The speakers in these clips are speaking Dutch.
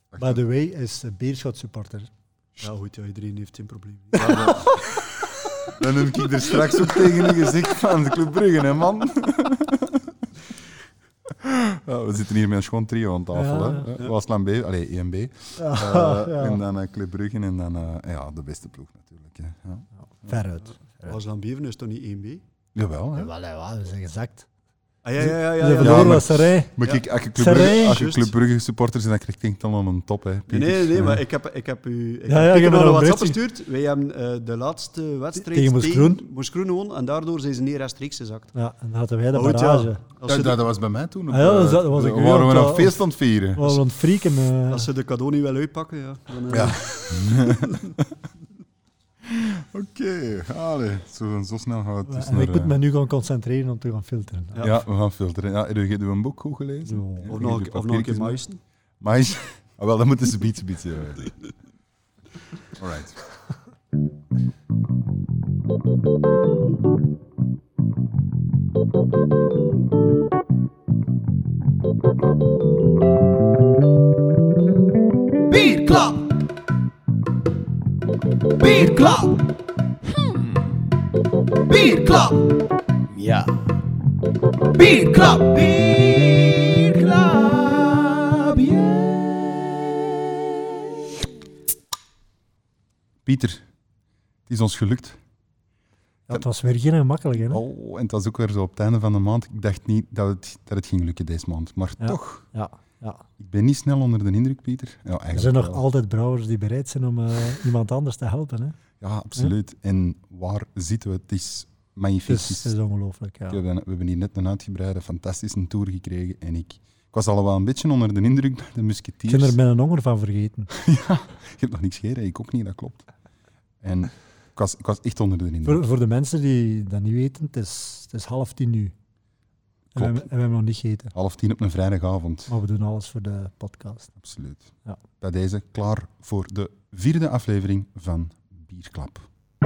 By the way, is Beerschot supporter. Ja, goed, ja, iedereen heeft zijn probleem. Dan heb ik er straks ook tegen je gezegd van de Club Brugge, hè, man. Ja, we zitten hier met een schoon trio aan tafel. Ja, hè. Waasland B, 1B. En dan Club Brugge en dan de beste ploeg natuurlijk. Hè. Ja. Veruit. Waasland Beveren is toch niet 1B? Jawel, hè. Jawel, dat is exact. Ah, ja. De verloren maar- was Serij. Maar Ja. kijk, als je Juist. Club Brugge supporters bent, dan krijg je denk ik dan een top. Hè, Pieter. Nee, maar ik heb u Ja, ik je heb hebt al een een WhatsApp berichtje. gestuurd. Wij hebben de laatste wedstrijd Tegen Moes Kroen. Moes Kroen gewonnen en daardoor zijn ze niet rechtstreeks gezakt. Ja, en dan hadden wij de Maar goed, ja. barrage. Als Ja, ze, dat de, was bij mij toen. Dat was ik waren we ook, nog feest aan het vieren. We waren aan het freaken. als ze de cadeau niet willen uitpakken, ja. Dan, Ja. Oké, zo snel gaat het. Dus En ik moet me nu gaan concentreren om te gaan filteren. Ja, we gaan filteren. Ja, heb je een boek goed gelezen? Ja. Of nog een keer muisen. Mais? Wel, dat moeten ze beetje. Alright. Bierklap! Bierklap! Bierklap! Ja. Bierklap! Bierklap! Pieter, het is ons gelukt. Ja, het was weer geen gemakkelijk, hè? Oh, en het was ook weer zo op het einde van de maand. Ik dacht niet dat het ging lukken deze maand. Maar Ja. toch, Ja. ik ben niet snel onder de indruk, Pieter. Ja, Er eigenlijk zijn nog wel. altijd brouwers die bereid zijn om iemand anders te helpen. Hè? Ja, absoluut. En waar zitten we? Het is magnifiek. Het is ongelooflijk. Ja. We hebben hier net een uitgebreide, fantastische tour gekregen. En ik was al wel een beetje onder de indruk bij de Ik Musketeers. ben er met een honger van vergeten. Ja, je hebt nog niks gereden. Ik ook niet, dat klopt. En ik was echt onder de indruk. Voor de mensen die dat niet weten, het is 9:30 nu. En we hebben nog niet gegeten. 9:30 op een vrijdagavond. Maar we doen alles voor de podcast. Absoluut. Ja. Bij deze klaar voor de 4e aflevering van Bierklap.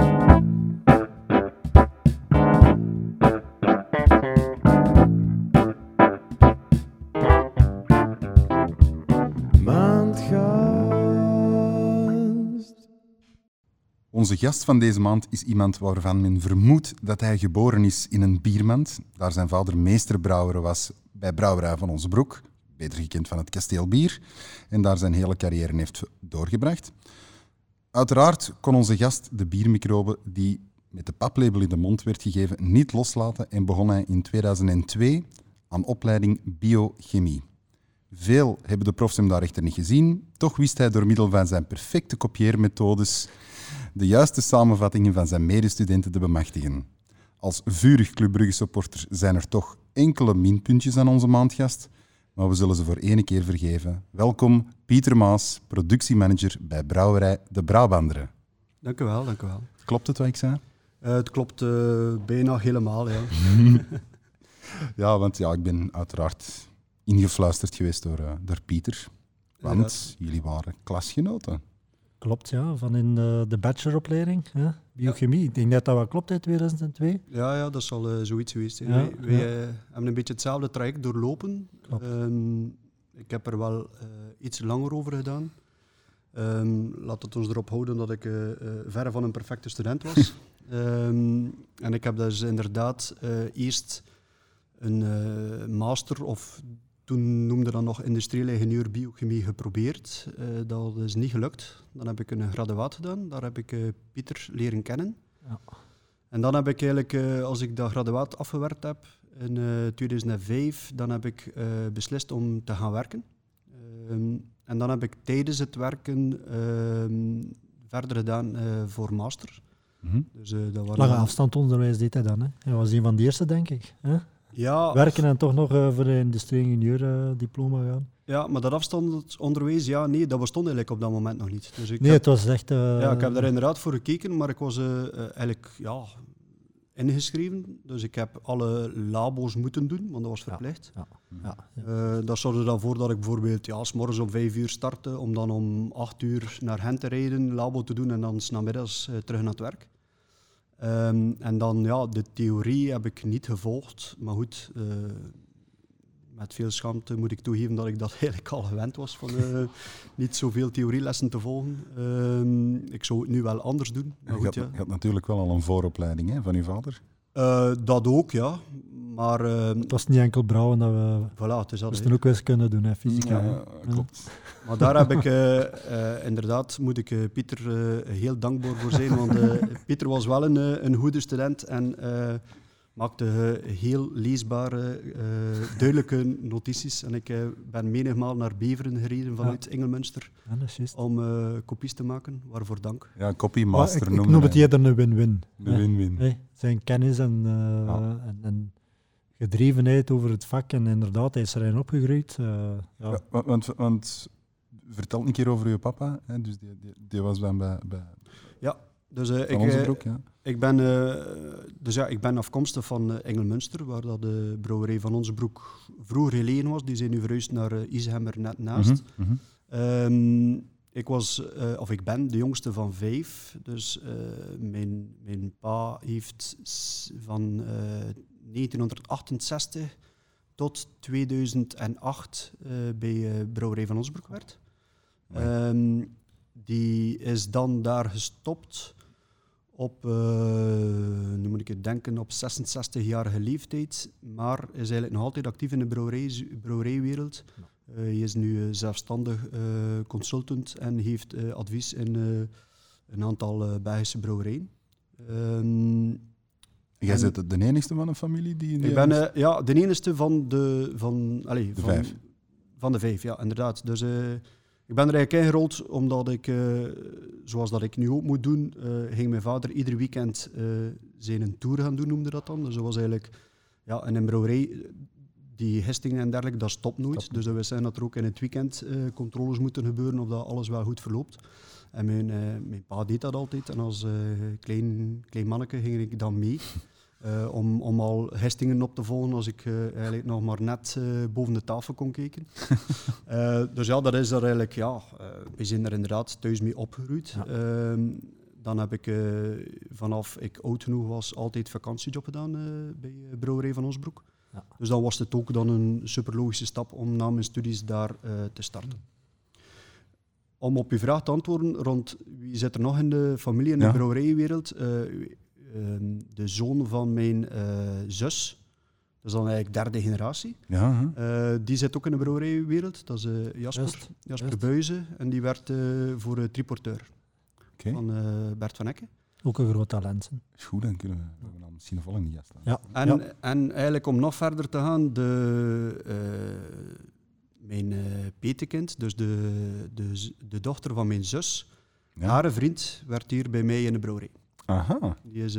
Maandgast. Onze gast van deze maand is iemand waarvan men vermoedt dat hij geboren is in een biermand. Daar zijn vader meesterbrouwer was bij Brouwerij van Onze Broek, beter gekend van het Kasteel Bier, en daar zijn hele carrière heeft doorgebracht. Uiteraard kon onze gast de biermicrobe die met de paplabel in de mond werd gegeven niet loslaten en begon hij in 2002 aan opleiding biochemie. Veel hebben de profs hem daar echter niet gezien, toch wist hij door middel van zijn perfecte kopieermethodes de juiste samenvattingen van zijn medestudenten te bemachtigen. Als vurig Club Brugge supporter zijn er toch enkele minpuntjes aan onze maandgast, maar we zullen ze voor één keer vergeven. Welkom, Pieter Maas, productiemanager bij Brouwerij De Brabanderen. Dank u wel. Klopt het wat ik zei? Het klopt bijna helemaal, ja. Ja, want ik ben uiteraard ingefluisterd geweest door Pieter. Want Inderdaad. jullie waren klasgenoten. Klopt, ja. Van in de bacheloropleiding, hè? Biochemie. Ik denk dat dat wel klopt uit 2002. Ja, dat zal zoiets geweest zijn. Ja, Wij hebben een beetje hetzelfde traject doorlopen. Klopt. Ik heb er wel iets langer over gedaan. Laat het ons erop houden dat ik verre van een perfecte student was. En ik heb dus inderdaad eerst een master, of toen noemde dat nog industrieel ingenieur biochemie, geprobeerd. Dat is niet gelukt. Dan heb ik een graduaat gedaan. Daar heb ik Pieter leren kennen. Ja. En dan heb ik eigenlijk, als ik dat graduaat afgewerkt heb in 2005, dan heb ik beslist om te gaan werken. En dan heb ik tijdens het werken verder gedaan voor master. Mhm. Dus, dat waren Lange afstandonderwijs deed hij dan. Hè? Hij was een van de eerste, denk ik. Hè? Ja, Werken en toch nog voor de industrie-ingenieur diploma gaan. ja, maar dat afstandsonderwijs, ja, nee, dat bestond eigenlijk op dat moment nog niet. Dus ik Nee, heb, het was echt... ja, ik heb daar inderdaad voor gekeken, maar ik was eigenlijk ingeschreven. Dus ik heb alle labo's moeten doen, want dat was verplicht. Ja. Dat zorgde dan voor dat ik bijvoorbeeld 's morgens om 5 uur startte, om dan om 8 uur naar Gent te rijden, labo te doen en dan 's namiddags terug naar het werk. En dan, de theorie heb ik niet gevolgd, maar goed, met veel schaamte moet ik toegeven dat ik dat eigenlijk al gewend was, van niet zoveel theorielessen te volgen. Ik zou het nu wel anders doen. Maar goed, Je had natuurlijk wel al een vooropleiding, hè, van je vader. Dat ook, ja. Maar Het was niet enkel brouwen dat we voilà, het is dat. moesten ook wiskunde doen, hè, fysica. hè. Ja, klopt. Maar daar heb ik inderdaad, moet ik Pieter heel dankbaar voor zijn, want Pieter was wel een goede student en maakte heel leesbare, duidelijke notities. En ik ben menigmaal naar Beveren gereden vanuit Engelmünster Ja, dat is juist. om kopies te maken. Waarvoor dank. Ja, copymaster ik noemde noem het hij. eerder een win-win. De win-win. Hè. Zijn kennis en gedrevenheid over het vak. En inderdaad, hij is erin opgegroeid. Ja. Ja, want vertel een keer over je papa. Hè? Dus die was dan bij Dus Van Onzenbroek. Ja. ik ben afkomstig van Engelmünster, waar dat de brouwerij Van Onzenbroek vroeger gelegen was. Die zijn nu verhuisd naar Ishemmer, net naast. Mhm, mhm. Ik ben de jongste van 5. Dus mijn pa heeft van 1968 tot 2008 bij Brouwerij Van Onzenbroek gewerkt. Die is dan daar gestopt op, nu moet ik het denken, op 66-jarige leeftijd, maar is eigenlijk nog altijd actief in de brouwerijwereld. Hij is nu zelfstandig consultant en heeft advies in een aantal Belgische brouwerijen. Jij bent de enigste van een familie die... Ik ben de enigste van de 5. Van de 5, ja, inderdaad. Dus ik ben er eigenlijk ingerold omdat ik, zoals dat ik nu ook moet doen, ging mijn vader ieder weekend zijn tour gaan doen, noemde dat dan. Dus dat was eigenlijk in een brouwerij, die hestingen en dergelijke, dat stopt nooit. Dus dat wil zeggen dat er ook in het weekend controles moeten gebeuren of dat alles wel goed verloopt. En mijn pa deed dat altijd. En als klein manneke ging ik dan mee. Om al hestingen op te volgen als ik eigenlijk nog maar net boven de tafel kon kijken. Dus ja, dat is er eigenlijk, we zijn er inderdaad thuis mee opgegroeid. Ja. Dan heb ik vanaf ik oud genoeg was altijd vakantiejob gedaan bij Brouwerij Van Onzenbroek. Ja. Dus dan was het ook dan een super logische stap om na mijn studies daar te starten. Om op uw vraag te antwoorden rond wie zit er nog in de familie in de brouwerijwereld. De zoon van mijn zus, dat is dan eigenlijk derde generatie. Ja, die zit ook in de brouwerijwereld. Dat is Jasper Buijzen. En die werkt voor het Triporteur van Bert van Ecke. Ook een groot talent. Is goed, dan kunnen we dan misschien nog wel in die gast. Ja. En eigenlijk om nog verder te gaan, mijn petekind, dus de dochter van mijn zus, haar vriend, werd hier bij mij in de brouwerij. Aha.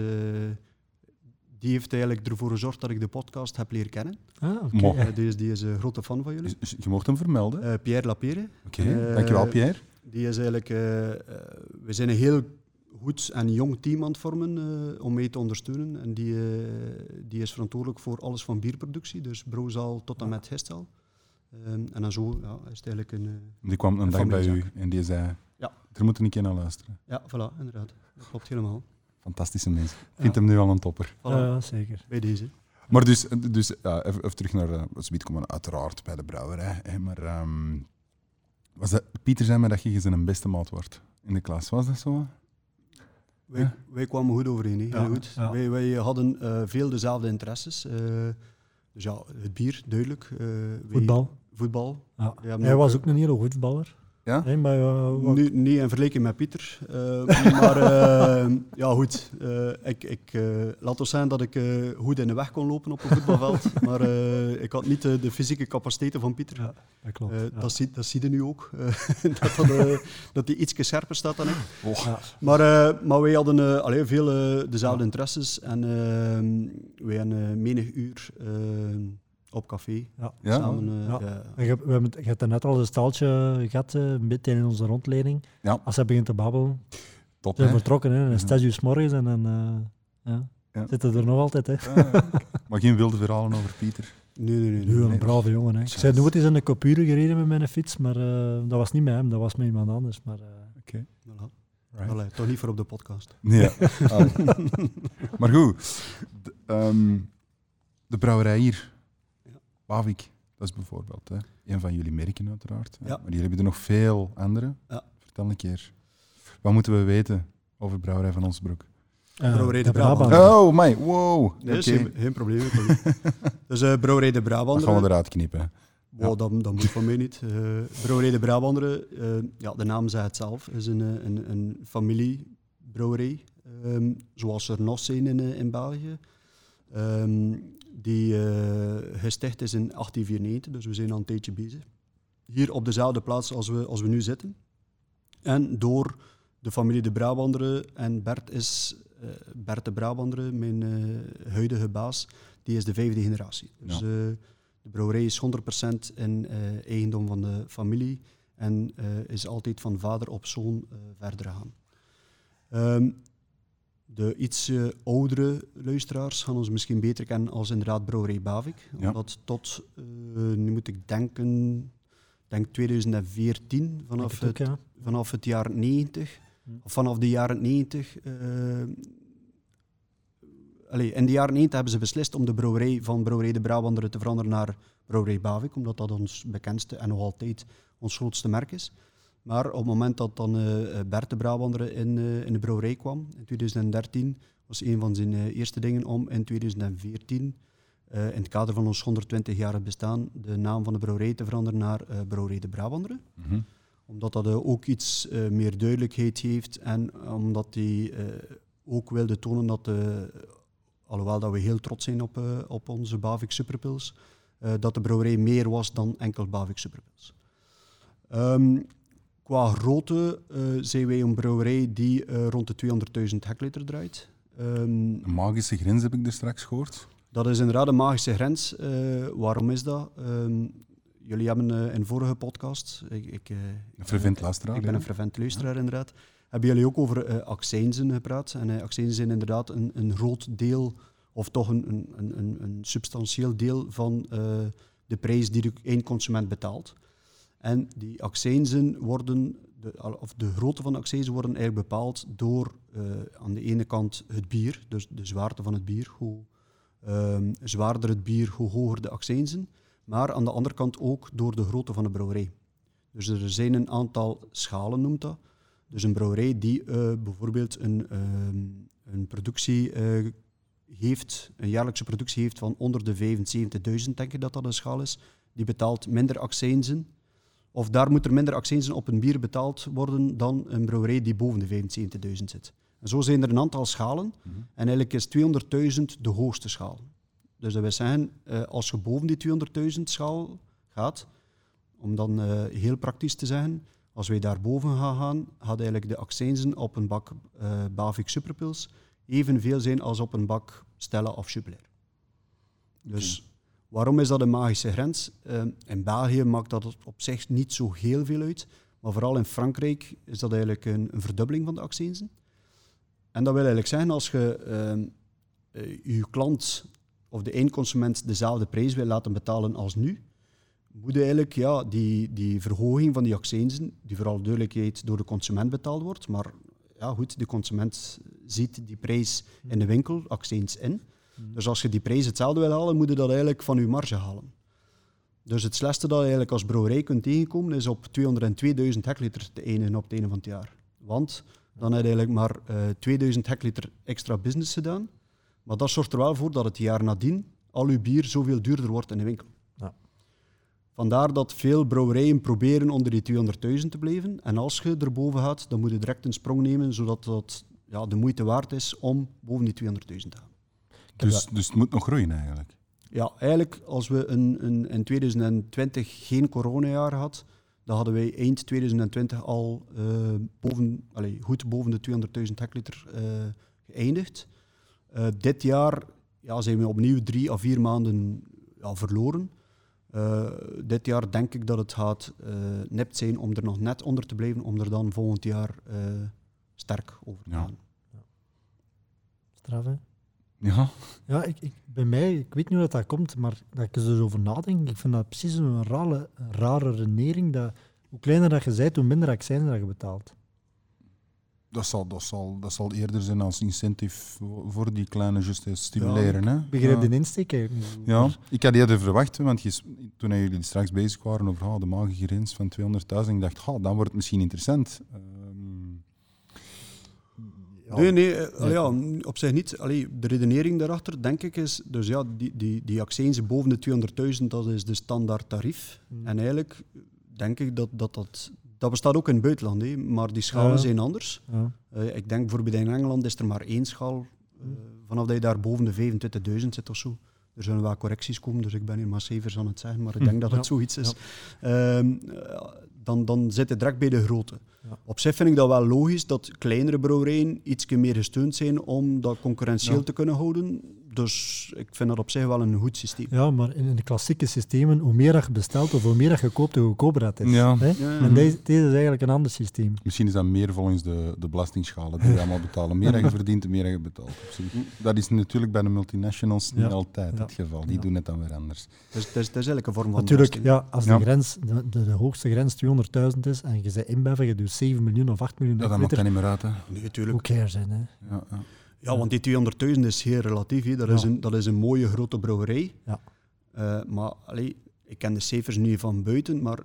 Die heeft eigenlijk ervoor gezorgd dat ik de podcast heb leren kennen. Okay. Die is een grote fan van jullie. Dus je mocht hem vermelden. Pierre Lapere. Oké, dankjewel Pierre. Die is eigenlijk... we zijn een heel goed en jong team aan het vormen om mee te ondersteunen. En die is verantwoordelijk voor alles van bierproductie, dus brouwzaal tot en met hestel. En dan zo is het eigenlijk een die kwam een dag bij u en die zei, er moet een keer naar luisteren. Ja, voilà, inderdaad. Dat klopt helemaal. Fantastische mensen. Ik vind hem nu al een topper. Voilà. Zeker. Bij deze. Maar dus even terug naar... We komen uiteraard bij de brouwerij. Hè, maar Pieter zei mij dat je zijn beste maat wordt in de klas. Was dat zo? Wij kwamen goed overeen. Hè. Ja, goed. Ja. Wij hadden veel dezelfde interesses. Dus ja, het bier, duidelijk. Voetbal. Ja. Hij was ook een hele voetballer. Ja? Nee, maar, niet in vergelijking met Pieter. Maar ja, goed. Laat ons zeggen dat ik goed in de weg kon lopen op een voetbalveld. Maar ik had niet de fysieke capaciteiten van Pieter. Ja, dat klopt. Dat zie je nu ook. Dat hij iets scherper staat dan ik. Ja. Maar wij hadden veel dezelfde interesses. En wij hebben menig uur... op café. Samen. Je hebt er net al een staaltje gehad in onze rondleiding. Ja. Als hij begint te babbelen, top, zijn vertrokken. Hè. En 6 uur 's morgens en dan zitten er nog altijd. Hè. Maar geen wilde verhalen over Pieter? Nee. Nu een brave jongen. Hè. Ik zei nooit eens in de Kopure gereden met mijn fiets, maar dat was niet met hem, dat was met iemand anders. Maar, Oké. Right. Allee, toch niet voor op de podcast. Ja. Maar goed, de brouwerij hier. Wavik, Dat is bijvoorbeeld een van jullie merken uiteraard. Ja. Maar jullie hebben er nog veel andere. Ja. Vertel een keer. Wat moeten we weten over Brouwerij van Onsbroek? Brouwerij de Brabant. Oh, my, wow. Nee, Oké. geen probleem. Dus Brouwerij de Dat Brabanderen. gaan we eruit knippen. Wow, dat moet van mij niet. Brouwerij de Brabanderen, de naam zegt het zelf, is een familiebrouwerij. Zoals er nog zijn in België. Die gesticht is in 1894, dus we zijn al een tijdje bezig. Hier op dezelfde plaats als we nu zitten. En door de familie de Brabanderen, en Bert de Brabanderen, mijn huidige baas, die is de 5e generatie. Dus de brouwerij is 100% in eigendom van de familie en is altijd van vader op zoon verder gegaan. De iets oudere luisteraars gaan ons misschien beter kennen als inderdaad Brouwerij Bavik. Ja. Omdat tot, nu moet ik denken 2014, vanaf het jaar 90, of vanaf de jaren 90... in de jaren 90 hebben ze beslist om de brouwerij van Brouwerij de Brabanderen te veranderen naar Brouwerij Bavik, omdat dat ons bekendste en nog altijd ons grootste merk is. Maar op het moment dat dan Bert de Brabanderen in de brouwerij kwam, in 2013, was een van zijn eerste dingen om in 2014, in het kader van ons 120-jarig bestaan, de naam van de brouwerij te veranderen naar Brouwerij de Brabanderen. Mm-hmm. Omdat dat ook iets meer duidelijkheid heeft en omdat hij ook wilde tonen dat, alhoewel dat we heel trots zijn op onze Bavik Superpils, dat de brouwerij meer was dan enkel Bavik Superpils. Qua grootte zijn wij een brouwerij die rond de 200.000 hectoliter draait. Een magische grens heb ik er straks gehoord. Dat is inderdaad een magische grens. Waarom is dat? Jullie hebben in een vorige podcast... Een fervent luisteraar. Ik ben een fervent luisteraar, inderdaad. Hebben jullie ook over accijnzen gepraat? En accijnzen zijn inderdaad een groot deel, of toch een substantieel deel van de prijs die de eindconsument betaalt. En die accijnzen worden, de grootte van de accijnzen worden eigenlijk bepaald door aan de ene kant het bier, dus de zwaarte van het bier. Hoe zwaarder het bier, hoe hoger de accijnzen. Maar aan de andere kant ook door de grootte van de brouwerij. Dus er zijn een aantal schalen, noemt dat. Dus een brouwerij die bijvoorbeeld een productie heeft, een jaarlijkse productie heeft van onder de 75.000, denk ik dat een schaal is, die betaalt minder accijnzen. Of daar moet er minder accijnzen op een bier betaald worden dan een brouwerij die boven de 75.000 zit. En zo zijn er een aantal schalen. Mm-hmm. En eigenlijk is 200.000 de hoogste schaal. Dus dat wil zeggen, als je boven die 200.000 schaal gaat, om dan heel praktisch te zeggen, als wij daarboven gaan, gaat eigenlijk de accijnzen op een bak Bavik Superpils evenveel zijn als op een bak Stella of Jupiler. Dus waarom is dat een magische grens? In België maakt dat op zich niet zo heel veel uit, maar vooral in Frankrijk is dat eigenlijk een verdubbeling van de accijnzen. En dat wil eigenlijk zeggen, als je je klant of de eindconsument dezelfde prijs wil laten betalen als nu, moet eigenlijk die verhoging van die accijnzen, die vooral duidelijkheid door de consument betaald wordt, maar ja goed, de consument ziet die prijs in de winkel, accijns in. Dus als je die prijs hetzelfde wil halen, moet je dat eigenlijk van je marge halen. Dus het slechtste dat je eigenlijk als brouwerij kunt tegenkomen, is op 202.000 hectoliter te eindigen op het einde van het jaar. Want dan heb je eigenlijk maar 2000 hectoliter extra business gedaan. Maar dat zorgt er wel voor dat het jaar nadien al je bier zoveel duurder wordt in de winkel. Ja. Vandaar dat veel brouwerijen proberen onder die 200.000 te blijven. En als je erboven gaat, dan moet je direct een sprong nemen, zodat dat de moeite waard is om boven die 200.000 te gaan. Dus het moet nog groeien eigenlijk? Ja, eigenlijk als we in 2020 geen coronajaar hadden, dan hadden wij eind 2020 al goed boven de 200.000 hectoliter geëindigd. Dit jaar zijn we opnieuw 3 à 4 maanden verloren. Dit jaar denk ik dat het gaat nipt zijn om er nog net onder te blijven, om er dan volgend jaar sterk over te gaan. Ja. Straf, hè? Ja. Ja, ik weet niet hoe dat komt, maar dat ik er zo over nadenk, ik vind dat precies een rare renering. Dat hoe kleiner dat je bent, hoe minder accijns dat je betaalt. Dat zal eerder zijn als incentive voor die kleine just stimuleren. Hè? Ik begrijp de insteek eigenlijk niet. Ja, ik had eerder verwacht, want toen jullie straks bezig waren over de magische grens van 200.000, ik dacht, dan wordt het misschien interessant. Op zich niet. De redenering daarachter, denk ik, is... Dus ja, die accijnzen boven de 200.000, dat is de standaard tarief. En eigenlijk denk ik dat bestaat ook in het buitenland, hè, maar die schalen zijn anders. Ja. Ik denk bijvoorbeeld in Engeland is er maar één schaal, vanaf dat je daar boven de 25.000 zit of zo. Er zullen wel correcties komen, dus ik ben hier maar cijfers aan het zeggen, maar ik denk dat het zoiets is. Ja. Dan zit je direct bij de grote. Ja. Op zich vind ik dat wel logisch dat kleinere brouwerijen iets meer gesteund zijn om dat concurrentieel te kunnen houden. Dus ik vind dat op zich wel een goed systeem. Ja, maar in de klassieke systemen, hoe meer dat je bestelt of hoe meer dat je koopt, hoe goedkoper dat is. Ja. En deze is eigenlijk een ander systeem. Misschien is dat meer volgens de belastingschalen die we allemaal betalen. Meer dat je verdient, meer dat je betaalt. Dat is natuurlijk bij de multinationals niet altijd het geval. Die doen het dan weer anders. Dus het is eigenlijk een vorm van natuurlijk, als de grens, de hoogste grens 200.000 is en je bent inbeven, je doet 7 miljoen of 8 miljoen. Ja, dat maakt dat niet meer uit. Hè. Nee, natuurlijk. Hoe cares zijn, hè? Ja, want die 200.000 is heel relatief. Hè. Dat is een mooie grote brouwerij. Ja. Maar ik ken de cijfers niet van buiten, maar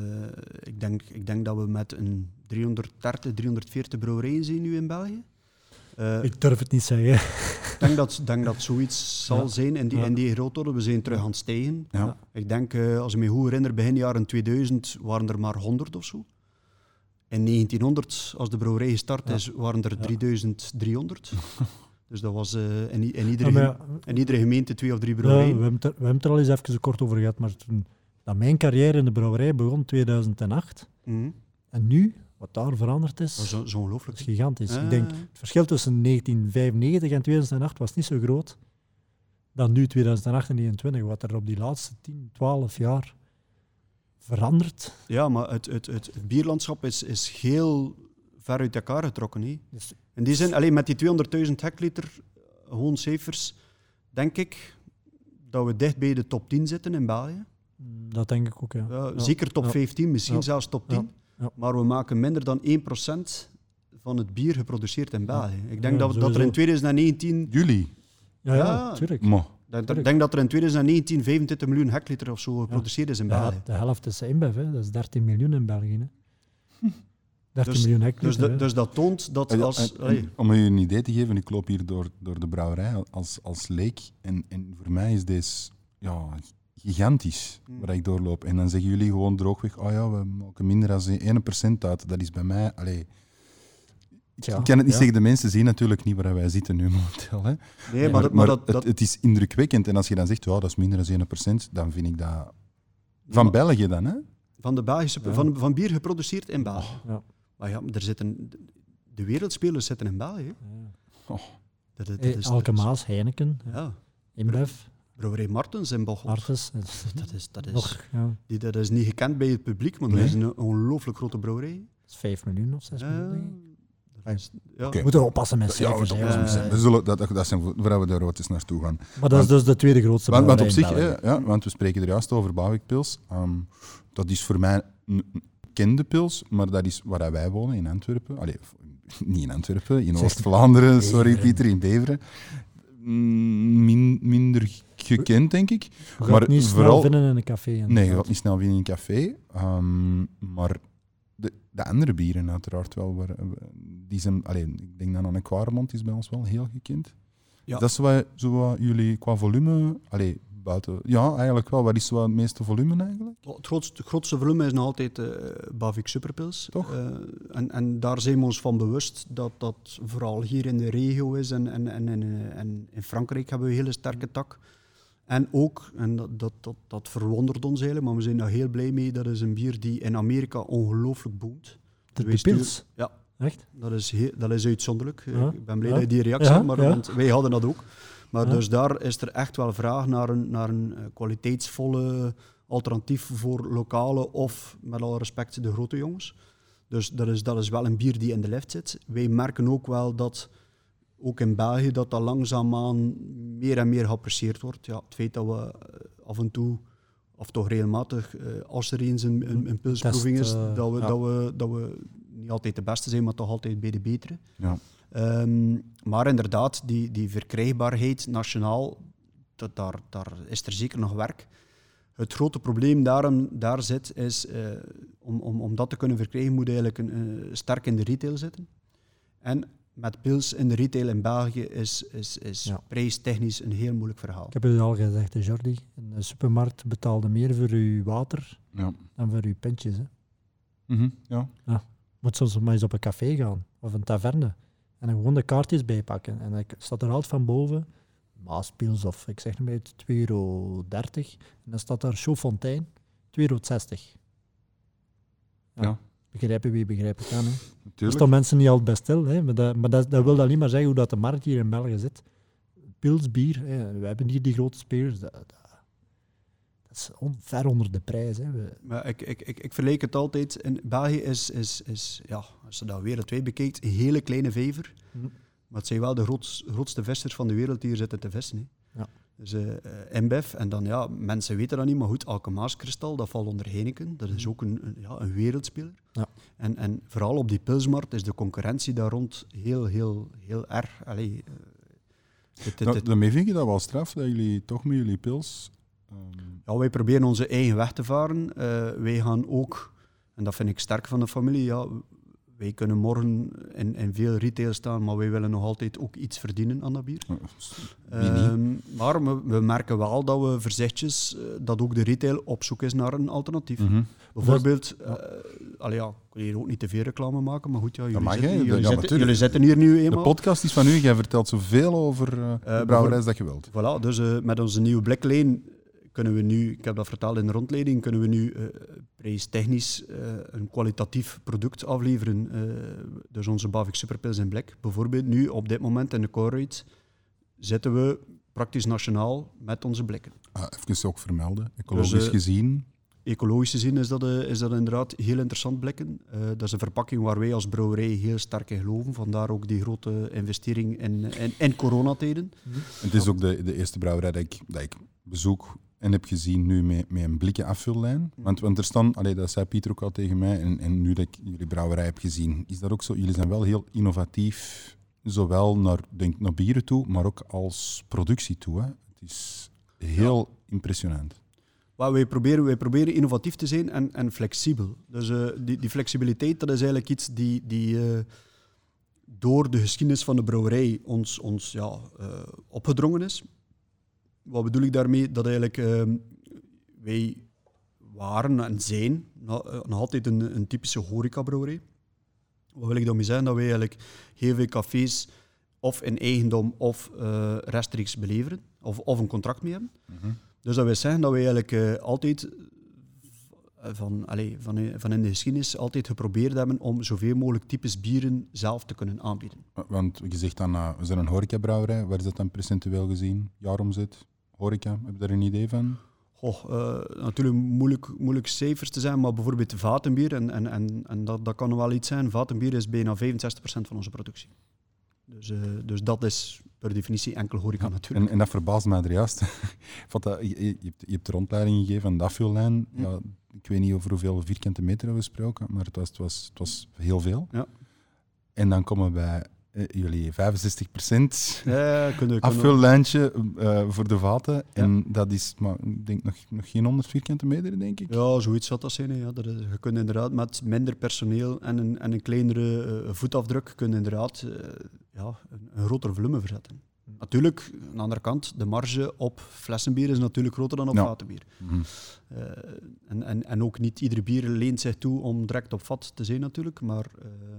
ik denk dat we met een 330, 340 brouwerijen zijn nu in België. Ik durf het niet zeggen. Ik denk dat zoiets zal zijn in die grootorde. We zijn terug aan het stijgen. Ja. Ik denk, als ik me goed herinner, begin jaren 2000 waren er maar 100 of zo. In 1900, als de brouwerij gestart is, waren er 3300. Dus dat was in iedere gemeente 2 of 3 brouwerijen. We hebben het er al eens even kort over gehad, maar toen dat mijn carrière in de brouwerij begon, 2008. En nu, wat daar veranderd is, dat is ongelooflijk. Dat is gigantisch. Ik denk, het verschil tussen 1995 en 2008 was niet zo groot dan nu 2008 en 2021, wat er op die laatste 10, 12 jaar verandert. Ja, maar het bierlandschap is heel ver uit elkaar getrokken. Hè. Dus in die zin, alleen met die 200.000 hectoliter, gewoon cijfers, denk ik dat we dicht bij de top 10 zitten in België. Dat denk ik ook, ja. Zeker top 15, misschien zelfs top 10. Ja. Maar we maken minder dan 1% van het bier geproduceerd in België. Ik denk dat er in 2019... Jullie? Ja, natuurlijk. Ik denk dat er in 2019 25 miljoen hectoliter of zo geproduceerd is in België. De helft is InBev, hè. Dat is 13 miljoen in België. Hè. 13 miljoen hectoliter. Dus dat toont dat om je een idee te geven, ik loop hier door de brouwerij als leek en voor mij is deze gigantisch waar ik doorloop. En dan zeggen jullie gewoon droogweg, we maken minder dan 1% uit. Dat is bij mij... Ik kan het niet zeggen, de mensen zien natuurlijk niet waar wij zitten nu momenteel. Hè. Nee, maar het is indrukwekkend. En als je dan zegt, dat is minder dan 1%, dan vind ik dat... Van België dan, hè? Van de Belgische... Van bier geproduceerd in België. Ja. Maar er zitten... De wereldspelers zitten in België. Alkemaas, Heineken, InBev. Brouwerij Martens in Bocholt. Martens. Dat is niet gekend bij het publiek, maar dat is een ongelooflijk grote brouwerij. Dat is 5 miljoen of 6 miljoen. Okay. We moeten oppassen met cijfers. We zullen dat zijn waar we daar ooit eens naartoe gaan. Maar dat is dus de tweede grootste brouwerij want op zich, want we spreken er juist over Bouwikpils. Dat is voor mij een bekende pils, maar dat is waar wij wonen, in Antwerpen. Allee, niet in Antwerpen, in Oost-Vlaanderen, sorry Pieter, in Beveren. Minder gekend, denk ik. Je gaat het niet snel vinden in een café. Nee, je gaat het niet snel vinden in een café. Maar de andere bieren uiteraard wel. Die zijn, ik denk dat een Quaremont is bij ons wel heel gekend. Ja. Dat is zo jullie qua volume... buiten... Ja, eigenlijk wel. Wat is zo het meeste volume eigenlijk? Het grootste volume is nog altijd Bavik Superpils. Toch? En daar zijn we ons van bewust dat dat vooral hier in de regio is. En in Frankrijk hebben we een hele sterke tak. En ook, en dat verwondert ons eigenlijk, maar we zijn daar heel blij mee, dat is een bier die in Amerika ongelooflijk boomt. De pils? Ja. Echt? Dat is uitzonderlijk. Ja. Ik ben blij dat je die reactie hebt, want wij hadden dat ook. Maar dus daar is er echt wel vraag naar een kwaliteitsvolle alternatief voor lokale of, met alle respect, de grote jongens. Dus dat is wel een bier die in de lift zit. Wij merken ook wel dat, ook in België, dat langzaamaan meer en meer geapprecieerd wordt. Ja, het feit dat we af en toe, of toch regelmatig, als er eens een pilsproeving is, dat we niet altijd de beste zijn, maar toch altijd bij de betere. Ja. Maar inderdaad, die verkrijgbaarheid nationaal, daar is er zeker nog werk. Het grote probleem daar zit, is om dat te kunnen verkrijgen, moet je eigenlijk sterk in de retail zitten. En met pils in de retail in België is prijstechnisch een heel moeilijk verhaal. Ik heb het al gezegd, hè, Jordi. In de supermarkt betaalde meer voor uw water dan voor uw pintjes. Hè. Ja. Moet soms maar eens op een café gaan of een taverne en dan gewoon de kaartjes bijpakken. En dan staat er altijd van boven Maaspils of ik zeg maar €2,30. En dan staat daar Chaudfontein, €2,60. Ja. Begrijpen wie begrijpen kan. Hè. Er Natuurlijk. staan mensen niet altijd bij stil, hè. Maar dat wil dan niet maar zeggen hoe dat de markt hier in België zit. Pils, bier, hè. We hebben hier die grote spelers. Dat is ver onder de prijs. Hè. Maar ik vergelijk het altijd. In België is als je dat wereldwijd bekijkt, een hele kleine vijver. Maar het zijn wel de grootste vissers van de wereld die hier zitten te vissen. Hè. Ja. Dus InBev, en dan mensen weten dat niet, maar goed, Alkemaaskristal, dat valt onder Heineken. Dat is ook een wereldspeler. Ja. En vooral op die pilsmarkt is de concurrentie daar rond heel erg. Daarmee vind je dat wel straf, dat jullie toch met jullie pils... Ja, wij proberen onze eigen weg te varen. Wij gaan ook, en dat vind ik sterk van de familie, wij kunnen morgen in veel retail staan, maar wij willen nog altijd ook iets verdienen aan dat bier. Maar we merken wel dat we voorzichtig dat ook de retail op zoek is naar een alternatief. Bijvoorbeeld, ik wil hier ook niet te veel reclame maken, maar goed, jullie zitten hier nu eenmaal. De podcast is van u, jij vertelt zoveel over de brouwerij dat je wilt. Voilà, dus met onze nieuwe bliklijn kunnen we nu, ik heb dat verteld in de rondleiding, kunnen we nu prijstechnisch een kwalitatief product afleveren. Dus onze Bavik Superpils in blik. Bijvoorbeeld nu, op dit moment in de Colruyt, zitten we praktisch nationaal met onze blikken. Even ook vermelden, ecologisch gezien. Ecologisch gezien is dat inderdaad heel interessant blikken. Dat is een verpakking waar wij als brouwerij heel sterk in geloven. Vandaar ook die grote investering in coronatijden. Het is ook de eerste brouwerij dat ik bezoek en heb gezien nu met een blikken afvullijn. Want er staan, dat zei Pieter ook al tegen mij, en nu dat ik jullie brouwerij heb gezien, is dat ook zo. Jullie zijn wel heel innovatief, zowel naar bieren toe, maar ook als productie toe. Hè. Het is heel impressionant. Well, wij proberen innovatief te zijn en flexibel. Dus die flexibiliteit, dat is eigenlijk iets die door de geschiedenis van de brouwerij ons opgedrongen is. Wat bedoel ik daarmee? Dat eigenlijk wij waren en zijn nog altijd een typische horecabrouwerij. Wat wil ik daarmee zeggen? Dat wij eigenlijk heel veel cafés of in eigendom of rechtstreeks beleveren of een contract mee hebben. Dus dat wil zeggen dat wij eigenlijk altijd van in de geschiedenis altijd geprobeerd hebben om zoveel mogelijk types bieren zelf te kunnen aanbieden. Want je zegt dan, we zijn een horecabrouwerij. Waar is dat dan percentueel gezien? Jaaromzet? Horeca? Heb je daar een idee van? Natuurlijk moeilijk cijfers te zijn, maar bijvoorbeeld vatenbier, en dat kan wel iets zijn. Vatenbier is bijna 65% van onze productie. Dus dat is per definitie enkel horeca natuurlijk. En dat verbaast mij er juist. Je hebt de rondleiding gegeven van de afvullijn. Ja, ik weet niet over hoeveel vierkante meter we gesproken, maar het was heel veel. Ja. En dan komen we bij jullie 65% afvullijntje voor de vaten. Ja. En dat is, maar, ik denk nog geen 100 vierkante meter, denk ik. Ja, zoiets zal dat zijn. Hè. Ja. Je kunt inderdaad met minder personeel en een kleinere voetafdruk inderdaad een groter volume verzetten. Natuurlijk, aan de andere kant, de marge op flessenbier is natuurlijk groter dan op vatenbier. En ook niet ieder bier leent zich toe om direct op vat te zijn natuurlijk, maar...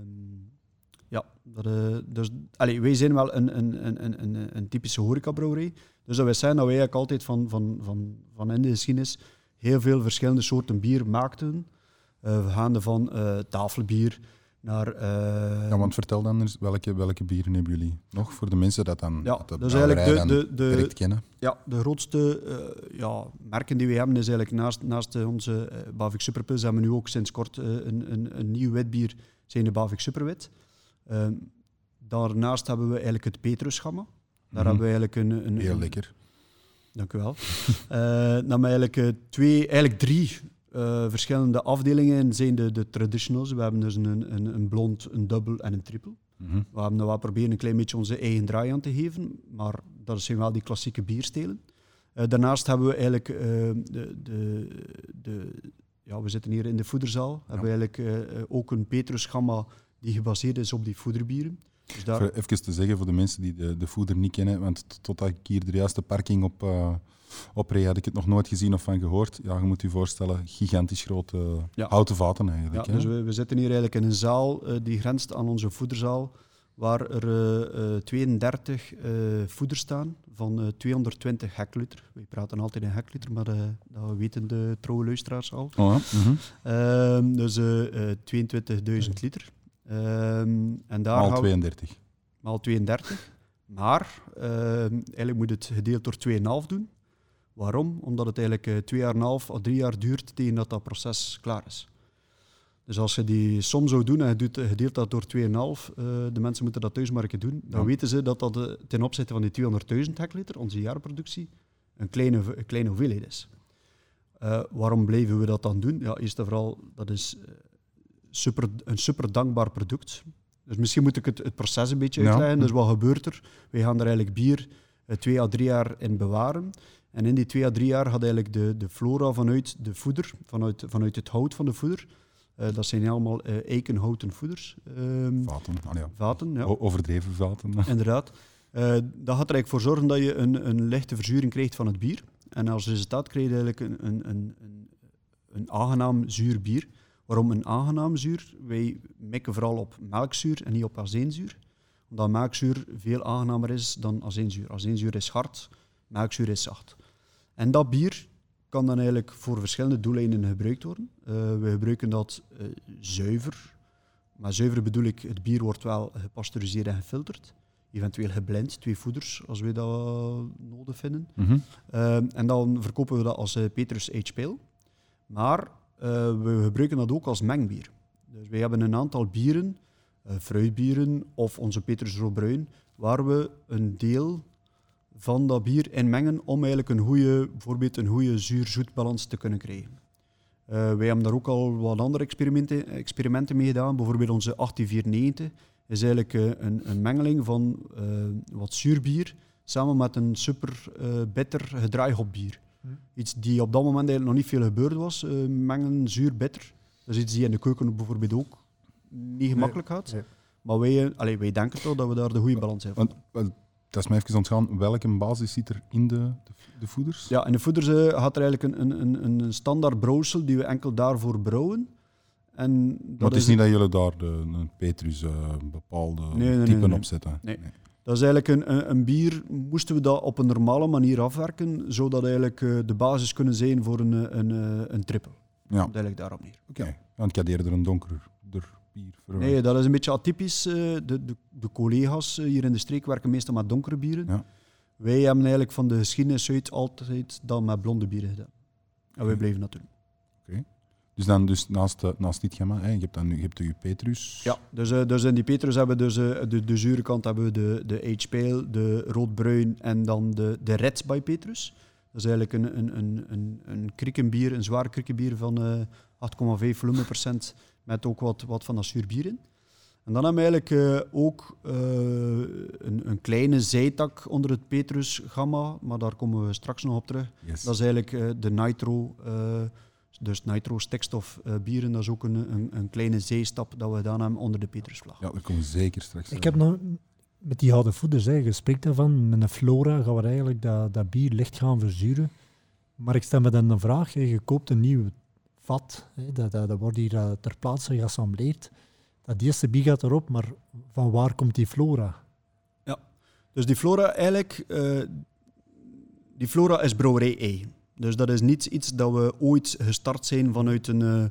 wij zijn wel een typische horecabrouwerij. Dus dat wil zeggen dat wij eigenlijk altijd van in de geschiedenis heel veel verschillende soorten bier maakten. Gaande van tafelbier naar... want vertel dan eens, welke bieren hebben jullie nog voor de mensen dat dan dus eigenlijk direct kennen? Ja, de grootste merken die we hebben is eigenlijk naast onze Bavik Superpils hebben we nu ook sinds kort een nieuw witbier, zijn de Bavik Superwit. Daarnaast hebben we eigenlijk het Petrusgamma. Daar hebben we eigenlijk een heel lekker. Dank u wel. Dan hebben we eigenlijk drie verschillende afdelingen zijn de traditionals. We hebben dus een blond, een dubbel en een triple. Mhm. We hebben wel proberen een klein beetje onze eigen draai aan te geven, maar dat zijn wel die klassieke bierstijlen. Daarnaast hebben we eigenlijk we zitten hier in de voederzaal. Hebben we eigenlijk ook een Petrus-gamma die gebaseerd is op die voederbieren. Dus daar... Even te zeggen voor de mensen die de voeder niet kennen, want totdat ik hier de juiste parking opreed, had ik het nog nooit gezien of van gehoord. Ja, je moet je voorstellen, gigantisch grote houten vaten eigenlijk. Ja, dus we zitten hier eigenlijk in een zaal die grenst aan onze voederzaal, waar er 32 voeders staan van 220 hectoliter. We praten altijd in hectoliter, maar dat weten de trouwe luisteraars al. Oh, ja. Dus 22.000 liter. En daar Maal 32. Maal 32. Maar eigenlijk moet het gedeeld door 2,5 doen. Waarom? Omdat het eigenlijk 2,5 à 3 jaar duurt tegen dat proces klaar is. Dus als je die som zou doen en je deelt dat door 2,5, de mensen moeten dat thuis maar een keer doen, dan weten ze dat dat ten opzichte van die 200.000 hectoliter, onze jaarproductie, een kleine hoeveelheid is. Waarom blijven we dat dan doen? Ja, eerst en vooral, dat is een super dankbaar product. Dus misschien moet ik het proces een beetje uitleggen. Dus wat gebeurt er? Wij gaan er eigenlijk bier 2 à 3 jaar in bewaren. En in die 2 à 3 jaar gaat eigenlijk de flora vanuit de voeder, vanuit het hout van de voeder. Dat zijn allemaal eikenhouten voeders. Vaten, ja. Overdreven vaten. Inderdaad. Dat gaat er eigenlijk voor zorgen dat je een lichte verzuring krijgt van het bier. En als resultaat krijg je eigenlijk een aangenaam zuur bier. Waarom een aangenaam zuur? Wij mikken vooral op melkzuur en niet op azijnzuur. Omdat melkzuur veel aangenamer is dan azijnzuur. Azijnzuur is hard, melkzuur is zacht. En dat bier kan dan eigenlijk voor verschillende doeleinden gebruikt worden. We gebruiken dat zuiver. Maar zuiver bedoel ik, het bier wordt wel gepasteuriseerd en gefilterd. Eventueel geblend, 2 voeders, als we dat nodig vinden. Mm-hmm. En dan verkopen we dat als Petrus Aged Pale. Maar we gebruiken dat ook als mengbier. Dus wij hebben een aantal bieren, fruitbieren of onze Petrus Roodbruin, waar we een deel van dat bier inmengen om eigenlijk een goede zuur-zoet balans te kunnen krijgen. Wij hebben daar ook al wat andere experimenten mee gedaan. Bijvoorbeeld onze 1894 is eigenlijk een mengeling van wat zuurbier samen met een super bitter gedraaihopbier. Iets die op dat moment eigenlijk nog niet veel gebeurd was. Mengen zuur-bitter. Dat is iets die in de keuken bijvoorbeeld ook niet gemakkelijk gaat. Nee. Maar wij denken toch dat we daar de goede balans hebben. Dat is mij even ontgaan. Welke basis zit er in de voeders? Ja, in de voeders gaat er eigenlijk een standaard brouwsel die we enkel daarvoor brouwen. En maar het is niet dat jullie daar een Petrus bepaalde typen op zetten? Nee. Dat is eigenlijk een bier, moesten we dat op een normale manier afwerken, zodat eigenlijk de basis kunnen zijn voor een triple. Ja. Eigenlijk daarop neer. Oké. Ja. Want ik had eerder een donkerder bier verwacht. Nee, dat is een beetje atypisch. De collega's hier in de streek werken meestal met donkere bieren. Ja. Wij hebben eigenlijk van de geschiedenis uit altijd dan met blonde bieren gedaan. En wij blijven dat doen. Oké. Dus dan naast dit gamma, je hebt je Petrus. Ja, dus in die Petrus hebben we dus de zure kant hebben we de Aged Pale, de roodbruin en dan de Reds by Petrus. Dat is eigenlijk een krikenbier, een zwaar krikenbier van 8,5 volumeprocent met ook wat van dat zuurbier in. En dan hebben we eigenlijk ook een kleine zijtak onder het Petrus gamma, maar daar komen we straks nog op terug. Yes. Dat is eigenlijk de nitro, dus nitro-stikstof bieren. Dat is ook een kleine zijstap dat we gedaan hebben onder de Petrusvlag. Ja, daar komen we zeker straks. Ik heb nog met die houten voeders, je spreekt daarvan, met een flora gaan we eigenlijk dat bier licht gaan verzuren. Maar ik stel me dan de vraag, je koopt een nieuw vat, dat wordt hier ter plaatse geassembleerd. Dat eerste bier gaat erop, maar van waar komt die flora? Ja, dus die flora eigenlijk, die flora is brouwerij eigen. Dus dat is niet iets dat we ooit gestart zijn vanuit een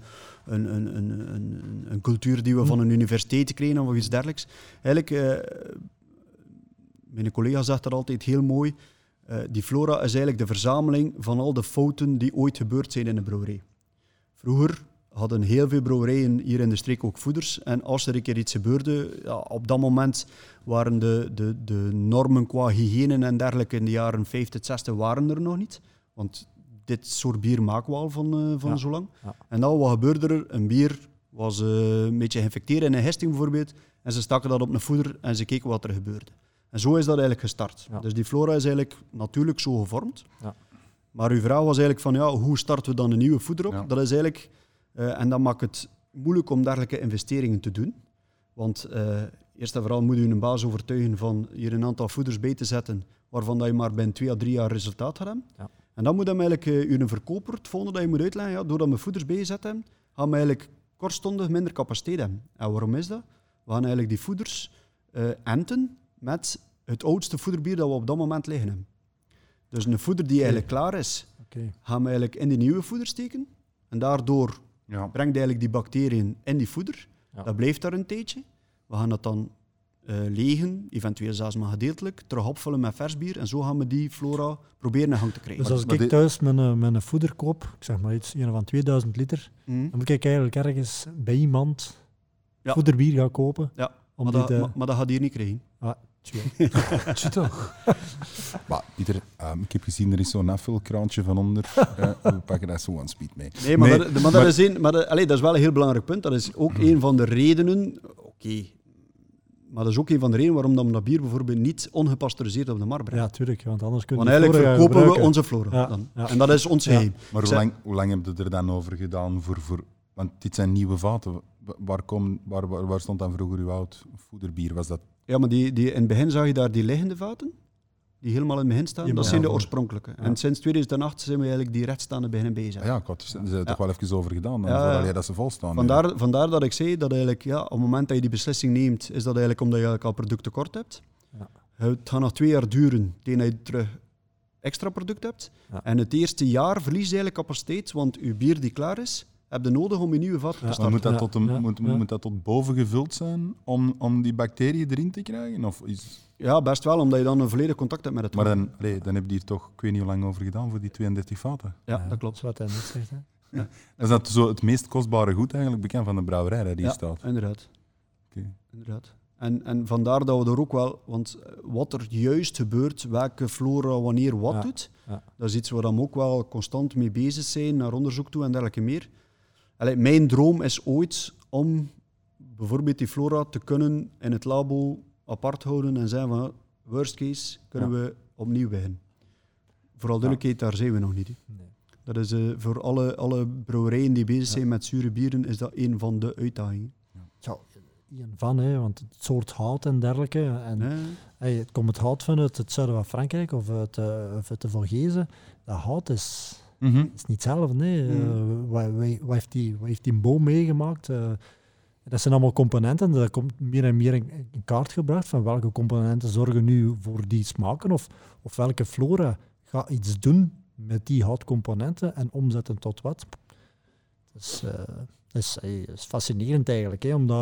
cultuur die we van een universiteit kregen of iets dergelijks. Eigenlijk, mijn collega zegt dat altijd heel mooi, die flora is eigenlijk de verzameling van al de fouten die ooit gebeurd zijn in de brouwerij. Vroeger hadden heel veel brouwerijen hier in de streek ook voeders. En als er een keer iets gebeurde, ja, op dat moment waren de normen qua hygiëne en dergelijke in de jaren 50, 60 waren er nog niet. Want dit soort bier maken we al van zo lang. Ja. En dan, wat gebeurde er? Een bier was een beetje geïnfecteerd in een hesting bijvoorbeeld. En ze staken dat op een voeder en ze keken wat er gebeurde. En zo is dat eigenlijk gestart. Ja. Dus die flora is eigenlijk natuurlijk zo gevormd. Ja. Maar uw vraag was eigenlijk van, hoe starten we dan een nieuwe voeder op? Ja. Dat is eigenlijk... en dat maakt het moeilijk om dergelijke investeringen te doen. Want eerst en vooral moet je een baas overtuigen van hier een aantal voeders bij te zetten, waarvan dat je maar binnen 2 à 3 jaar resultaat gaat hebben. Ja. En dan moet hem eigenlijk een verkoper, het volgende dat je moet uitleggen, ja, doordat we voeders bijgezet hebben, gaan we eigenlijk kortstondig minder capaciteit hebben. En waarom is dat? We gaan eigenlijk die voeders enten met het oudste voederbier dat we op dat moment liggen hebben. Dus een voeder die eigenlijk klaar is, gaan we eigenlijk in die nieuwe voeder steken. En daardoor brengt eigenlijk die bacteriën in die voeder. Ja. Dat blijft daar een tijdje. We gaan dat dan legen, eventueel zelfs maar gedeeltelijk, terug opvullen met vers bier. En zo gaan we die flora proberen in gang te krijgen. Dus als ik thuis mijn voeder koop, ik zeg maar iets van 2000 liter, dan moet ik eigenlijk ergens bij iemand voederbier gaan kopen. Ja, om maar dat gaat hier niet krijgen. Tje toch. Maar Pieter, ik heb gezien, er is zo'n afvulkraantje van onder. We pakken dat zo aan speed mee. Nee, maar dat is wel een heel belangrijk punt. Dat is ook een van de redenen... Maar dat is ook een van de redenen waarom we dat bier bijvoorbeeld niet ongepasteuriseerd op de markt brengen. Ja, tuurlijk, want anders kunnen we eigenlijk verkopen we onze flora dan. Ja. En dat is ons geheim. Maar hoe lang heb je er dan over gedaan? Want dit zijn nieuwe vaten. Waar stond dan vroeger uw oud voederbier? Was dat... Ja, maar die in het begin zag je daar die liggende vaten, die helemaal in het begin staan. Dat zijn de oorspronkelijke. Ja. En sinds 2008 zijn we eigenlijk die rechtstaande beginnen bezig. Ja, ik had er toch wel even over gedaan, dan voordat dat ze volstaan. Vandaar dat ik zei dat eigenlijk, op het moment dat je die beslissing neemt, is dat eigenlijk omdat je eigenlijk al producttekort hebt. Ja. Het gaat nog 2 jaar duren tegen dat je terug extra product hebt. Ja. En het eerste jaar verlies je eigenlijk capaciteit, want je bier die klaar is, heb je nodig om je nieuwe vat te starten. Maar moet dat tot boven gevuld zijn om die bacteriën erin te krijgen? Of is... Ja, best wel, omdat je dan een volledig contact hebt met het water. Maar dan heb je hier toch, ik weet niet hoe lang over gedaan, voor die 32 vaten. Ja, dat klopt. Dat is wat hij net zegt. Hè? Ja. Is dat zo het meest kostbare goed eigenlijk bekend van de brouwerij dat hier staat? Inderdaad. Inderdaad. En vandaar dat we er ook wel... Want wat er juist gebeurt, welke flora wanneer wat doet, dat is iets waar we ook wel constant mee bezig zijn, naar onderzoek toe en dergelijke meer. Mijn droom is ooit om bijvoorbeeld die flora te kunnen in het labo apart houden en zeggen van worst case kunnen we opnieuw beginnen. Vooral duidelijkheid, daar zijn we nog niet. Nee. Dat is voor alle brouwerijen die bezig zijn met zure bieren, is dat een van de uitdagingen. Ja, want het soort hout en dergelijke. En, het komt het hout vanuit het zuiden van Frankrijk of uit de Vogezen. Dat hout is niet hetzelfde. Nee. Wat heeft die boom meegemaakt? Dat zijn allemaal componenten. Dat komt meer en meer in kaart gebracht van welke componenten zorgen nu voor die smaken of welke flora gaat iets doen met die houtcomponenten en omzetten tot wat. Dat is fascinerend eigenlijk, hè, om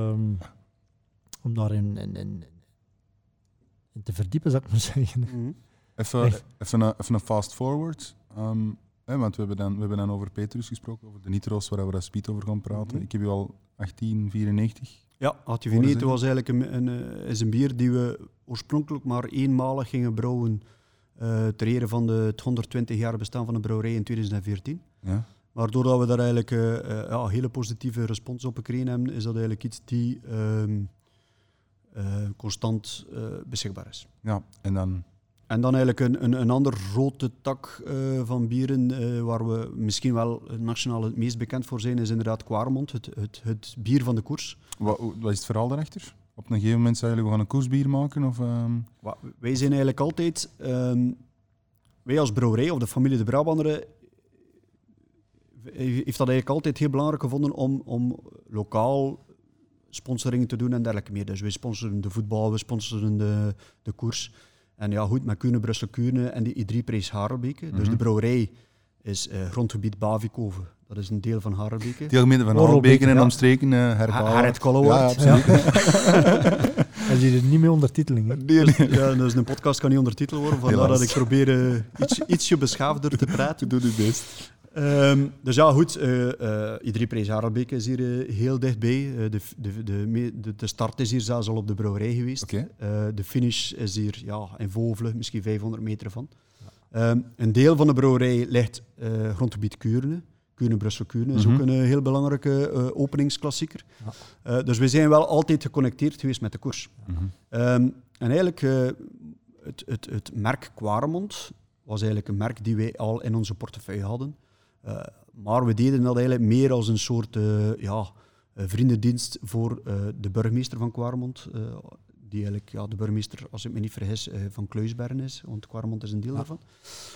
daar in te verdiepen, zou ik maar zeggen. Even een fast forward. Want we hebben dan over Petrus gesproken, over de nitro's, waar we daar speed over gaan praten. Ik heb u al 1894. Ja, 1894 was eigenlijk een bier die we oorspronkelijk maar eenmalig gingen brouwen ter ere van het 120 jaar bestaan van de brouwerij in 2014. Ja. Maar doordat we daar eigenlijk een hele positieve respons op gekregen hebben, is dat eigenlijk iets die constant beschikbaar is. Ja, en dan eigenlijk een ander grote tak van bieren, waar we misschien wel nationaal het meest bekend voor zijn, is inderdaad Kwaremond, het bier van de koers. Wat is het verhaal daarachter? Op een gegeven moment zeiden we gaan een koersbier maken? Of, Wij zijn eigenlijk altijd, wij als brouwerij of de familie de Brabanderen, heeft dat eigenlijk altijd heel belangrijk gevonden om lokaal sponsoring te doen en dergelijke meer. Dus wij sponsoren de voetbal, we sponsoren de koers. En ja, goed, met Kuurne, Brussel-Kuurne en de I3-prijs Harelbeke. Dus de brouwerij is grondgebied Bavikoven. Dat is een deel van Harelbeke. Deelgemeente van Harelbeke en omstreken Harriet Kollewaard. Ja, absoluut. Hij ziet er niet mee ondertiteling. Ja, dus een podcast kan niet ondertiteld worden. Vandaar dat ik probeer ietsje beschaafder te praten. Doe je best. Dus ja, goed. I3-prijs Harelbeke is hier heel dichtbij. De start is hier zelfs al op de brouwerij geweest. Okay. De finish is hier in Voevelen, misschien 500 meter van. Een deel van de brouwerij ligt grondgebied Kuurne. Kuurne, Brussel, Kuurne is ook een heel belangrijke openingsklassieker. Ja. Dus we zijn wel altijd geconnecteerd geweest met de koers. En eigenlijk, het merk Quaremont was eigenlijk een merk die wij al in onze portefeuille hadden. Maar we deden dat eigenlijk meer als een soort vriendendienst voor de burgemeester van Quaremont. Die eigenlijk de burgemeester, als ik me niet vergis, van Kluisbergen is. Want Quaremont is een deel daarvan.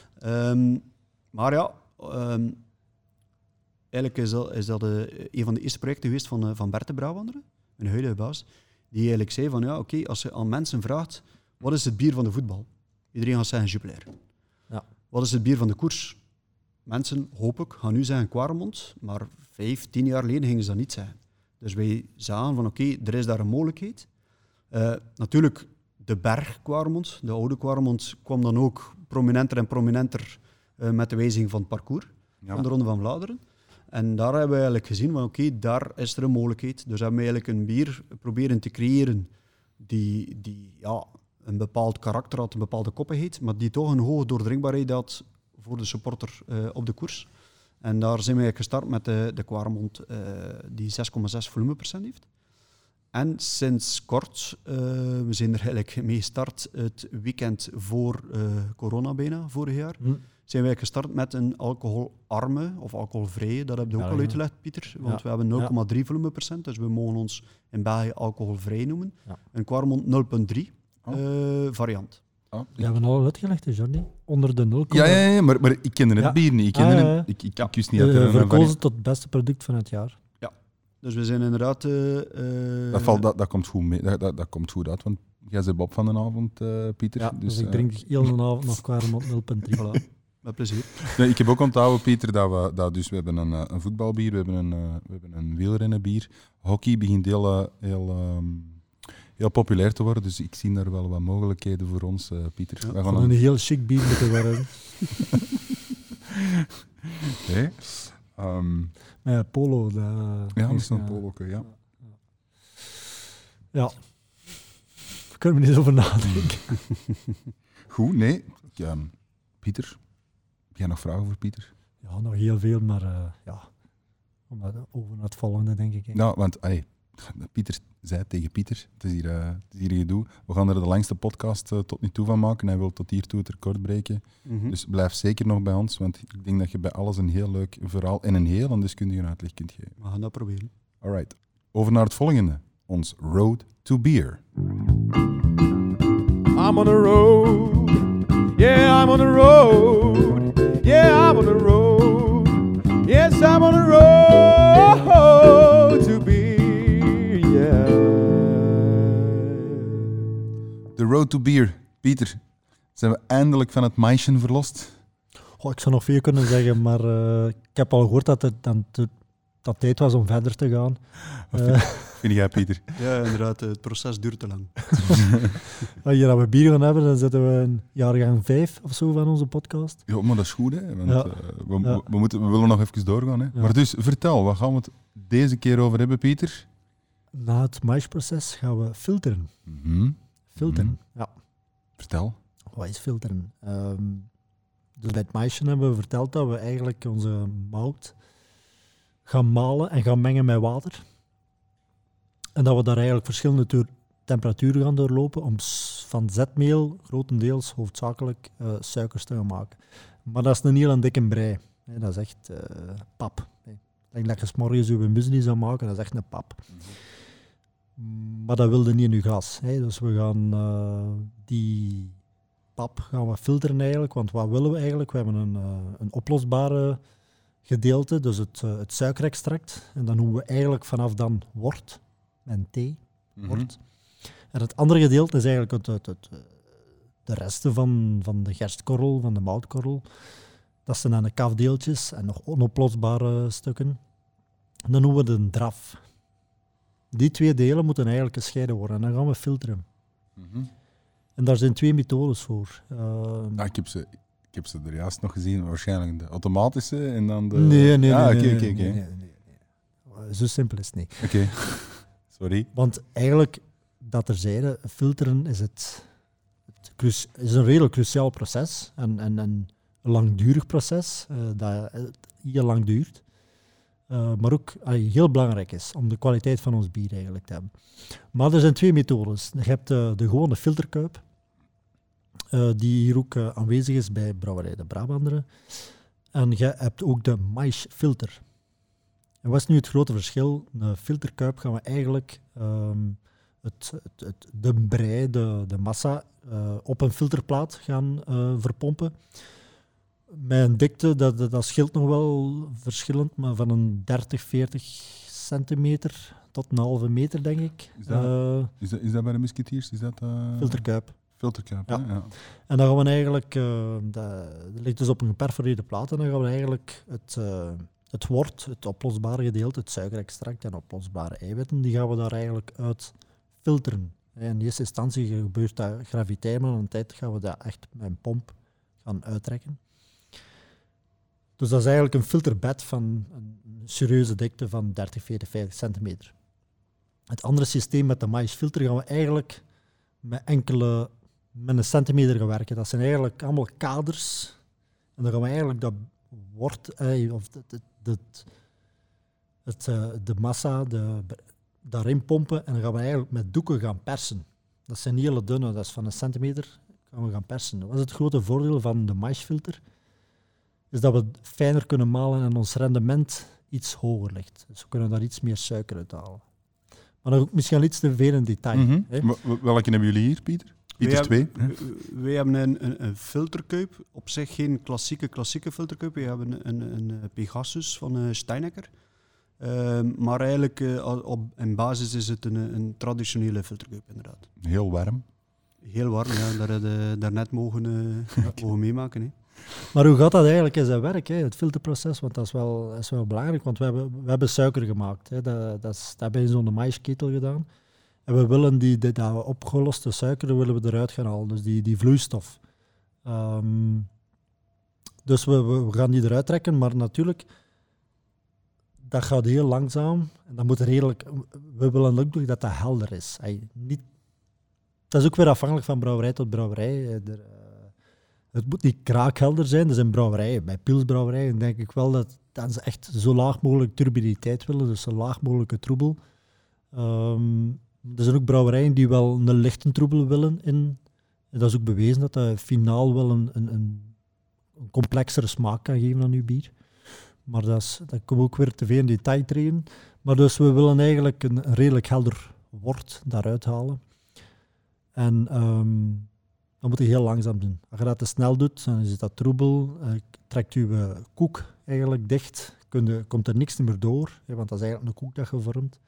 Eigenlijk is dat een van de eerste projecten geweest van Bert de Brouwanderen, mijn huidige baas. Die eigenlijk zei van, als je aan mensen vraagt, wat is het bier van de voetbal? Iedereen gaat zeggen Jupiler. Ja. Wat is het bier van de koers? Mensen, hoop ik, gaan nu zeggen Quaremont, maar 5, 10 jaar geleden gingen ze dat niet zeggen. Dus wij zagen van, er is daar een mogelijkheid. Natuurlijk, de berg Quaremont, de oude Quaremont, kwam dan ook prominenter en prominenter met de wijziging van het parcours van de Ronde van Vlaanderen. En daar hebben we eigenlijk gezien van daar is er een mogelijkheid. Dus hebben we eigenlijk een bier proberen te creëren die een bepaald karakter had, een bepaalde koppigheid, maar die toch een hoge doordringbaarheid had voor de supporter op de koers. En daar zijn we eigenlijk gestart met de Quaremont die 6,6 volumeprocent heeft. En sinds kort, we zijn er eigenlijk mee gestart het weekend voor corona bijna, vorig jaar, zijn wij gestart met een alcoholarme of alcoholvrije. Dat heb je ook al uitgelegd, Pieter. Want we hebben 0,3 volumeprocent, dus we mogen ons in België alcoholvrij noemen. Ja. Een Quaremont 0,3 variant. We hebben al uitgelegd, Jordi. Onder de 0,3. Ja, maar ik kende het bier niet. Ik wist niet dat er verkozen tot het beste product van het jaar. Ja, dus we zijn inderdaad... Dat komt goed mee. Dat komt goed uit, want jij bent Bob van de avond, Pieter. Ja, dus ik drink heel de avond nog Quaremont 0,3. Voilà. Met plezier. Nee, ik heb ook onthouden, Pieter, dat we hebben een voetbalbier, we hebben een wielrennenbier. Hockey begint heel populair te worden, dus ik zie daar wel wat mogelijkheden voor ons, Pieter. Ja, we gaan een heel chic bier moeten worden. Nee? Polo. Dat is een polo, ja. Ja. Daar kunnen we niet over nadenken. Goed, nee. Pieter, heb jij nog vragen voor Pieter? Ja, nog heel veel, maar over naar het volgende, denk ik. Nou, want Pieter zei tegen Pieter, het is hier gedoe, we gaan er de langste podcast tot nu toe van maken. Hij wil tot hiertoe het record breken. Dus blijf zeker nog bij ons, want ik denk dat je bij alles een heel leuk verhaal en een heel deskundige uitleg kunt geven. We gaan dat proberen. Alright, over naar het volgende. Ons Road to Beer. I'm on the road. Yeah, I'm on the road. Yeah, I'm on the road. Yes, I'm on the road to beer. Yeah. The Road to Beer. Pieter, zijn we eindelijk van het maïsje verlost? Ik zou nog veel kunnen zeggen, maar ik heb al gehoord dat het dat tijd was om verder te gaan. Vind jij, Pieter? Ja, inderdaad. Het proces duurt te lang. Hier dat we bier gaan hebben, dan zitten we in jaargang 5 of zo van onze podcast. Ja, maar dat is goed, hè? Want, we willen nog even doorgaan. Hè? Ja. Maar dus, vertel, wat gaan we het deze keer over hebben, Pieter? Na het maïsproces gaan we filteren. Filteren, ja. Vertel. Wat is filteren? Dus bij het maïsje hebben we verteld dat we eigenlijk onze mout gaan malen en gaan mengen met water. En dat we daar eigenlijk verschillende temperaturen gaan doorlopen om van zetmeel, grotendeels, hoofdzakelijk, suikers te gaan maken. Maar dat is een heel dikke brei. Dat is echt pap. Ik denk dat je 's morgens je muesli zou maken, dat is echt een pap. Maar dat wilde niet in je gas. Dus we gaan die pap gaan we filteren eigenlijk. Want wat willen we eigenlijk? We hebben een oplosbare gedeelte, dus het suikerextract. En dan noemen we eigenlijk vanaf dan wort, met T, wort. En het andere gedeelte is eigenlijk de resten van de gerstkorrel, van de moutkorrel. Dat zijn dan de kafdeeltjes en nog onoplosbare stukken. En dan noemen we het een draf. Die twee delen moeten eigenlijk gescheiden worden en dan gaan we filteren. En daar zijn 2 methodes voor. Ik heb ze er juist nog gezien, waarschijnlijk de automatische en dan de... Nee. Zo simpel is het niet. Oké. Sorry. Want eigenlijk, dat terzijde, filteren is het het is een redelijk cruciaal proces en een langdurig proces dat heel lang duurt. Maar ook heel belangrijk is om de kwaliteit van ons bier eigenlijk te hebben. Maar er zijn 2 methodes. Je hebt de gewone filterkuip, die hier ook aanwezig is bij Brouwerij de Brabanderen. En je hebt ook de maïsfilter. En wat is nu het grote verschil? Een filterkuip gaan we eigenlijk de brei, de massa, op een filterplaat gaan verpompen. Met een dikte, dat scheelt nog wel verschillend, maar van een 30, 40 centimeter tot een halve meter, denk ik. Is dat bij de musketiers? Is dat filterkuip. Filterkuip, ja. Ja. En dan gaan we eigenlijk, dat ligt dus op een geperforeerde plaat, en dan gaan we eigenlijk het wort, het oplosbare gedeelte, het suikerextract en oplosbare eiwitten, die gaan we daar eigenlijk uit filteren. In eerste instantie gebeurt dat gravitair, maar een tijd gaan we dat echt met een pomp gaan uittrekken. Dus dat is eigenlijk een filterbed van een serieuze dikte van 30, 40, 50 centimeter. Het andere systeem met de maïsfilter gaan we eigenlijk met een centimeter gaan werken. Dat zijn eigenlijk allemaal kaders. En dan gaan we eigenlijk dat wort, of de massa daarin pompen en dan gaan we eigenlijk met doeken gaan persen. Dat zijn hele dunne, dat is van een centimeter gaan we gaan persen. Wat is het grote voordeel van de maïsfilter? Is dat we fijner kunnen malen en ons rendement iets hoger ligt. Dus we kunnen daar iets meer suiker uit halen. Maar dan ook misschien iets te veel in detail. Mm-hmm. Hè? Welke hebben jullie hier, Pieter? Pieter 2. Wij hebben een filterkuip. Op zich geen klassieke filterkuip. We hebben een Pegasus van Steinecker. Maar eigenlijk in basis is het een traditionele filterkuip, inderdaad. Heel warm. Heel warm, ja. Daar hebben we daarnet mogen meemaken. Hè. Maar hoe gaat dat eigenlijk in zijn werk, hè? Het filterproces? Want dat is wel belangrijk, want we hebben suiker gemaakt. Hè? Dat hebben we in zo'n maïsketel gedaan. En we willen dat opgeloste suiker willen we eruit gaan halen, dus die vloeistof. Dus we gaan die eruit trekken, maar natuurlijk, dat gaat heel langzaam. En dat moet we willen ook dat dat helder is. Dat is ook weer afhankelijk van brouwerij tot brouwerij. Het moet niet kraakhelder zijn. Dus in brouwerijen, bij pilsbrouwerijen, denk ik wel dat ze echt zo laag mogelijk turbiditeit willen, dus zo laag mogelijke troebel. Er zijn ook brouwerijen die wel een lichte troebel willen. En dat is ook bewezen dat dat finaal wel een complexere smaak kan geven aan uw bier. Maar dat kunnen we ook weer te veel in detail treden. Maar dus we willen eigenlijk een redelijk helder wort daaruit halen. En dat moet je heel langzaam doen. Als je dat te snel doet, dan is dat troebel. Trekt je koek eigenlijk dicht, komt er niks meer door, want dat is eigenlijk een koek dat je vormt.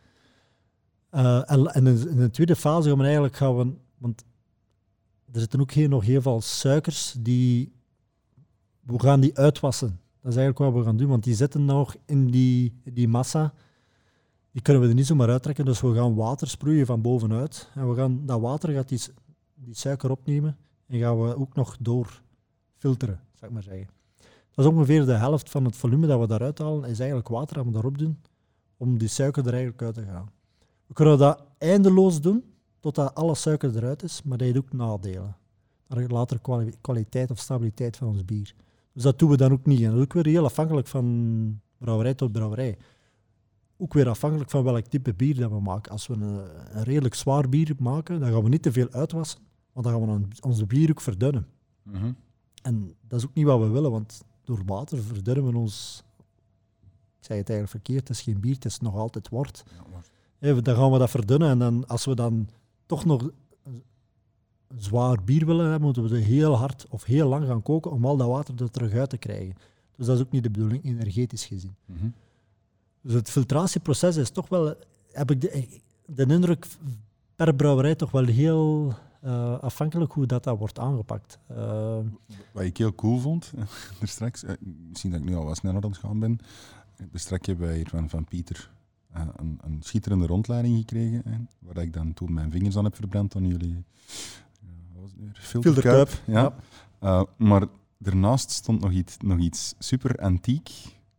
En in de tweede fase gaan we want er zitten ook nog heel veel suikers, we gaan die uitwassen. Dat is eigenlijk wat we gaan doen, want die zitten nog in die massa. Die kunnen we er niet zomaar uittrekken, dus we gaan water sproeien van bovenuit. En dat water gaat die suiker opnemen en gaan we ook nog doorfilteren, zou ik maar zeggen. Dat is ongeveer de helft van het volume dat we daaruit halen, is eigenlijk water dat we daarop doen, om die suiker er eigenlijk uit te gaan. We kunnen dat eindeloos doen, totdat alle suiker eruit is, maar dat heeft ook nadelen. Dat later kwaliteit of stabiliteit van ons bier. Dus dat doen we dan ook niet. En dat is ook weer heel afhankelijk van brouwerij tot brouwerij. Ook weer afhankelijk van welk type bier dat we maken. Als we een redelijk zwaar bier maken, dan gaan we niet te veel uitwassen, want dan gaan we onze bier ook verdunnen. Mm-hmm. En dat is ook niet wat we willen, want door water verdunnen we ons... Ik zeg het eigenlijk verkeerd, het is geen bier, het is nog altijd wort. Dan gaan we dat verdunnen en dan, als we dan toch nog een zwaar bier willen hebben, moeten we het heel hard of heel lang gaan koken om al dat water er terug uit te krijgen. Dus dat is ook niet de bedoeling, energetisch gezien. Mm-hmm. Dus het filtratieproces is toch wel, heb ik de indruk, per brouwerij toch wel heel afhankelijk hoe dat wordt aangepakt. Wat ik heel cool vond, er straks, misschien dat ik nu al wat sneller aan het gaan ben, straks hebben wij hier van Pieter een schitterende rondleiding gekregen, waar ik dan toen mijn vingers aan heb verbrand aan jullie wat was het nu? Filterkuip. Ja. Maar daarnaast stond nog iets super antiek.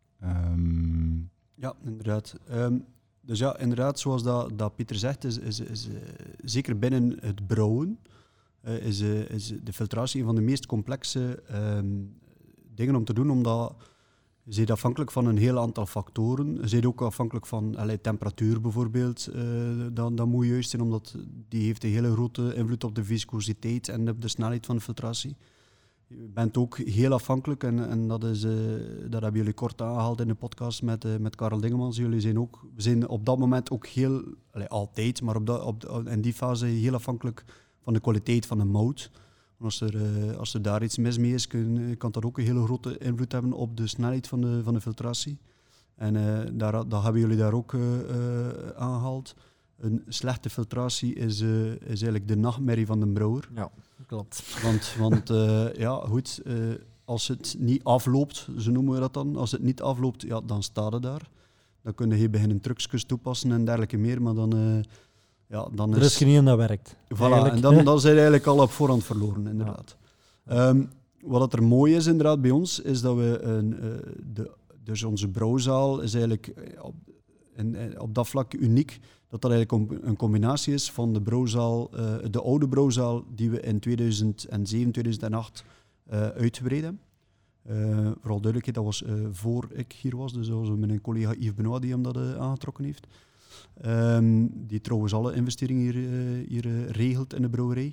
Ja, inderdaad. Dus ja, inderdaad, zoals dat Pieter zegt, is zeker binnen het brouwen is de filtratie een van de meest complexe dingen om te doen, omdat je bent afhankelijk van een heel aantal factoren. Je bent ook afhankelijk van temperatuur bijvoorbeeld. Dat moet juist zijn, omdat die heeft een hele grote invloed op de viscositeit en op de snelheid van de filtratie. Je bent ook heel afhankelijk, en dat hebben jullie kort aangehaald in de podcast met Karel Dingemans. We zijn op dat moment ook heel, altijd, maar in die fase heel afhankelijk van de kwaliteit van de mout. Als er daar iets mis mee is, kan dat ook een hele grote invloed hebben op de snelheid van de filtratie. En dat hebben jullie daar ook aangehaald. Een slechte filtratie is eigenlijk de nachtmerrie van de brouwer. Ja, klopt. Want als het niet afloopt, zo noemen we dat dan. Als het niet afloopt, ja, dan staat het daar. Dan kun je beginnen trucjes toepassen en dergelijke meer, maar dan er is geen één dat werkt. Voilà, en dan zijn we eigenlijk al op voorhand verloren, inderdaad. Ja. Wat er mooi is inderdaad bij ons, is dat we dus onze brouwzaal is eigenlijk op dat vlak uniek, dat eigenlijk een combinatie is van de brouwzaal, de oude brouwzaal die we in 2007, 2008 uitgebreid hebben. Vooral duidelijkheid, dat was voor ik hier was, dus dat was mijn collega Yves Benoit die hem dat aangetrokken heeft. Die trouwens alle investeringen hier regelt in de brouwerij.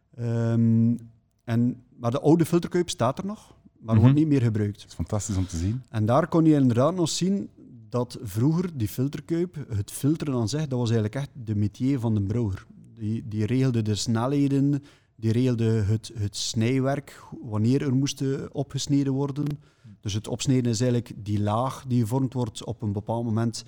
Maar de oude filterkuip staat er nog, maar wordt niet meer gebruikt. Dat is fantastisch om te zien. En daar kon je inderdaad nog zien dat vroeger die filterkuip, het filteren aan zich, dat was eigenlijk echt de métier van de brouwer. Die regelde de snelheden, die regelde het snijwerk, wanneer er moest opgesneden worden. Dus het opsnijden is eigenlijk die laag die gevormd wordt. Op een bepaald moment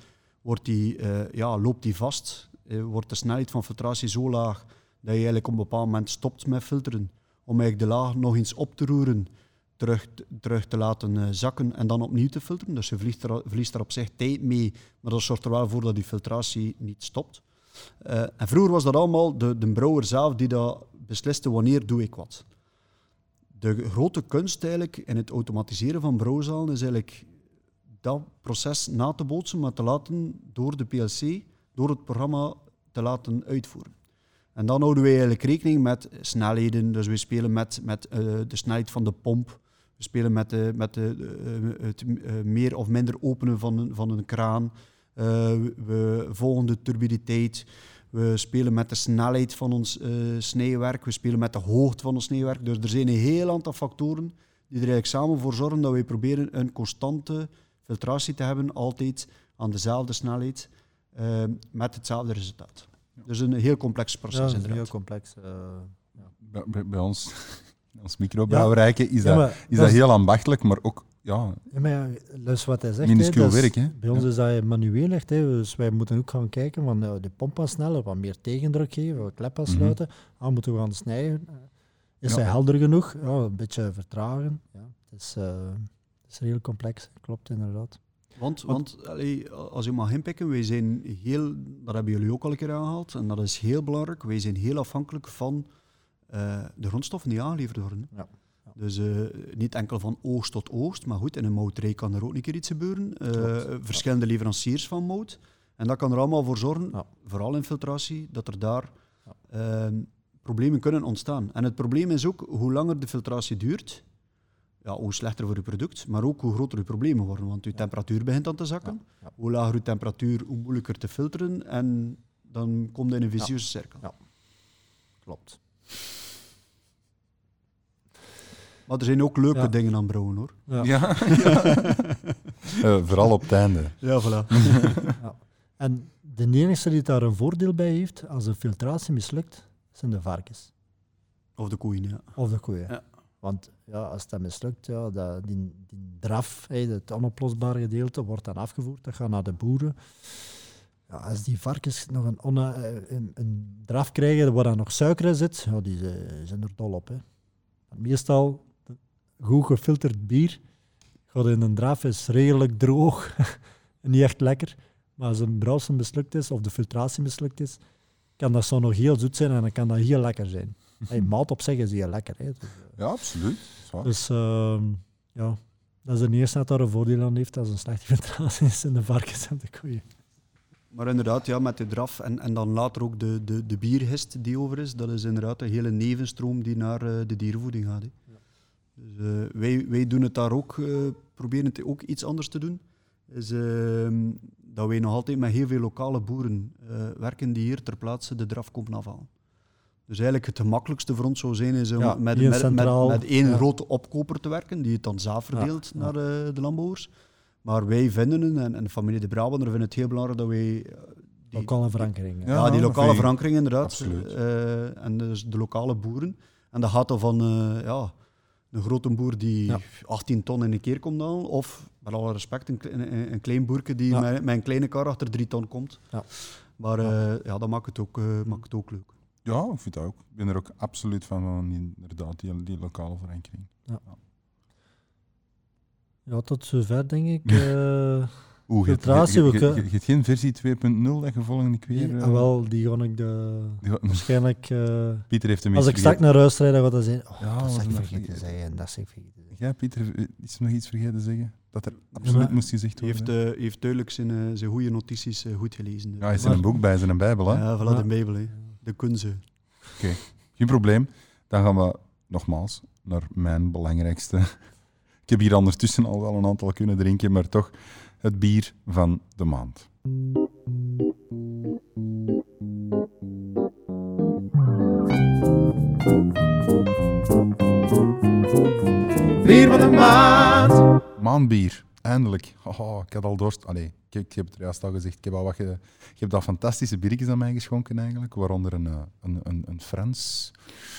loopt die vast. Wordt de snelheid van filtratie zo laag dat je eigenlijk op een bepaald moment stopt met filteren. Om eigenlijk de laag nog eens op te roeren, terug te laten zakken en dan opnieuw te filteren. Dus je verliest daar op zich tijd mee, maar dat zorgt er wel voor dat die filtratie niet stopt. En vroeger was dat allemaal de brouwer zelf die dat besliste wanneer doe ik wat. De grote kunst eigenlijk in het automatiseren van brouwzalen is eigenlijk dat proces na te bootsen, maar te laten door de PLC, door het programma te laten uitvoeren. En dan houden wij eigenlijk rekening met snelheden. Dus we spelen met de snelheid van de pomp. We spelen met het meer of minder openen van een kraan. We volgen de turbiditeit. We spelen met de snelheid van ons snijwerk. We spelen met de hoogte van ons snijwerk. Dus er zijn een heel aantal factoren die er eigenlijk samen voor zorgen dat wij proberen een constante filtratie te hebben, altijd aan dezelfde snelheid, met hetzelfde resultaat. Dus een heel complex proces, ja, inderdaad. Heel complex. Bij ons microbrouwerijke is dat heel ambachtelijk, maar ook luister wat hij zegt. minuscuul werk. Hè? Bij ons is dat manueel echt. Dus wij moeten ook gaan kijken van de pomp wat sneller, wat meer tegendruk geven, wat klep sluiten. Moeten we gaan snijden. Is hij helder genoeg? Ja, een beetje vertragen. Ja, het is heel complex, klopt inderdaad. Want als je mag inpikken, wij zijn dat hebben jullie ook al een keer aangehaald, en dat is heel belangrijk, wij zijn heel afhankelijk van de grondstoffen die aangeleverd worden. Ja. Ja. Dus niet enkel van oogst tot oogst, maar goed, in een mouterij kan er ook een keer iets gebeuren. Verschillende leveranciers van mout. En dat kan er allemaal voor zorgen, vooral in filtratie, dat er daar problemen kunnen ontstaan. En het probleem is ook, hoe langer de filtratie duurt, hoe slechter voor je product, maar ook hoe groter je problemen worden. Want je temperatuur begint aan te zakken. Ja. Hoe lager je temperatuur, hoe moeilijker te filteren. En dan komt je in een vicieuze cirkel. Ja. Klopt. Maar er zijn ook leuke dingen aan brouwen, hoor. Ja. Vooral op het einde. Ja, voilà. En de enige die daar een voordeel bij heeft, als de filtratie mislukt, zijn de varkens. Of de koeien, ja. Of de koeien. Ja. Want als dat mislukt, die draf, het onoplosbare gedeelte, wordt dan afgevoerd. Dat gaat naar de boeren. Ja, als die varkens nog een draf krijgen waar dan nog suiker in zit, die zijn er dol op. Hè. Meestal, goed gefilterd bier gaat in een draf is redelijk droog en niet echt lekker. Maar als een brouwsel mislukt is, of de filtratie mislukt is, kan dat zo nog heel zoet zijn en dan kan dat heel lekker zijn. Maat op zich is heel lekker. Hè. Dus, ja, absoluut. Dus dat is de eerste dat daar een voordeel aan heeft als een slechte filtratie is in de varkens en de koeien. Maar inderdaad, ja, met de draf en dan later ook de bierhist die over is, dat is inderdaad een hele nevenstroom die naar de diervoeding gaat. Hè. Ja. Dus wij doen het daar ook, proberen het ook iets anders te doen. Is dat wij nog altijd met heel veel lokale boeren werken die hier ter plaatse de draf komen afhalen. Dus eigenlijk het gemakkelijkste voor ons zou zijn is om met één grote opkoper te werken, die het dan zelf verdeelt naar de landbouwers. Maar wij vinden, en de familie de Brabander vinden het heel belangrijk dat wij... lokale verankering. Die lokale verankering inderdaad. En dus de lokale boeren. En dat gaat dan van een grote boer die 18 ton in een keer komt halen, of met alle respect een klein boerke die met een kleine kar achter 3 ton komt. Ja. Maar dat maakt het ook leuk. Ja, ik vind dat ook. Ik ben er ook absoluut van inderdaad, die lokale verankering. Ja. Ja, tot zover denk ik. Filtratie. Je hebt geen versie 2.0 dat je volgende keer... Wel, die ga ik waarschijnlijk... Pieter heeft hem als ik straks naar huis rijd, dan gaat hij zeggen... dat zeg ik vergeten te zeggen, dat zeg ik vergeten te zeggen. Ja, Pieter, is er nog iets vergeten te zeggen? Dat er absoluut moest gezegd worden? Hij heeft duidelijk zijn goede notities goed gelezen. Ja, hij is in een boek bij zijn Bijbel, hè? Ja, voilà, de Bijbel, hè. De kunze. Oké, geen probleem. Dan gaan we nogmaals naar mijn belangrijkste... Ik heb hier ondertussen al wel een aantal kunnen drinken, maar toch het bier van de maand. Bier van de maand. Maandbier, eindelijk. Oh, ik had al dorst. Allee, ik heb het juist al gezegd. Je hebt al fantastische biertjes aan mij geschonken eigenlijk, waaronder een Frans...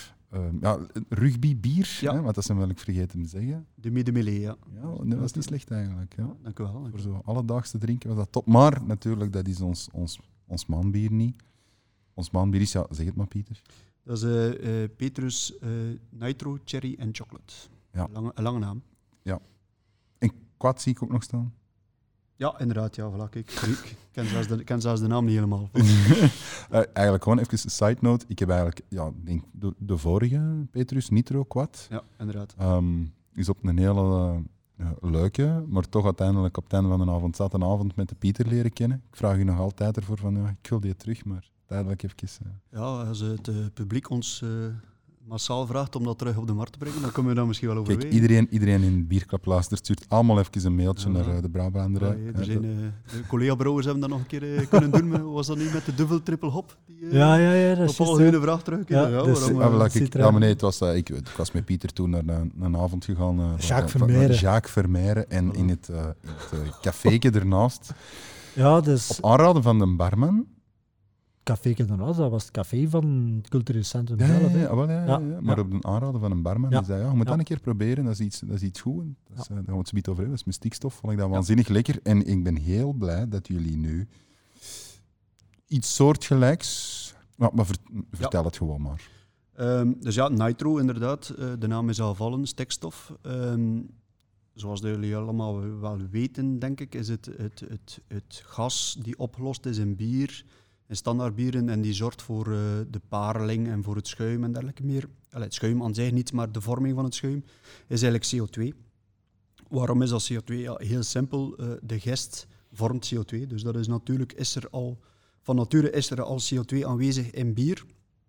rugbybier, want dat zijn wel ik vergeten te zeggen. De Middenmelee, ja. Ja, dat was niet slecht eigenlijk. Ja. Dank u wel. Voor zo alledaagse drinken was dat top. Maar natuurlijk, dat is ons maandbier niet. Ons maandbier is, zeg het maar Pieter. Dat is Petrus Nitro Cherry and Chocolate. Ja. Een lange naam. Ja. En kwad zie ik ook nog staan. Ja, inderdaad. Ja, voilà, kijk. Ik ken zelfs de naam niet helemaal. Eigenlijk gewoon even een side note. Ik heb eigenlijk, denk de vorige Petrus Nitro kwad. Ja, inderdaad. Is op een hele leuke, maar toch uiteindelijk op het einde van de avond zat een avond met de Pieter leren kennen. Ik vraag u nog altijd ervoor van, ik wil die terug, maar tijdelijk even... Ja, als het publiek ons massaal vraagt om dat terug op de markt te brengen, dan kunnen we daar misschien wel over weten. Kijk, iedereen in Bierklap luistert, stuurt allemaal even een mailtje naar de Brabander. Ja, de collega-brouwers hebben dat nog een keer kunnen doen. Was dat niet met de dubbel triple hop? Ja, dat is op al hun vraag terug. Maar nee, ik was met Pieter toen naar een avond gegaan. Jacques Vermeijren. En in het caféke ernaast. Ja, dus... Op aanraden van de barman. Caféke daarnaast, dat was het café van het cultureel centrum zelf. Ja. Maar op een aanraden van een barman. Die zei, je moet dat een keer proberen, dat is iets goed. Daar gaan we het zo over hebben. Dat is met stikstof, vond ik dat waanzinnig lekker. En ik ben heel blij dat jullie nu iets soortgelijks... Maar vertel het gewoon maar. Dus ja, Nitro inderdaad. De naam is al vallen, stikstof. Zoals jullie allemaal wel weten, denk ik, is het gas die opgelost is in bier... in standaardbieren en die zorgt voor de pareling en voor het schuim en dergelijke meer. Het schuim aan zich niet, maar de vorming van het schuim is eigenlijk CO2. Waarom is dat CO2? Ja, heel simpel, de gist vormt CO2. Dus dat is natuurlijk, van nature is er al CO2 aanwezig in bier.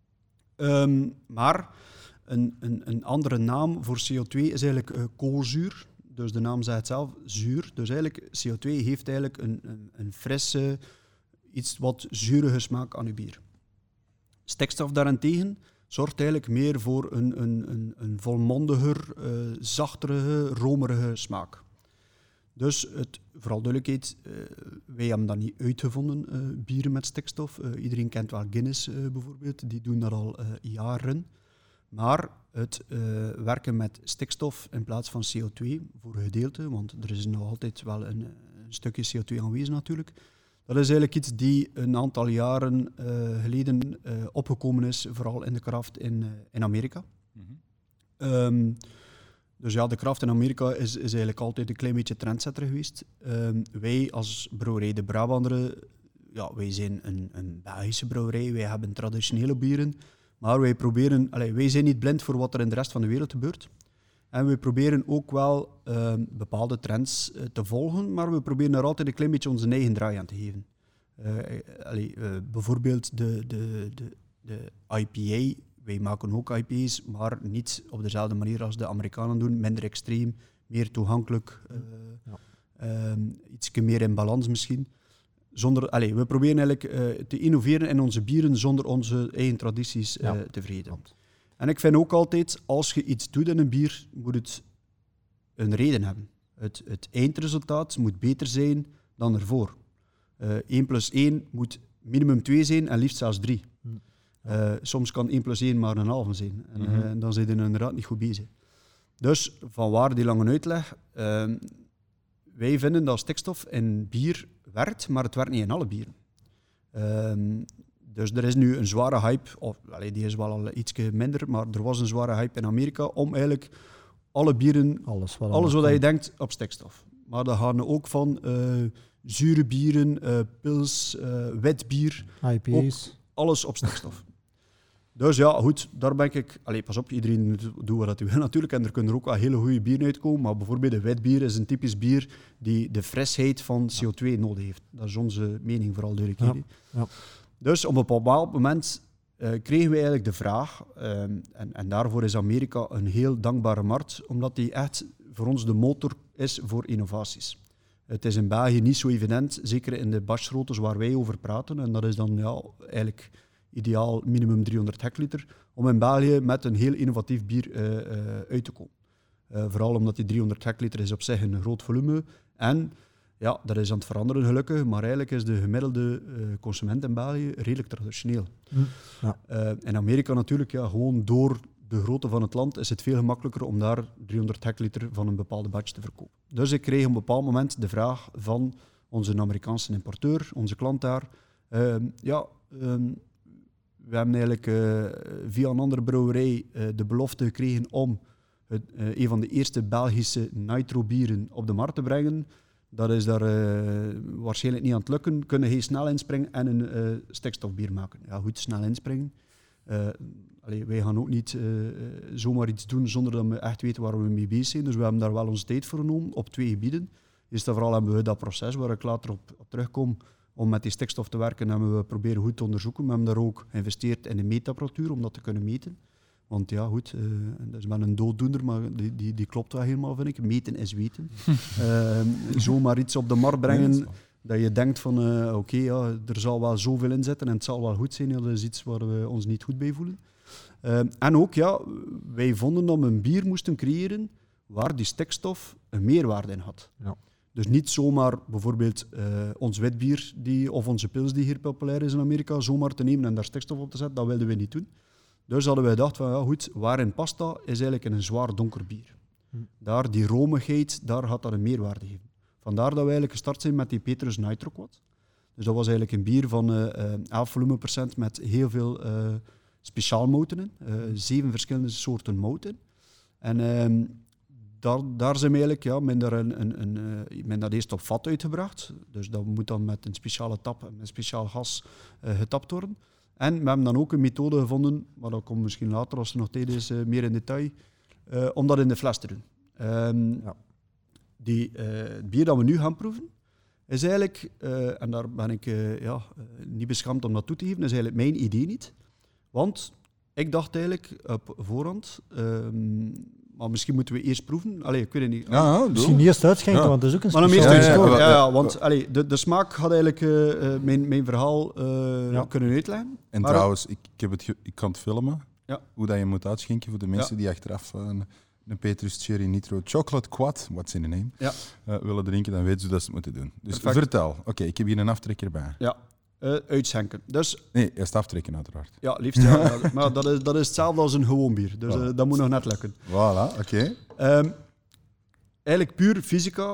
Maar een andere naam voor CO2 is eigenlijk koolzuur. Dus de naam zegt het zelf, zuur. Dus eigenlijk CO2 heeft eigenlijk een frisse... iets wat zurige smaak aan je bier. Stikstof daarentegen zorgt eigenlijk meer voor een volmondiger, zachtere, romerige smaak. Dus vooral duidelijkheid, wij hebben dat niet uitgevonden, bieren met stikstof. Iedereen kent wel Guinness bijvoorbeeld, die doen dat al jaren. Maar het werken met stikstof in plaats van CO2 voor een gedeelte, want er is nog altijd wel een stukje CO2 aanwezig natuurlijk. Dat is eigenlijk iets die een aantal jaren geleden opgekomen is, vooral in de craft in Amerika. Mm-hmm. Dus ja, de craft in Amerika is eigenlijk altijd een klein beetje trendsetter geweest. Wij als brouwerij de Brabander, wij zijn een Belgische brouwerij, wij hebben traditionele bieren, maar wij zijn niet blind voor wat er in de rest van de wereld gebeurt. En we proberen ook wel bepaalde trends te volgen, maar we proberen er altijd een klein beetje onze eigen draai aan te geven. Bijvoorbeeld de IPA. Wij maken ook IPA's, maar niet op dezelfde manier als de Amerikanen doen. Minder extreem, meer toegankelijk. Iets meer in balans misschien. We proberen eigenlijk te innoveren in onze bieren zonder onze eigen tradities te vergeten. En ik vind ook altijd, als je iets doet in een bier, moet het een reden hebben. Het eindresultaat moet beter zijn dan ervoor. 1 + 1 moet minimum 2 zijn en liefst zelfs 3. Soms kan 1 + 1 maar een halve zijn. En dan zijn je inderdaad niet goed bezig. Dus vanwaar die lange uitleg. Wij vinden dat stikstof in bier werkt, maar het werkt niet in alle bieren. Dus er is nu een zware hype, die is wel al iets minder, maar er was een zware hype in Amerika om eigenlijk alle bieren, alles wat je denkt, op stikstof. Maar dat gaan ook van zure bieren, pils, wit bier, IPA's. Alles op stikstof. Dus ja, goed, daar ben ik... pas op, iedereen doet wat hij wil natuurlijk. En er kunnen er ook wel hele goede bieren uitkomen. Maar bijvoorbeeld een wit bier is een typisch bier die de frisheid van CO2 nodig heeft. Dat is onze mening, vooral door de Ja. Dus op een bepaald moment kregen we eigenlijk de vraag... En daarvoor is Amerika een heel dankbare markt, omdat die echt voor ons de motor is voor innovaties. Het is in België niet zo evident, zeker in de batchgroottes waar wij over praten. En dat is dan eigenlijk... ideaal minimum 300 hectoliter, om in België met een heel innovatief bier uit te komen. Vooral omdat die 300 hectoliter is op zich een groot volume. En ja, dat is aan het veranderen gelukkig, maar eigenlijk is de gemiddelde consument in België redelijk traditioneel. In Amerika natuurlijk, gewoon door de grootte van het land is het veel gemakkelijker om daar 300 hectoliter van een bepaalde batch te verkopen. Dus ik kreeg op een bepaald moment de vraag van onze Amerikaanse importeur, onze klant daar, we hebben eigenlijk via een andere brouwerij de belofte gekregen om een van de eerste Belgische nitro-bieren op de markt te brengen. Dat is daar waarschijnlijk niet aan het lukken. Kunnen heel snel inspringen en een stikstofbier maken. Ja, goed, snel inspringen. Wij gaan ook niet zomaar iets doen zonder dat we echt weten waar we mee bezig zijn. Dus we hebben daar wel onze tijd voor genomen op 2 gebieden. Eerst en vooral hebben we dat proces waar ik later op terugkom. Om met die stikstof te werken hebben we proberen goed te onderzoeken. We hebben daar ook geïnvesteerd in een meetapparatuur om dat te kunnen meten. Want ja, goed, dat is wel een dooddoener, maar die klopt wel helemaal, vind ik. Meten is weten. Zomaar iets op de markt brengen dat je denkt van, er zal wel zoveel in zitten en het zal wel goed zijn. Dat is iets waar we ons niet goed bij voelen. En ook, wij vonden dat we een bier moesten creëren waar die stikstof een meerwaarde in had. Ja. Dus niet zomaar bijvoorbeeld ons witbier of onze pils die hier populair is in Amerika, zomaar te nemen en daar stikstof op te zetten, dat wilden we niet doen. Dus hadden wij gedacht van, goed, waarin past dat, is eigenlijk in een zwaar donker bier. Daar, die romigheid, daar had dat een meerwaarde gegeven. Vandaar dat we eigenlijk gestart zijn met die Petrus Nitro Quad. Dus dat was eigenlijk een bier van 11 volumeprocent met heel veel speciaalmouten in. 7 verschillende soorten mouten. En daar zijn we eigenlijk, men dat eerst op vat uitgebracht. Dus dat moet dan met een speciale tap en met speciaal gas getapt worden. En we hebben dan ook een methode gevonden, maar dat komt misschien later als er nog tijd is, meer in detail, om dat in de fles te doen. Het bier dat we nu gaan proeven, is eigenlijk, en daar ben ik niet beschaamd om dat toe te geven, is eigenlijk mijn idee niet. Want ik dacht eigenlijk op voorhand... maar misschien moeten we eerst proeven. Ik weet het niet. Misschien eerst uitschenken, want dat is ook een speciaal. Want de smaak had eigenlijk mijn verhaal kunnen uitleggen. En maar trouwens, ik kan het filmen. Ja. Hoe dat je moet uitschenken voor de mensen die achteraf een Petrus Cherry Nitro Chocolate Quad, what's in the name, willen drinken, dan weten ze dat ze het moeten doen. Dus perfect. Vertel. Oké, ik heb hier een aftrekker bij. Ja. Uitschenken. Dus, nee, eerst aftrekken uiteraard. Ja, liefst maar dat is hetzelfde als een gewoon bier. Dus dat moet nog net lukken. Voilà, oké. Eigenlijk puur fysica.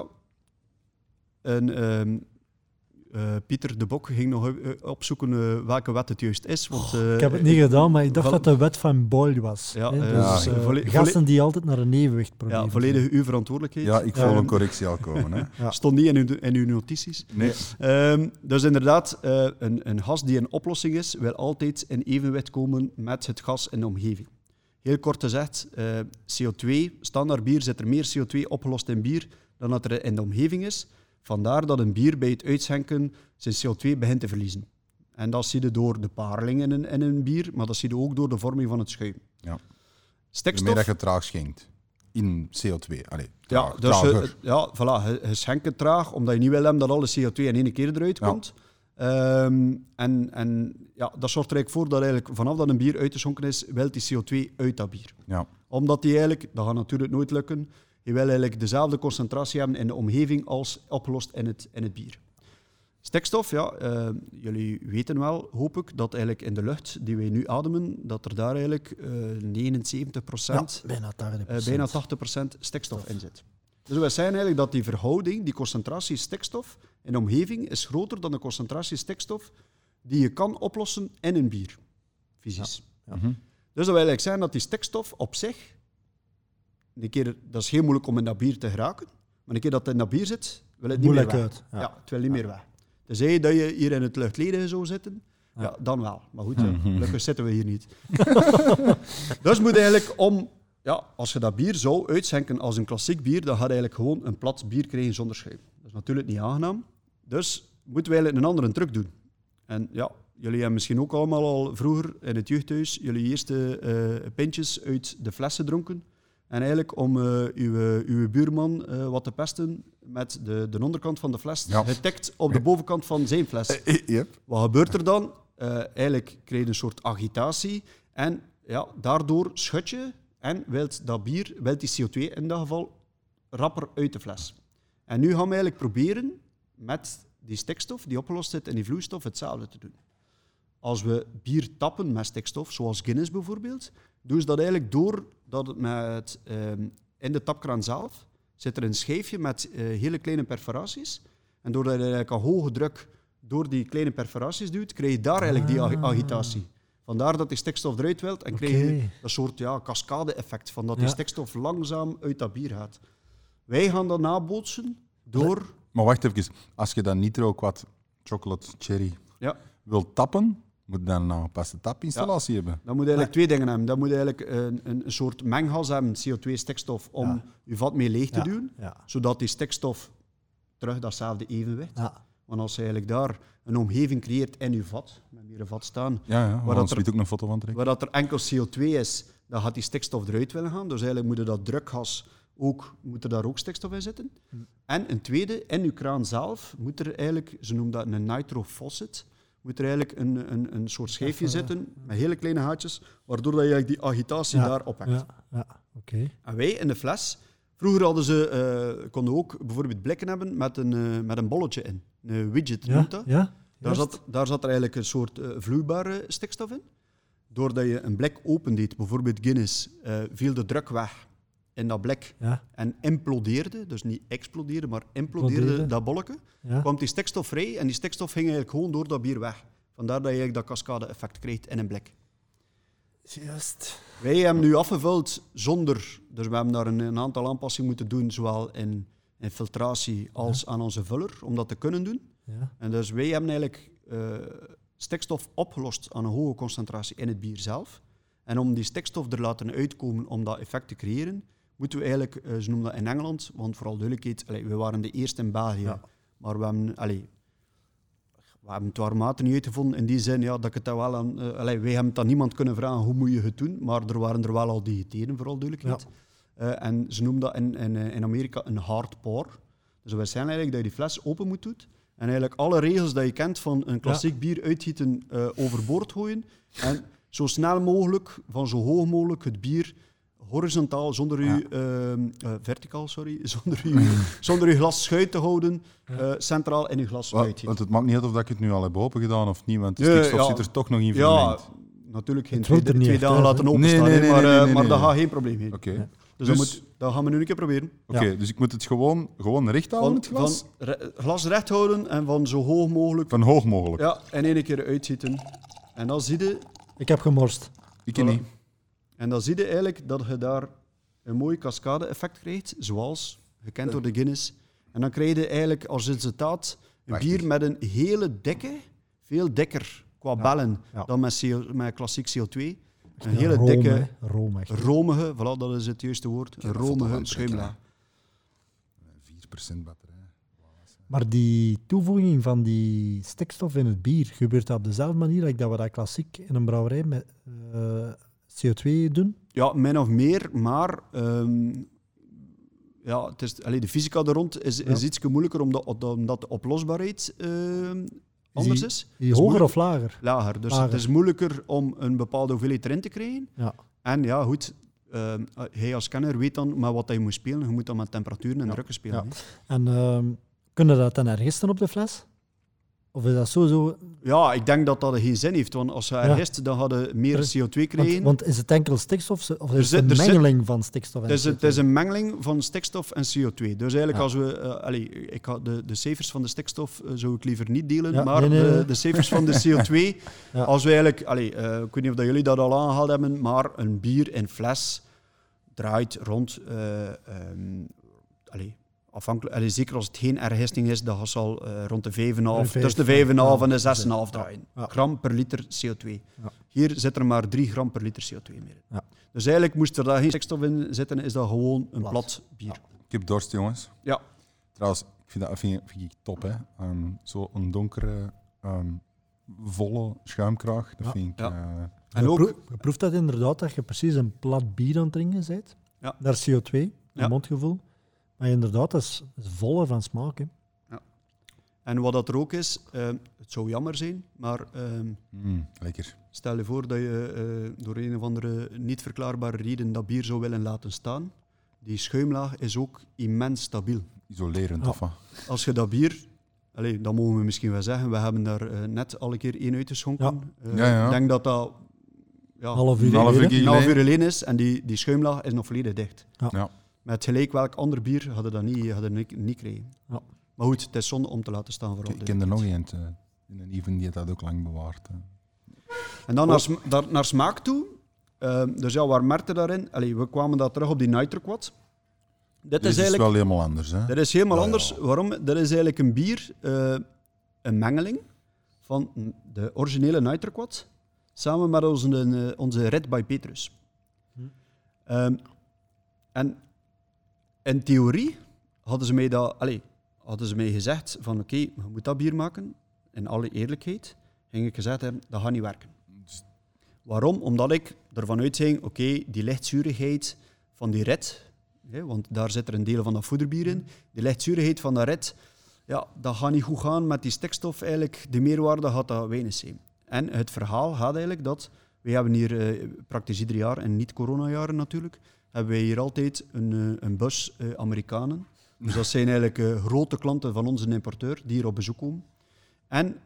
En Pieter de Bok ging nog opzoeken welke wet het juist is. Want, ik heb het niet gedaan, maar ik dacht dat de wet van Boyle was. Ja, gasten die altijd naar een evenwicht proberen. Ja, volledig uw verantwoordelijkheid. Ja, ik voel een correctie al komen. Hè. Stond niet in uw notities. Nee. Dus inderdaad, een gas die een oplossing is, wil altijd in evenwicht komen met het gas in de omgeving. Heel kort gezegd, CO2, standaard bier, zit er meer CO2 opgelost in bier dan dat er in de omgeving is. Vandaar dat een bier bij het uitschenken zijn CO2 begint te verliezen. En dat zie je door de parling in een bier, maar dat zie je ook door de vorming van het schuim. Ja. Hoe Stikstof... meer dat je traag schenkt in CO2. Allee, Ja, traag, dus trager. voilà, je schenkt het traag, omdat je niet wil hebben dat alle CO2 in één keer eruit Ja. komt. En dat zorgt er eigenlijk voor dat eigenlijk vanaf dat een bier uitgeschonken is, wil die CO2 uit dat bier. Ja. Omdat die eigenlijk, dat gaat natuurlijk nooit lukken, je wil eigenlijk dezelfde concentratie hebben in de omgeving als opgelost in het bier. Stikstof, jullie weten wel, hoop ik, dat eigenlijk in de lucht die wij nu ademen, dat er daar eigenlijk 79%, bijna 80%. bijna 80% stikstof in zit. Dus wij zeggen eigenlijk dat die verhouding, die concentratie stikstof in de omgeving, is groter dan de concentratie stikstof die je kan oplossen in een bier, fysisch. Ja. Mhm. Dus dat wil eigenlijk zeggen dat die stikstof op zich, een keer, dat is heel moeilijk om in dat bier te geraken, maar een keer dat het in dat bier zit, wil het niet Moeilijk meer weg. uit. Ja, het wil niet meer weg. Tenzij dat je hier in het luchtledige zou zitten, ja, dan wel. Maar goed, gelukkig zitten we hier niet. Dus moet eigenlijk als je dat bier zou uitschenken als een klassiek bier, dan ga je eigenlijk gewoon een plat bier krijgen zonder schuim. Dat is natuurlijk niet aangenaam. Dus moeten we eigenlijk een andere truc doen. En ja, jullie hebben misschien ook allemaal al vroeger in het jeugdhuis jullie eerste pintjes uit de fles gedronken. En eigenlijk om uw buurman wat te pesten met de onderkant van de fles getikt op de bovenkant van zijn fles. Yep. Wat gebeurt er dan? Eigenlijk krijg je een soort agitatie en ja, daardoor schud je en wilt dat bier, wilt die CO2 in dat geval, rapper uit de fles. En nu gaan we eigenlijk proberen met die stikstof die opgelost zit in die vloeistof hetzelfde te doen. Als we bier tappen met stikstof, zoals Guinness bijvoorbeeld, doen ze dat eigenlijk door dat het in de tapkraan zelf zit er een schijfje met hele kleine perforaties. En doordat je eigenlijk aan hoge druk door die kleine perforaties duwt, krijg je daar eigenlijk die agitatie. Vandaar dat die stikstof eruit wilt en krijg je een soort cascade-effect van dat die stikstof langzaam uit dat bier gaat. Wij gaan dat nabootsen door... Maar wacht even, als je dan nitro quad chocolate cherry wilt tappen, moet je dan nou een paste tapinstallatie hebben. Dan moet je eigenlijk twee dingen hebben. Dan moet je eigenlijk een soort menggas hebben, CO2-stikstof, om je vat mee leeg te duwen, zodat die stikstof terug datzelfde evenwicht. Ja. Want als je eigenlijk daar een omgeving creëert in je vat, met hier een vat staan, waar dat er ook een foto van trekken. waar dat er enkel CO2 is, dan gaat die stikstof eruit willen gaan. Dus eigenlijk moet je dat drukgas moet er daar ook stikstof in zitten. En een tweede, in je kraan zelf moet er eigenlijk, ze noemen dat een nitrofaucet, moet er eigenlijk een soort schijfje zitten met hele kleine gaatjes, waardoor dat je eigenlijk die agitatie daar opwekt. Ja, oké. En wij in de fles, vroeger konden we ook bijvoorbeeld blikken hebben met een bolletje in. Een widget noemt dat. Ja, daar zat er eigenlijk een soort vloeibare stikstof in. Doordat je een blik opendeed, bijvoorbeeld Guinness, viel de druk weg in dat blik en implodeerde, dus niet explodeerde, maar implodeerde dat bolletje, kwam die stikstof vrij en die stikstof ging eigenlijk gewoon door dat bier weg. Vandaar dat je eigenlijk dat cascade-effect krijgt in een blik. Juist. Wij hebben nu afgevuld zonder, dus we hebben daar een aantal aanpassingen moeten doen, zowel in filtratie als aan onze vuller, om dat te kunnen doen. Ja. En dus wij hebben eigenlijk stikstof opgelost aan een hoge concentratie in het bier zelf. En om die stikstof er laten uitkomen om dat effect te creëren, moeten we eigenlijk, ze noemen dat in Engeland, want vooral duidelijkheid, we waren de eerste in België, maar we hebben het warmate niet uitgevonden in die zin dat ik het daar wel aan... wij hebben het aan niemand kunnen vragen hoe moet je het doen, maar er waren er wel al digiteren, vooral duidelijkheid. En ze noemen dat in Amerika een hard pour. Dus wij zijn eigenlijk dat je die fles open moet doen en eigenlijk alle regels dat je kent van een klassiek bier uitgieten overboord gooien en zo snel mogelijk, van zo hoog mogelijk het bier horizontaal, zonder verticaal, zonder je glas schuin te houden, centraal in je glas uitgieten. Want het maakt niet uit of ik het nu al heb open gedaan of niet, want de stikstof zit er toch nog in vermengd. Ja, natuurlijk geen Het twee dagen laten openstaan, maar dat gaat geen probleem heen. Okay. Dus dat gaan we nu een keer proberen. Oké, dus ik moet het gewoon recht houden, het glas? Glas recht houden en van zo hoog mogelijk... Van hoog mogelijk? Ja, en één keer uitgieten. En dan zie je... Ik heb gemorst. Ik niet. En dan zie je eigenlijk dat je daar een mooi cascade-effect krijgt, zoals gekend door de Guinness. En dan krijg je eigenlijk als resultaat een bier met een hele dikke, veel dikker qua bellen dan met klassiek CO2. Een hele dikke, romige, voilà, dat is het juiste woord, een romige schuimlaag. 4% batterij. Maar die toevoeging van die stikstof in het bier, gebeurt dat op dezelfde manier like dat we dat klassiek in een brouwerij met CO2 doen? Ja, min of meer, maar het is, de fysica er rond is iets moeilijker omdat de oplosbaarheid anders is. Hoger of lager? Lager. Dus lager. Het is moeilijker om een bepaalde hoeveelheid erin te krijgen. Ja. En ja, goed, hij als kenner weet dan met wat hij moet spelen. Je moet dan met temperaturen en drukken spelen. Ja. En kunnen dat dan hergisten op de fles? Of is dat sowieso... Ja, ik denk dat dat geen zin heeft. Want als je hergist, dan hadden meer CO2 krijgen. Want is het enkel stikstof of is het een mengeling van stikstof en CO2? Het is een mengeling van stikstof en CO2. Dus eigenlijk als we... ik had de cijfers van de stikstof zou ik liever niet delen, maar de cijfers van de CO2... Als we eigenlijk... ik weet niet of jullie dat al aangehaald hebben, maar een bier in fles draait rond... afhankelijk, zeker als het geen hergisting is, dan zal rond de 5,5, tussen de 5,5 en de 6,5 draaien. Gram per liter CO2. Ja. Hier zit er maar 3 gram per liter CO2 meer in. Ja. Dus eigenlijk moest er daar geen stikstof in zitten, is dat gewoon een plat bier. Ja. Ik heb dorst, jongens. Ja. Trouwens, ik vind ik top, hè. Zo een donkere, volle schuimkraag. Dat vind ik... En ook, je proeft dat inderdaad, dat je precies een plat bier aan het drinken bent. Ja. Daar is CO2, een mondgevoel. Maar inderdaad, dat is voller van smaak. Hè. Ja. En wat dat er ook is, het zou jammer zijn, maar lekker. Stel je voor dat je door een of andere niet verklaarbare reden dat bier zou willen laten staan. Die schuimlaag is ook immens stabiel. Isolerend, of wat? Als je dat bier... dan mogen we misschien wel zeggen, we hebben daar net al een keer 1 uitgeschonken. Ik denk dat dat... half uur geleden is en die schuimlaag is nog volledig dicht. Ja. Met gelijk welk ander bier hadden dat niet kregen. Ja. Maar goed, het is zonde om te laten staan. Ik ken er nog een in een even die dat ook lang bewaart. En dan naar smaak toe. Dus ja, waar merkte daarin? We kwamen daar terug op die Nitroquat. Dit is wel helemaal anders. Hè? Dit is helemaal anders. Waarom? Dat is eigenlijk een bier, een mengeling van de originele Nitroquat samen met onze Red by Petrus. En in theorie hadden ze mij gezegd van oké, je moet dat bier maken. In alle eerlijkheid ging ik gezegd hebben, dat gaat niet werken. Waarom? Omdat ik ervan uitging, oké, die lichtzurigheid van die Red, want daar zit er een deel van dat voederbier in, die lichtzurigheid van dat Red, ja, dat gaat niet goed gaan met die stikstof. Eigenlijk, de meerwaarde gaat dat weinig zijn. En het verhaal gaat eigenlijk dat, we hebben hier praktisch ieder jaar, en niet coronajaren natuurlijk, hebben wij hier altijd een bus Amerikanen. Dus dat zijn eigenlijk grote klanten van onze importeur die hier op bezoek komen. En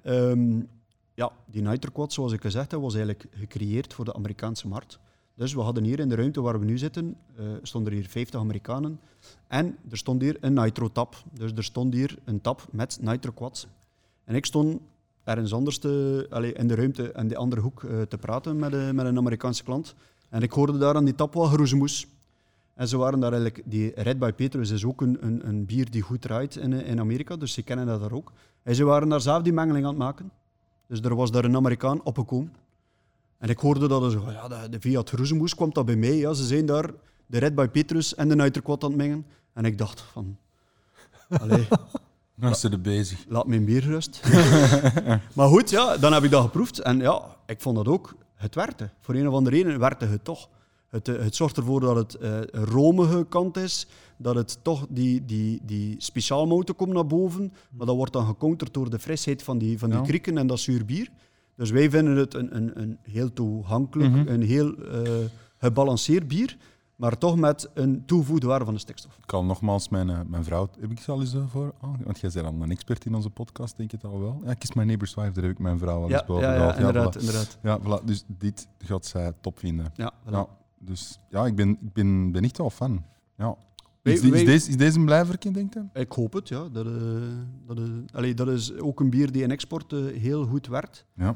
die Nitroquat, zoals ik gezegd heb, was eigenlijk gecreëerd voor de Amerikaanse markt. Dus we hadden hier in de ruimte waar we nu zitten, stonden er hier 50 Amerikanen. En er stond hier een Nitro-tap. Dus er stond hier een tap met Nitroquat. En ik stond ergens anders in de ruimte en de andere hoek te praten met een Amerikaanse klant. En ik hoorde daar aan die tap wat geroezemoes. En ze waren daar eigenlijk... Die Red by Petrus is ook een bier die goed draait in Amerika, dus ze kennen dat daar ook. En ze waren daar zelf die mengeling aan het maken. Dus er was daar een Amerikaan opgekomen. En ik hoorde dat zo, via het roezemoes kwam dat bij mij. Ja, ze zijn daar de Red by Petrus en de Nitroquat aan het mengen. En ik dacht van... Allee... Dan is ze er bezig. Laat mijn bier rust. Maar goed, ja, dan heb ik dat geproefd. En ja, ik vond dat ook... Het werkte. Voor een of andere reden werkte het toch. Het zorgt ervoor dat het een romige kant is, dat het toch die speciaalmouten komt naar boven, maar dat wordt dan gecounterd door de frisheid van die krieken en dat zuur bier. Dus wij vinden het een heel toegankelijk, een heel gebalanceerd bier, maar toch met een toegevoegde waarde van de stikstof. Ik kan nogmaals mijn vrouw... Heb ik ze al eens voor? Want jij bent al een expert in onze podcast, denk ik het al wel. Ja, Kiss My Neighbor's Wife, daar heb ik mijn vrouw al eens boven gehaald. Inderdaad. Ja, voilà. Dus dit gaat zij top vinden. Ja, voilà. Ja, dus ja, ik ben echt wel fan. Ja. Is deze een blijvertje, denk je? Ik hoop het, ja. Dat is ook een bier die in export heel goed werkt. Ja.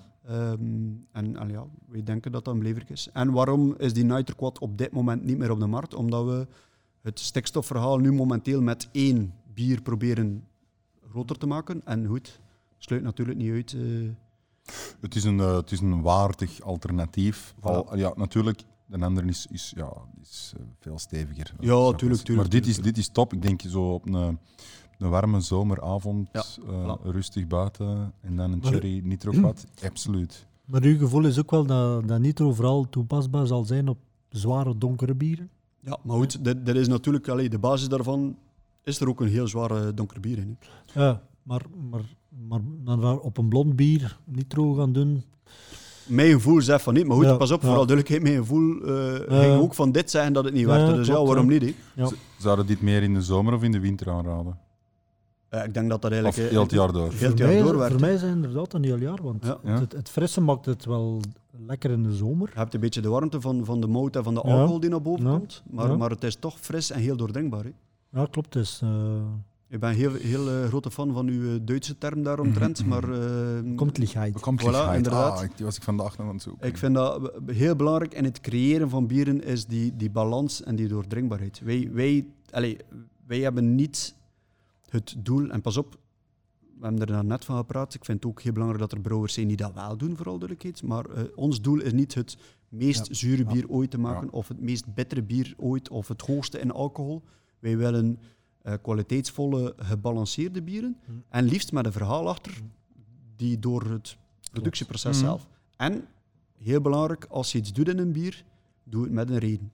Wij denken dat dat een blijverk is. En waarom is die Nitroquat op dit moment niet meer op de markt? Omdat we het stikstofverhaal nu momenteel met 1 bier proberen groter te maken. En goed, sluit natuurlijk niet uit. Het is een waardig alternatief. Voilà. Ja, natuurlijk, De andere is veel steviger. Ja, tuurlijk. Maar dit is top. Ik denk zo op een warme zomeravond, voilà. rustig buiten en dan een cherry nitroquat. Absoluut. Maar uw gevoel is ook wel dat nitro vooral toepasbaar zal zijn op zware, donkere bieren? Ja, maar goed, dat is natuurlijk... de basis daarvan is er ook een heel zware donker bier in. Hè. Ja, maar dan op een blond bier nitro gaan doen... Mijn gevoel zegt van niet, maar goed, Ja, pas op, ja. vooral duidelijkheid, mijn gevoel ging ook van dit zeggen dat het niet werkte. Dus klopt, waarom ja. niet? Hè? Ja. Zouden dit meer in de zomer of in de winter aanraden? Ik denk dat Of eigenlijk... heel het jaar door? Heel het jaar door werkt. Voor mij is het inderdaad een heel jaar, want Ja. Ja. het frisse maakt het wel lekker in de zomer. Je hebt een beetje de warmte van de mout en van de Ja. alcohol die naar boven Ja. komt, maar, Ja. maar het is toch fris en heel doordringbaar. Hè. Ja, klopt. Dus, Ik ben heel grote fan van uw Duitse term daaromtrent, maar... komt lichtheid. Voilà, inderdaad. Die was ik vandaag nog aan het zoeken. Ik vind dat heel belangrijk in het creëren van bieren is die balans en die doordringbaarheid. Wij hebben niet het doel, en pas op, we hebben er daar net van gepraat, ik vind het ook heel belangrijk dat er brouwers zijn die dat wel doen, vooral duidelijkheid, maar ons doel is niet het meest zure bier ooit te maken, of het meest bittere bier ooit, of het hoogste in alcohol. Wij willen kwaliteitsvolle, gebalanceerde bieren, en liefst met een verhaal achter, die door het productieproces zelf. En, heel belangrijk, als je iets doet in een bier, doe het met een reden.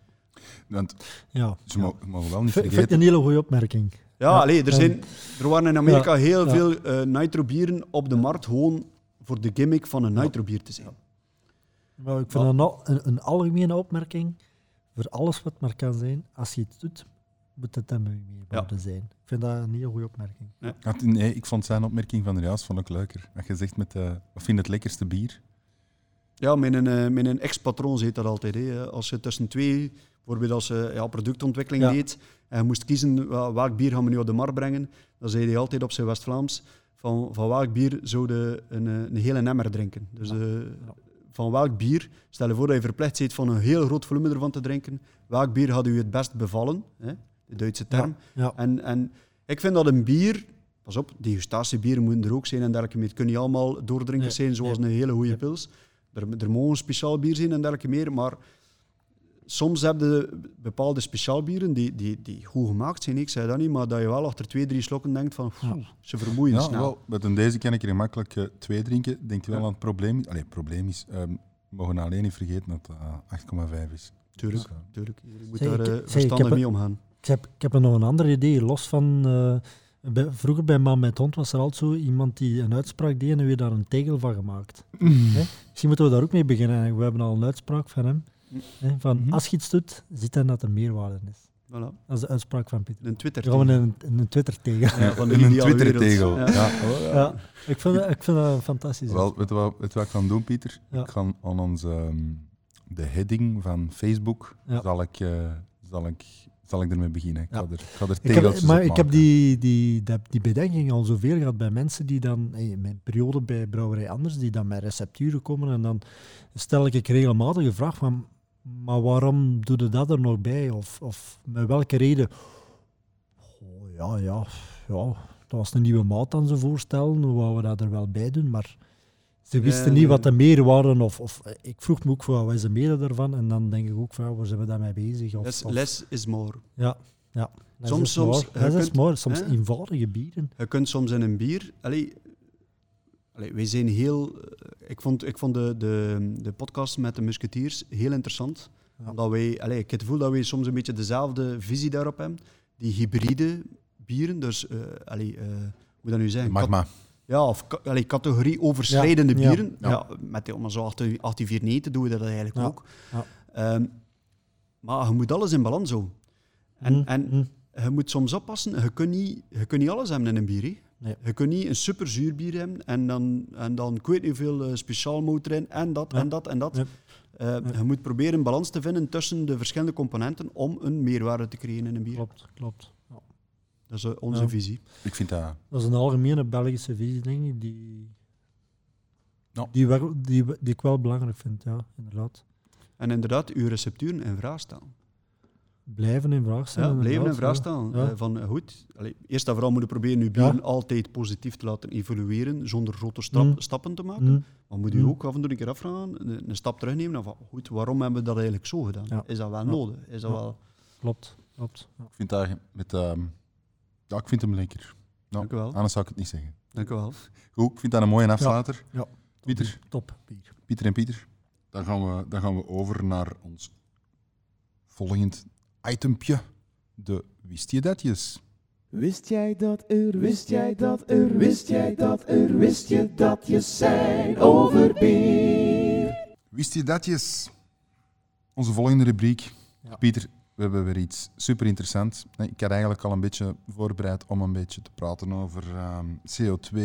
Want Ja. ze mogen wel niet Vind ik vergeten... een hele goede opmerking. Ja, er waren in Amerika heel ja. veel nitro-bieren op de markt, gewoon voor de gimmick van een nitro-bier te zijn. Maar ik vind een algemene opmerking voor alles wat maar kan zijn. Als je iets doet, moet het dan mee zijn. Ik vind dat een hele goede opmerking. Nee, ik vond zijn opmerking van juist vond ik leuker. Dat je zegt met wat vind je het lekkerste bier? Ja, mijn ex-patroon zei dat altijd. Hè. Als je tussen twee, bijvoorbeeld als je productontwikkeling deed, en je moest kiezen welk bier gaan we nu op de markt brengen, dan zei hij altijd op zijn West-Vlaams, van welk bier zou je een hele emmer drinken. Dus van welk bier, stel je voor dat je verplicht bent van een heel groot volume ervan te drinken, welk bier had u het best bevallen, hè? De Duitse term. Ja. En ik vind dat een bier, pas op, degustatiebieren moeten er ook zijn en dergelijke meer. Het kunnen niet allemaal doordrinkers zijn zoals een hele goede pils. Er mogen speciaal bier zijn en dergelijke meer, maar soms heb je bepaalde speciaalbieren die goed gemaakt zijn, ik zei dat niet, maar dat je wel achter 2-3 slokken denkt van, ze vermoeien snel. Wel, met deze kan ik er gemakkelijk 2 drinken. Denk je wel aan het probleem? Het probleem is, we mogen alleen niet vergeten dat het 8,5 is. Tuurlijk. Je moet Zeg, daar ik verstandig heb mee omgaan. Ik heb er nog een ander idee, los van... vroeger bij Man met Hond was er altijd zo iemand die een uitspraak deed en weer daar een tegel van gemaakt. Misschien moeten we daar ook mee beginnen. We hebben al een uitspraak van hem. Van, als je iets doet, ziet dan dat er meerwaarde is. Voilà. Dat is de uitspraak van Pieter. Een Twitter. Dan gaan we een Twitter-tegel. Ja, van de Een ideale Twitter-tegel. wereld. Ja. Ja, ik vind dat fantastisch. Wel, weet je wat ik ga doen, Pieter? Ja. Ik ga aan onze de heading van Facebook zal ik ermee beginnen. Ik ga er tegeltjes op ik heb maken. die bedenking al zoveel gehad bij mensen die dan, in mijn periode bij Brouwerij Anders, die dan met recepturen komen en dan stel ik regelmatig de vraag van, maar waarom doe je dat er nog bij? Of met welke reden? Ja, dat was een nieuwe maat aan ze voorstellen, hoe wouden we dat er wel bij doen, maar ze wisten niet wat de meerwaarden of ik vroeg me ook van, wat is de meerwaarde daarvan? En dan denk ik ook van, waar zijn we daarmee bezig? Less is more. Ja. Soms Soms eenvoudige bieren. Je kunt soms in een bier... wij zijn heel... Ik vond de podcast met de Musketeers heel interessant. Ja. Omdat ik heb het gevoel dat wij soms een beetje dezelfde visie daarop hebben. Die hybride bieren, dus... hoe moet dat nu zeggen? Magma. Of categorie overschrijdende Ja. bieren. Ja. Met zo 1894 doen we dat eigenlijk ook. Ja. Maar je moet alles in balans houden. En je moet soms oppassen. Je kunt niet alles hebben in een bier. Hè. Nee. Je kunt niet een super zuur bier hebben en dan ik weet niet hoeveel speciaal motor in en dat en dat en dat. Ja. Je moet proberen een balans te vinden tussen de verschillende componenten om een meerwaarde te creëren in een bier. Klopt. Ja. Dat is onze visie. Ik vind dat... Dat is een algemene Belgische visie, denk ik, die ik wel belangrijk vind, ja, inderdaad. En inderdaad, uw recepturen in vraag stellen. blijven in vraag stellen. Ja, blijven in inderdaad, vraag ja. stellen. Ja. Van, goed, eerst en vooral moeten we proberen je bieren Ja. altijd positief te laten evolueren, zonder grote stappen te maken. Mm. Maar moet je ook af en toe een keer afvragen, een stap terugnemen en van, goed, waarom hebben we dat eigenlijk zo gedaan? Ja. Is dat wel Ja. nodig? Is dat Ja. wel... Klopt. Ja. Ik vind, dat met, ja, ik vind hem lekker. Ja, Dank u wel. anders zou ik het niet zeggen. Dank u wel. Goed, ik vind dat een mooie afsluiter. Ja. Pieter, Top bier. Pieter en Pieter. Dan gaan we over naar ons volgend itempje. De Wist je datjes? Wist jij dat wist jij dat wist jij dat wist je dat je zijn over bier? Wist je datjes? Onze volgende rubriek. Ja. Pieter, we hebben weer iets super interessants. Ik had eigenlijk al een beetje voorbereid om een beetje te praten over CO2,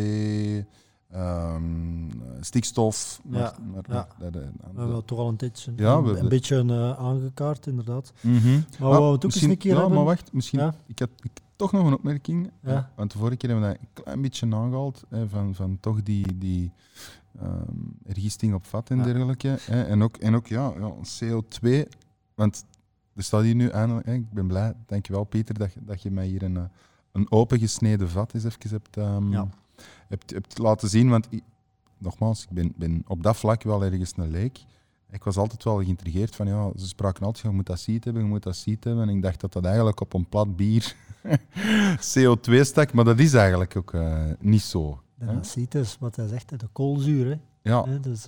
stikstof. Ja, ja. We hebben het toch al een tijdje Ja, een beetje aangekaart, inderdaad. Mhm. Maar we wouden het ook eens een keer ja, hebben. maar wacht. Misschien, Ja. ik had toch nog een opmerking. Ja. Want de vorige keer hebben we dat een klein beetje aangehaald. Van toch die ergisting op vat en Ja. dergelijke. En ook ja, CO2. Want er staat hier nu eindelijk... Ik ben blij, dankjewel Pieter, dat je mij hier een opengesneden vat eens even hebt laten zien. Want nogmaals, ik ben op dat vlak wel ergens een leek. Ik was altijd wel geïntrigeerd van, ja, ze spraken altijd van, je moet dat ziet hebben, je moet dat ziet hebben. En ik dacht dat eigenlijk op een plat bier CO2 stak, maar dat is eigenlijk ook niet zo. De Hè? acid is wat hij zegt, de koolzuur. Hè. Ja, Hè, dus,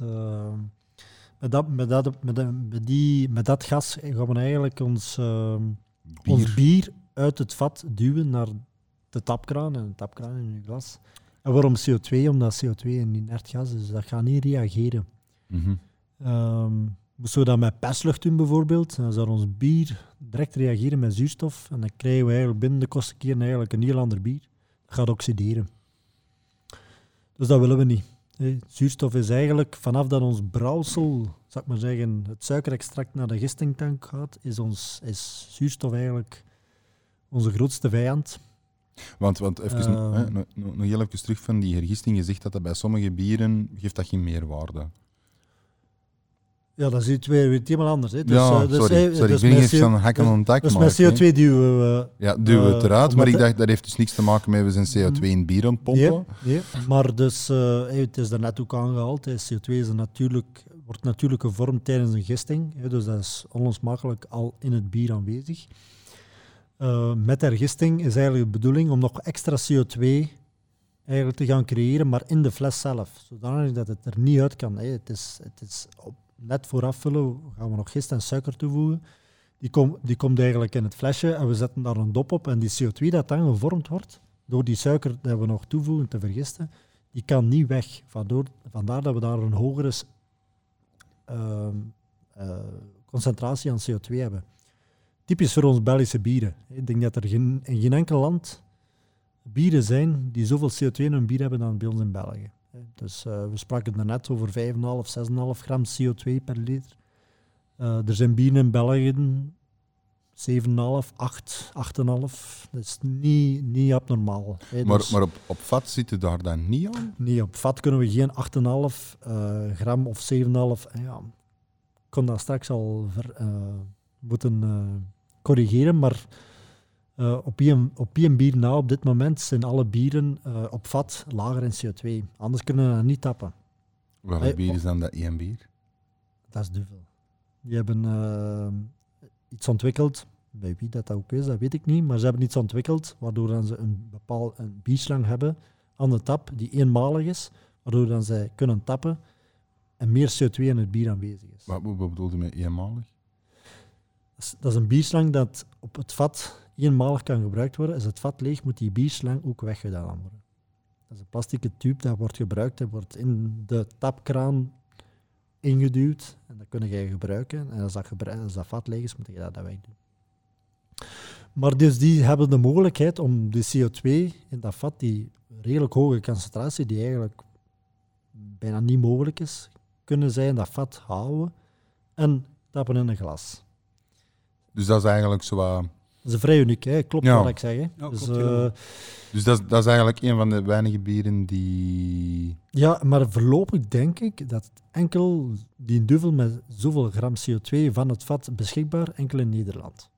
met dat gas gaan we eigenlijk ons bier uit het vat duwen naar de tapkraan en de tapkraan in je glas. En waarom CO2? Omdat CO2 een inert gas is, dus dat gaat niet reageren. Mhm. Moesten we dat met perslucht doen bijvoorbeeld, dan zou ons bier direct reageren met zuurstof en dan krijgen we eigenlijk binnen de kortste keren eigenlijk een heel ander bier. Dat gaat oxideren. Dus dat willen we niet. Zuurstof is eigenlijk, vanaf dat ons brouwsel, zal ik maar zeggen, het suikerextract naar de gistingtank gaat, is zuurstof eigenlijk onze grootste vijand. Want even, nog heel even terug van die hergisting. Je zegt dat bij sommige bieren geeft dat geen meerwaarde. Ja, dat is het weer helemaal anders. Hè. Dus, Ja, sorry. Ik ben geen van hakken aan het dak. Dus maar, met CO2 duwen we... duwen we het eruit, maar omdat ik dacht dat heeft dus niks te maken met we zijn CO2 in het bier aan het pompen. Nee, maar dus, het is daarnet ook aangehaald. CO2 is wordt natuurlijk gevormd tijdens een gisting. Dus dat is onlosmakelijk al in het bier aanwezig. Met hergisting is eigenlijk de bedoeling om nog extra CO2 eigenlijk te gaan creëren, maar in de fles zelf. Zodanig dat het er niet uit kan. Het is net vooraf vullen gaan we nog gist en suiker toevoegen. Die komt eigenlijk in het flesje en we zetten daar een dop op. En die CO2 dat dan gevormd wordt, door die suiker dat we nog toevoegen te vergisten, die kan niet weg. Vandaar dat we daar een hogere concentratie aan CO2 hebben. Typisch voor ons Belgische bieren. Ik denk dat er in geen enkel land bieren zijn die zoveel CO2 in hun bier hebben dan bij ons in België. Dus we spraken daarnet over 5,5, 6,5 gram CO2 per liter. Er zijn bieren in België 7,5, 8, 8,5. Dat is niet abnormaal. Maar op vat zit je daar dan niet aan? Nee, op vat kunnen we geen 8,5 gram of 7,5. Ja, ik kon dat straks al moeten corrigeren, maar op één bier na op dit moment zijn alle bieren op vat lager in CO2. Anders kunnen we dat niet tappen. Welke bier is dan dat één bier? Dat is duvel. Die hebben iets ontwikkeld. Bij wie dat ook is, dat weet ik niet. Maar ze hebben iets ontwikkeld waardoor dan ze een bierslang hebben aan de tap die eenmalig is. Waardoor dan zij kunnen tappen en meer CO2 in het bier aanwezig is. Wat bedoel je met eenmalig? Dat is een bierslang dat op het vat eenmalig kan gebruikt worden. Is het vat leeg, moet die bierslang ook weggedaan worden. Dat is een plastic tube dat wordt gebruikt en wordt in de tapkraan ingeduwd. En dat kun je gebruiken. En als dat vat leeg is, moet je dat wegdoen. Maar dus die hebben de mogelijkheid om de CO2 in dat vat, die redelijk hoge concentratie, die eigenlijk bijna niet mogelijk is, kunnen zij in dat vat houden en tappen in een glas. Dus dat is eigenlijk zo wat... Dat is vrij uniek, hè? Klopt Ja. wat ik zeg. Hè? Ja, Dus, klopt, Dus dat is eigenlijk een van de weinige bieren die... ja, maar voorlopig denk ik dat enkel die duvel met zoveel gram CO2 van het vat beschikbaar, enkel in Nederland.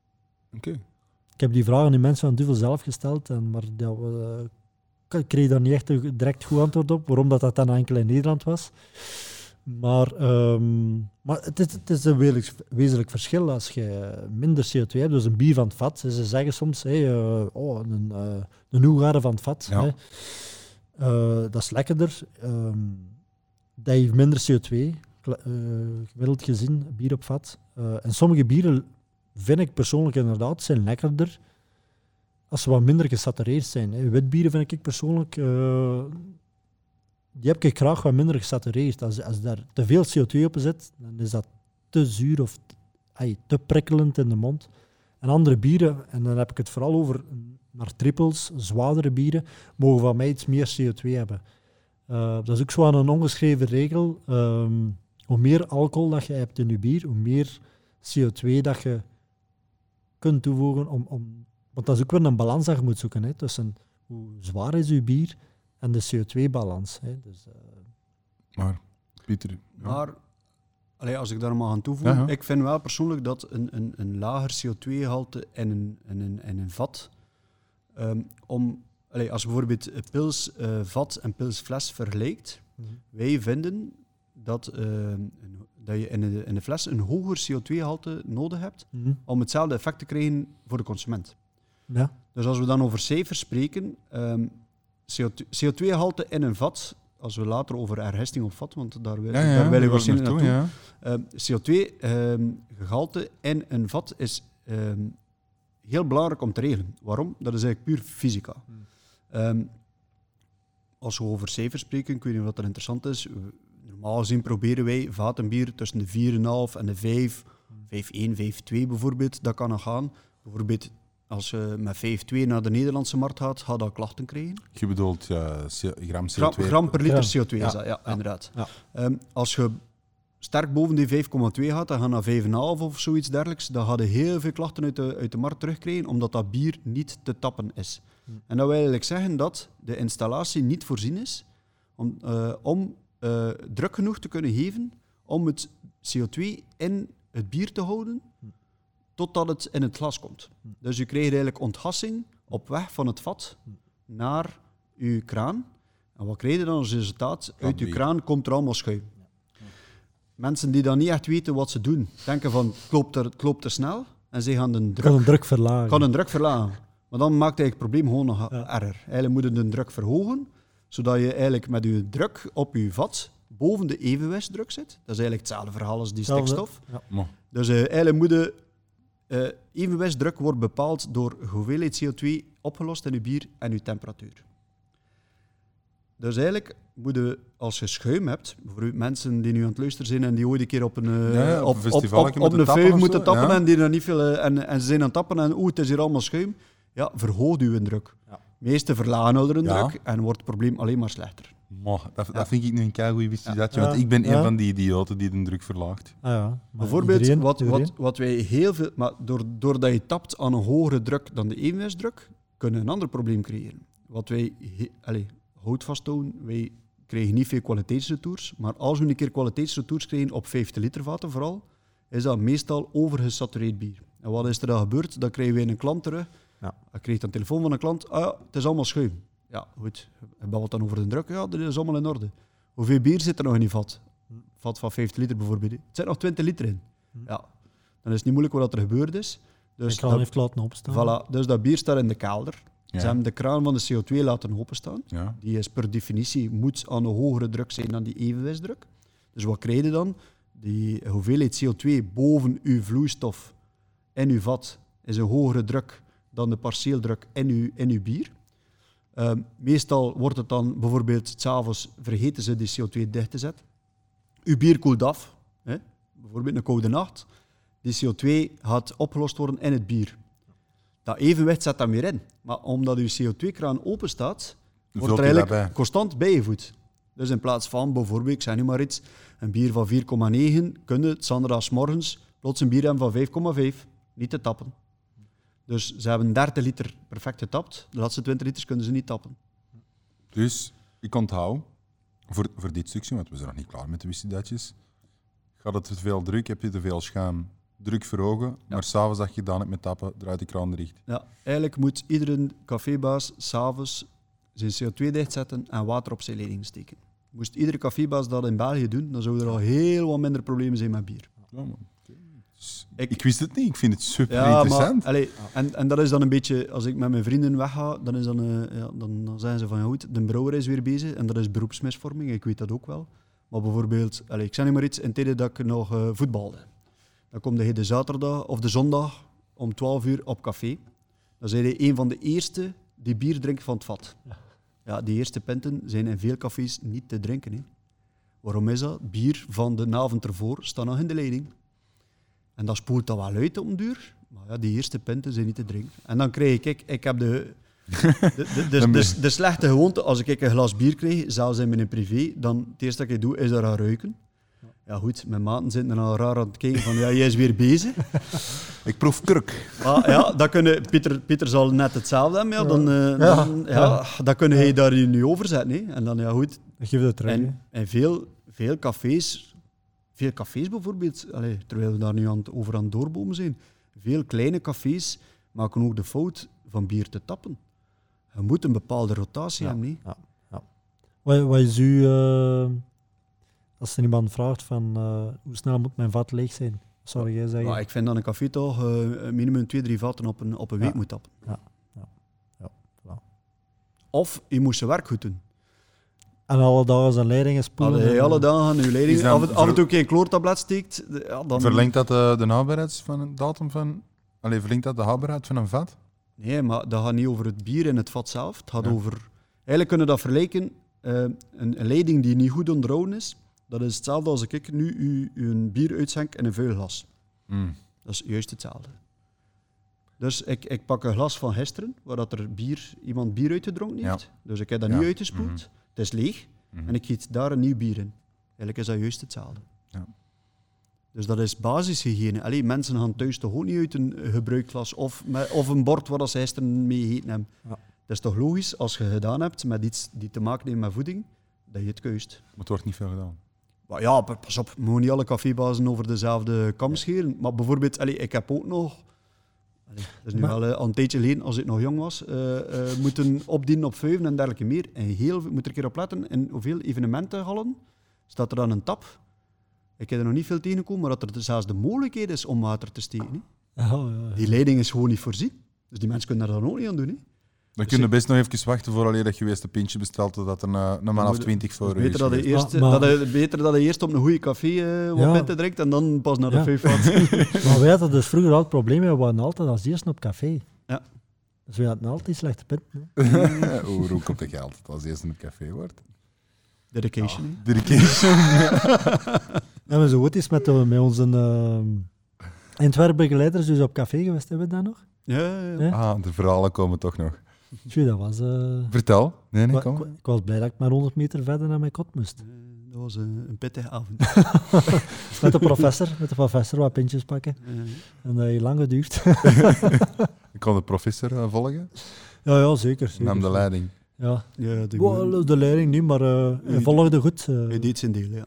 Oké. Ik heb die vraag aan die mensen van Duvel zelf gesteld, maar ik kreeg daar niet echt een direct goed antwoord op, waarom dat dan enkel in Nederland was. Maar het is een wezenlijk verschil als je minder CO2 hebt, dus een bier van het vat. Ze zeggen soms, een Hoegaarden van het vat. Ja. Dat is lekkerder. Dat heeft minder CO2, gemiddeld gezien, bier op vat. En sommige bieren vind ik persoonlijk inderdaad zijn lekkerder als ze wat minder gesatureerd zijn. Hè. Witbieren vind ik persoonlijk... die heb ik graag wat minder gesatureerd. Als daar te veel CO2 op zit, dan is dat te zuur of te prikkelend in de mond. En andere bieren, en dan heb ik het vooral over naar trippels, zwaardere bieren, mogen van mij iets meer CO2 hebben. Dat is ook zo aan een ongeschreven regel. Hoe meer alcohol dat je hebt in je bier, hoe meer CO2 dat je kunt toevoegen. Want dat is ook weer een balans dat je moet zoeken. Hè, tussen hoe zwaar is je bier en de CO2-balans. Dus, Maar, Pieter... Ja. Maar, als ik daar mag aan toevoegen, Ja. ik vind wel persoonlijk dat een lager CO2-gehalte in een vat, als je bijvoorbeeld een pilsvat en pilsfles vergelijkt, wij vinden dat je in de fles een hoger CO2-gehalte nodig hebt om hetzelfde effect te krijgen voor de consument. Ja. Dus als we dan over cijfers spreken, CO2-gehalte in een vat, als we later over herhesting op vat, want daar wil je waarschijnlijk naartoe. Ja. CO2-gehalte in een vat is heel belangrijk om te regelen. Waarom? Dat is eigenlijk puur fysica. Als we over cijfers spreken, ik weet niet of dat interessant is. Normaal gezien proberen wij vatenbier tussen de 4,5 en de 5, 5,1, 5,2 bijvoorbeeld. Dat kan nog gaan. Bijvoorbeeld als je met 5,2 naar de Nederlandse markt gaat, ga je klachten krijgen. Je bedoelt gram CO2? Gram per liter CO2 is Ja. dat, ja, inderdaad. Ja. Als je sterk boven die 5,2 gaat, dan ga je naar 5,5 of zoiets dergelijks, dan ga je heel veel klachten uit de markt terugkrijgen, omdat dat bier niet te tappen is. En dat wil eigenlijk zeggen dat de installatie niet voorzien is om druk genoeg te kunnen geven om het CO2 in het bier te houden totdat het in het glas komt. Dus je krijgt eigenlijk ontgassing op weg van het vat naar je kraan. En wat krijg je dan als resultaat? Uit je kraan komt er allemaal schuim. Mensen die dan niet echt weten wat ze doen, denken van het loopt te snel en ze gaan de druk verlagen. Maar dan maakt eigenlijk het probleem gewoon nog erger. Eigenlijk moet je de druk verhogen, zodat je eigenlijk met je druk op je vat boven de evenwichtsdruk zit. Dat is eigenlijk hetzelfde verhaal als die stikstof. Ja. Dus eigenlijk moet de evenwichtsdruk wordt bepaald door hoeveelheid CO2 opgelost in je bier en je temperatuur. Dus eigenlijk moet je, als je schuim hebt, bijvoorbeeld mensen die nu aan het luisteren zijn en die ooit een keer op een vuif moeten tappen en die er niet veel en ze zijn aan het tappen en het is hier allemaal schuim, ja, verhoog je druk. Ja. Meeste verlagen hun druk en wordt het probleem alleen maar slechter. Dat vind ik nu een keigoed wissensatje, want ik ben een van die idioten die de druk verlaagt. Bijvoorbeeld, wat wij heel veel... Maar doordat je tapt aan een hogere druk dan de evenwichtsdruk, kunnen we een ander probleem creëren. Wat wij... houd vasthouden, wij krijgen niet veel kwaliteitsretours, maar als we een keer kwaliteitsretours krijgen op 50 liter vaten vooral, is dat meestal overgesatureerd bier. En wat is er dan gebeurd? Dan krijgen we een klant terug. Ja. Dan krijgt een telefoon van een klant. Het is allemaal schuim. Ja, goed. En babbelt dan over de druk. Ja, dat is allemaal in orde. Hoeveel bier zit er nog in die vat? Vat van 50 liter bijvoorbeeld. Er zit nog 20 liter in. Ja. Dan is het niet moeilijk wat er gebeurd is. Dus de kraan heeft laten opstaan. Voilà. Dus dat bier staat in de kelder. Ja. Ze hebben de kraan van de CO2 laten openstaan. Ja. Die is per definitie moet aan een hogere druk zijn dan die evenwichtsdruk. Dus wat krijg je dan? Die hoeveelheid CO2 boven uw vloeistof in uw vat is een hogere druk dan de parceeldruk in uw bier. Meestal wordt het dan bijvoorbeeld 's avonds vergeten ze die CO2 dicht te zetten. Uw bier koelt af. Hè? Bijvoorbeeld een koude nacht. Die CO2 gaat opgelost worden in het bier. Dat evenwicht zet dan weer in. Maar omdat uw CO2-kraan open staat, wordt er eigenlijk constant bijgevoed. Dus in plaats van bijvoorbeeld, ik zeg nu maar iets, een bier van 4,9, kun je 's zondagsmorgens plots een bier hebben van 5,5. Niet te tappen. Dus ze hebben 30 liter perfect getapt. De laatste 20 liters kunnen ze niet tappen. Dus ik onthoud, voor dit stukje, want we zijn nog niet klaar met de wissensatjes. Gaat het te veel druk, heb je te veel schuim, druk verhogen, maar s'avonds dat je gedaan hebt met tappen, draait de kraan dicht. Ja, eigenlijk moet iedere cafébaas s'avonds zijn CO2 dichtzetten en water op zijn leiding steken. Moest iedere cafébaas dat in België doen, dan zouden er al heel wat minder problemen zijn met bier. Ja, man. Ik wist het niet, ik vind het super Ja, interessant. maar, en dat is dan een beetje, als ik met mijn vrienden wegga, dan, is dan zeggen ze van, ja goed, de brouwer is weer bezig en dat is beroepsmisvorming, ik weet dat ook wel. Maar bijvoorbeeld, ik zeg niet maar iets, in tijden dat ik nog voetbalde. Dan kom je de zaterdag of de zondag om 12 uur op café. Dan zijn je een van de eerste die bier drinkt van het vat. Ja, die eerste pinten zijn in veel cafés niet te drinken. Hè. Waarom is dat? Bier van de avond ervoor staat nog in de leiding. En dat spoelt dat wel uit op een duur. Maar ja, die eerste pinten zijn niet te drinken. En dan krijg ik heb de slechte gewoonte, als ik een glas bier krijg, zelfs in mijn privé, dan het eerste dat ik doe, is daar gaan ruiken. Ja goed, mijn maten zitten er al raar aan het kijken van, ja, jij is weer bezig. Ik proef kurk. Ja, dat kunnen, Pieter zal net hetzelfde hebben, ja, dan kun je daar nu over zetten. Hè. En dan, ja goed. Dat geeft het terug. En veel cafés bijvoorbeeld, terwijl we daar nu over aan het doorbomen zijn, veel kleine cafés maken ook de fout van bier te tappen. Je moet een bepaalde rotatie hebben. Nee? Ja. Wat is als er iemand vraagt van hoe snel moet mijn vat leeg zijn? Wat zou jij zeggen? Ja, ik vind dat een café toch minimum 2-3 vaten op een week moet tappen. Ja. Voilà. Of je moet zijn werk goed doen. En alle dagen zijn leidingen spoelen. Alle dagen je leiding. Af en toe geen kloortablet steekt. Ja, dan... Verlengt dat de houdbaarheidsdatum van... verlengt dat de houdbaarheid van een vat? Nee, maar dat gaat niet over het bier in het vat zelf. Het gaat over... Eigenlijk kunnen we dat vergelijken. Een leiding die niet goed onderhouden is, dat is hetzelfde als ik nu een bier uitschenk in een vuil glas. Dat is juist hetzelfde. Dus ik pak een glas van gisteren, waar dat er iemand bier uitgedronken heeft. Ja. Dus ik heb dat nu uitgespoeld. Het is leeg. En ik giet daar een nieuw bier in. Eigenlijk is dat juist hetzelfde. Ja. Dus dat is basishygiëne. Allee, mensen gaan thuis toch ook niet uit een gebruikt glas of een bord waar ze gisteren mee gegeten hebben. Ja. Dat is toch logisch, als je gedaan hebt met iets die te maken heeft met voeding, dat je het keust. Maar het wordt niet veel gedaan. Maar ja, pas op, we mogen niet alle cafébazen over dezelfde kam scheren. Maar bijvoorbeeld, ik heb ook nog... dat is nu wel al een tijdje geleden, als ik nog jong was, moeten opdienen op vuiven en dergelijke meer. En moet er een keer op letten, in hoeveel evenementenhallen staat er dan een tap. Ik heb er nog niet veel tegengekomen, maar dat er zelfs de mogelijkheid is om water te steken. Ja. Die leiding is gewoon niet voorzien. Dus die mensen kunnen daar dan ook niet aan doen. Hè. Dan kun je best nog even wachten vooraleer dat je weer een pintje bestelt, dat er een man of 20 voor u is. Beter dat je eerst op een goede café wat pinten drinkt en dan pas naar de vijf gaat. Maar wij hadden dus vroeger al het probleem, we waren altijd als eerste op café. Ja. Dus we hadden altijd slechte pinten. Hoe komt dat je altijd als eerste op het café wordt? Dedication. Dedication. En we zo goed is met onze eindwerkbegeleiders dus op café geweest, hebben we dat nog? Ja. De verhalen komen toch nog. Tjie, dat was... Vertel. Nee, kom. Ik was blij dat ik maar 100 meter verder naar mijn kot moest. Dat was een pittige avond. Met de professor wat pintjes pakken. En dat heeft lang geduurd. Ik kon de professor volgen? Ja, zeker. Nam de leiding. Ja, de leiding niet, maar hij volgde goed. Hij deed zijn deel, ja.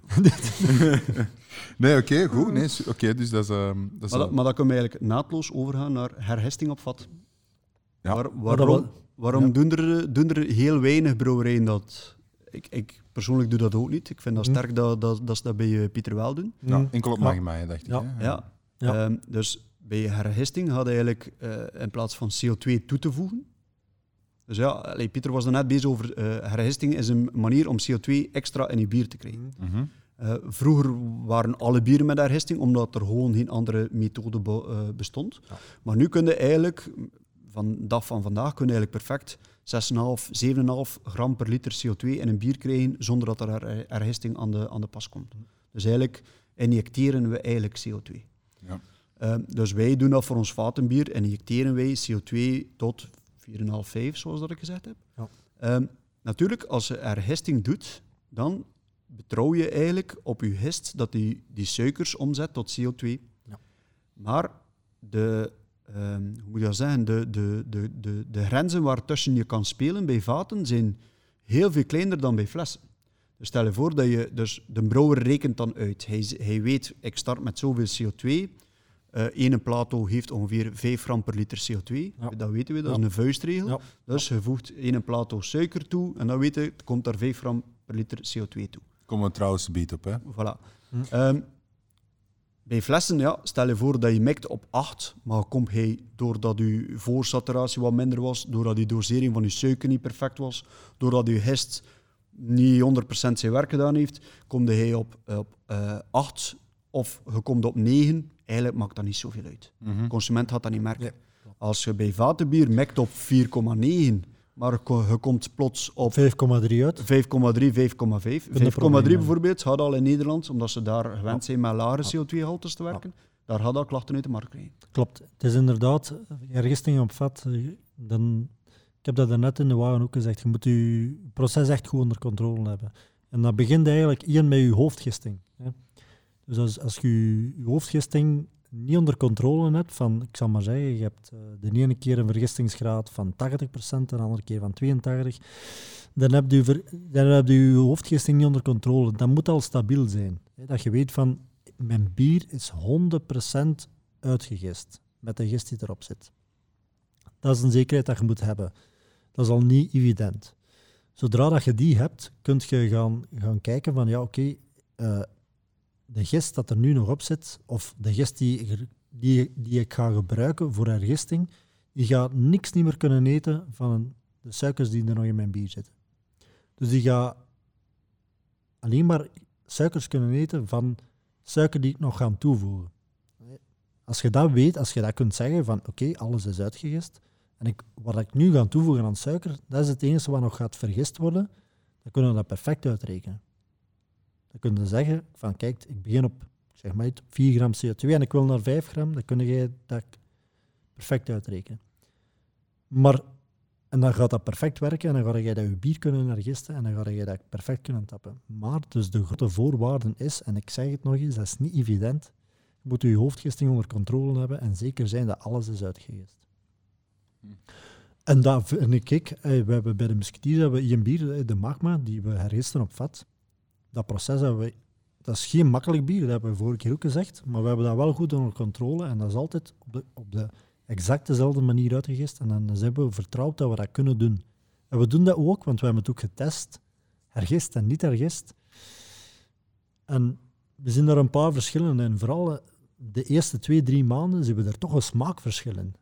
Nee, oké, goed. Nee, dus dat is maar dan kunnen we eigenlijk naadloos overgaan naar herhesting op vat. Ja. Waarom doen er heel weinig brouwerijen dat? Ik persoonlijk doe dat ook niet. Ik vind dat sterk dat ze dat bij Pieter wel doen. Ja, enkel op Magma, dacht ik. Ja. Dus bij herhesting had hij eigenlijk in plaats van CO2 toe te voegen. Dus ja, Pieter was er net bezig over herhesting is een manier om CO2 extra in je bier te krijgen. Vroeger waren alle bieren met herhesting, omdat er gewoon geen andere methode bestond. Ja. Maar nu kun je eigenlijk, van de dag van vandaag, kun je eigenlijk perfect 6,5, 7,5 gram per liter CO2 in een bier krijgen, zonder dat er herhesting aan de pas komt. Dus eigenlijk injecteren we eigenlijk CO2. Ja. Dus wij doen dat voor ons vatenbier, injecteren wij CO2 tot 4,5, 5, zoals dat ik gezegd heb. Ja. Natuurlijk, als je herhesting doet, dan betrouw je eigenlijk op je hist dat die suikers omzet tot CO2. Ja. Maar hoe moet je dat zeggen? De grenzen waartussen je kan spelen bij vaten zijn heel veel kleiner dan bij flessen. Dus stel je voor dat de brouwer rekent dan uit. Hij weet, ik start met zoveel CO2. Ene Plato heeft ongeveer 5 gram per liter CO2. Ja. Dat weten we, dat is een vuistregel. Ja. Dus je voegt 1 Plato suiker toe en dan weet je, het komt daar 5 gram per liter CO2 toe. Komen we trouwens beet op, hè? Voilà. Bij flessen, ja, stel je voor dat je mikt op 8, maar komt hij doordat je voorsaturatie wat minder was, doordat je dosering van je suiker niet perfect was, doordat je gist niet 100% zijn werk gedaan heeft, komt hij op 8 of je komt op 9. Eigenlijk maakt dat niet zoveel uit. De consument gaat dat niet merken. Nee. Als je bij vatenbier mikt op 4,9, maar je komt plots op 5,3 uit. 5,3, 5,5. 5,3 bijvoorbeeld gaat al in Nederland, omdat ze daar gewend zijn met lage CO2-gehaltes te werken. Daar gaat al klachten uit de markt krijgen. Klopt. Het is inderdaad, gistingen op vat, ik heb dat daarnet in de wagen ook gezegd, je moet je proces echt goed onder controle hebben. En dat begint eigenlijk hier met je hoofdgisting. Hè. Dus als je je hoofdgisting niet onder controle hebt, van, ik zal maar zeggen, je hebt de ene keer een vergistingsgraad van 80%, de andere keer van 82%, dan heb je je hoofdgisting niet onder controle. Dat moet al stabiel zijn. Hè. Dat je weet van, mijn bier is 100% uitgegist, met de gist die erop zit. Dat is een zekerheid dat je moet hebben. Dat is al niet evident. Zodra dat je die hebt, kun je gaan kijken van, ja, oké, de gist dat er nu nog op zit, of de gist die ik ga gebruiken voor hergisting, die gaat niks niet meer kunnen eten van de suikers die er nog in mijn bier zitten. Dus die gaat alleen maar suikers kunnen eten van suiker die ik nog ga toevoegen. Als je dat weet, als je dat kunt zeggen van oké, alles is uitgegist, en wat ik nu ga toevoegen aan suiker, dat is het enige wat nog gaat vergist worden, dan kunnen we dat perfect uitrekenen. Dan kun je zeggen van kijk, ik begin op zeg maar 4 gram CO2 en ik wil naar 5 gram, dan kun je dat perfect uitrekenen. En dan gaat dat perfect werken en dan ga je dat je bier kunnen hergisten en dan ga je dat perfect kunnen tappen. Maar dus de grote voorwaarde is, en ik zeg het nog eens, dat is niet evident, je moet je hoofdgisting onder controle hebben en zeker zijn dat alles is uitgegist. En dat vind ik, we hebben bij de Musketeers hebben we hier een bier, de Magma, die we hergisten op vat. Dat proces dat is geen makkelijk bier, dat hebben we vorige keer ook gezegd, maar we hebben dat wel goed onder controle en dat is altijd op de exact dezelfde manier uitgegist en dan hebben we vertrouwd dat we dat kunnen doen. En we doen dat ook, want we hebben het ook getest, hergist en niet hergist. En we zien daar een paar verschillen in. Vooral de eerste 2-3 maanden zien we er toch een smaakverschil in.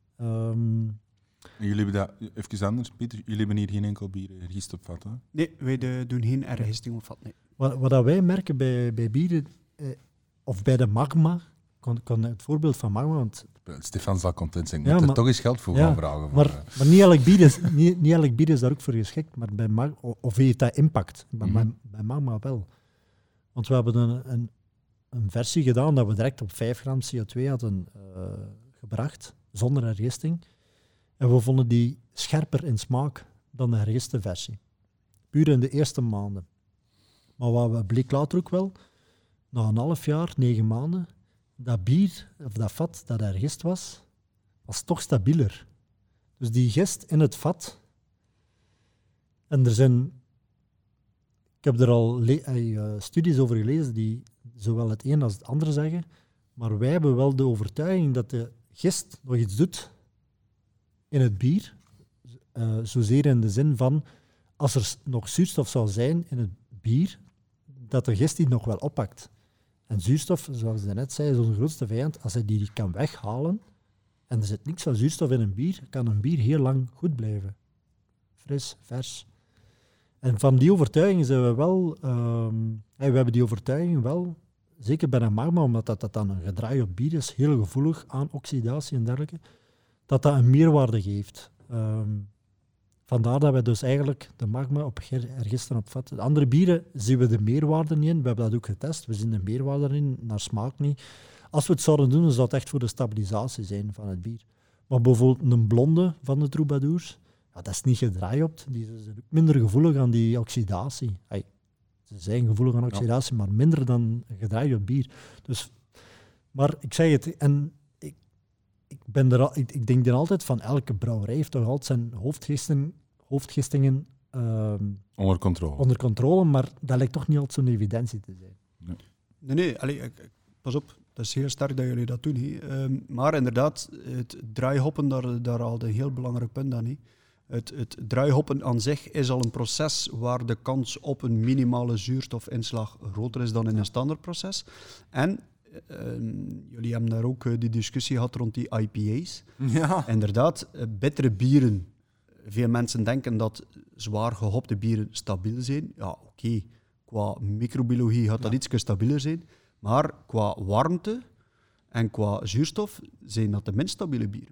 Jullie hebben dat, even anders, Pieter, jullie hebben hier geen enkel bier hergist op vat, hè? Nee, wij doen geen hergisting op vat. Nee. Wat wij merken bij bieren, of bij de Magma, kan het voorbeeld van Magma, want Stefan zal content zijn. Ik Ja, moet er maar- toch eens geld voor ja, gaan vragen. maar niet elk bier is daar ook voor geschikt, maar bij Magma, of heeft dat impact? Bij Magma wel. Want we hebben een versie gedaan dat we direct op 5 gram CO2 hadden gebracht, zonder hergisting. En we vonden die scherper in smaak dan de hergiste versie. Puur in de eerste maanden. Maar wat bleek later ook wel, na een half jaar, 9 maanden, dat bier, of dat vat dat hergist was toch stabieler. Dus die gist in het vat, en ik heb er al studies over gelezen die zowel het een als het andere zeggen, maar wij hebben wel de overtuiging dat de gist nog iets doet in het bier, zozeer in de zin van, als er nog zuurstof zou zijn in het bier, dat de gist die nog wel oppakt. En zuurstof, zoals je net zei, is onze grootste vijand. Als hij die kan weghalen en er zit niks van zuurstof in een bier, kan een bier heel lang goed blijven. Fris, vers. En van die overtuiging zijn we wel... we hebben die overtuiging wel, zeker bij een Magma, omdat dat dan een gedraaid bier is, heel gevoelig aan oxidatie en dergelijke, dat een meerwaarde geeft. Vandaar dat we dus eigenlijk de Magma op hergisten op vat. De andere bieren zien we de meerwaarde niet in. We hebben dat ook getest. We zien de meerwaarde in, naar smaak niet. Als we het zouden doen, dan zou het echt voor de stabilisatie zijn van het bier. Maar bijvoorbeeld een blonde van de Troubadours, ja, dat is niet gedraaid. Die zijn ook minder gevoelig aan die oxidatie. Ze zijn gevoelig aan oxidatie, maar minder dan gedraaid bier. Dus, maar ik zeg het, en ik denk dan altijd van elke brouwerij heeft toch altijd zijn hoofdgistingen Onder controle. maar dat lijkt toch niet altijd zo'n evidentie te zijn. Nee, pas op. dat is heel sterk dat jullie dat doen. Hè. Maar inderdaad, het draaihoppen, daar al een heel belangrijk punt aan. Hè. Het draaihoppen aan zich is al een proces waar de kans op een minimale zuurstofinslag groter is dan in een standaardproces. En jullie hebben daar ook die discussie gehad rond die IPA's. Ja. Inderdaad, bittere bieren. Veel mensen denken dat zwaar gehopte bieren stabiel zijn. Ja, oké. Qua microbiologie gaat dat iets stabieler zijn. Maar qua warmte en qua zuurstof zijn dat de minst stabiele bieren.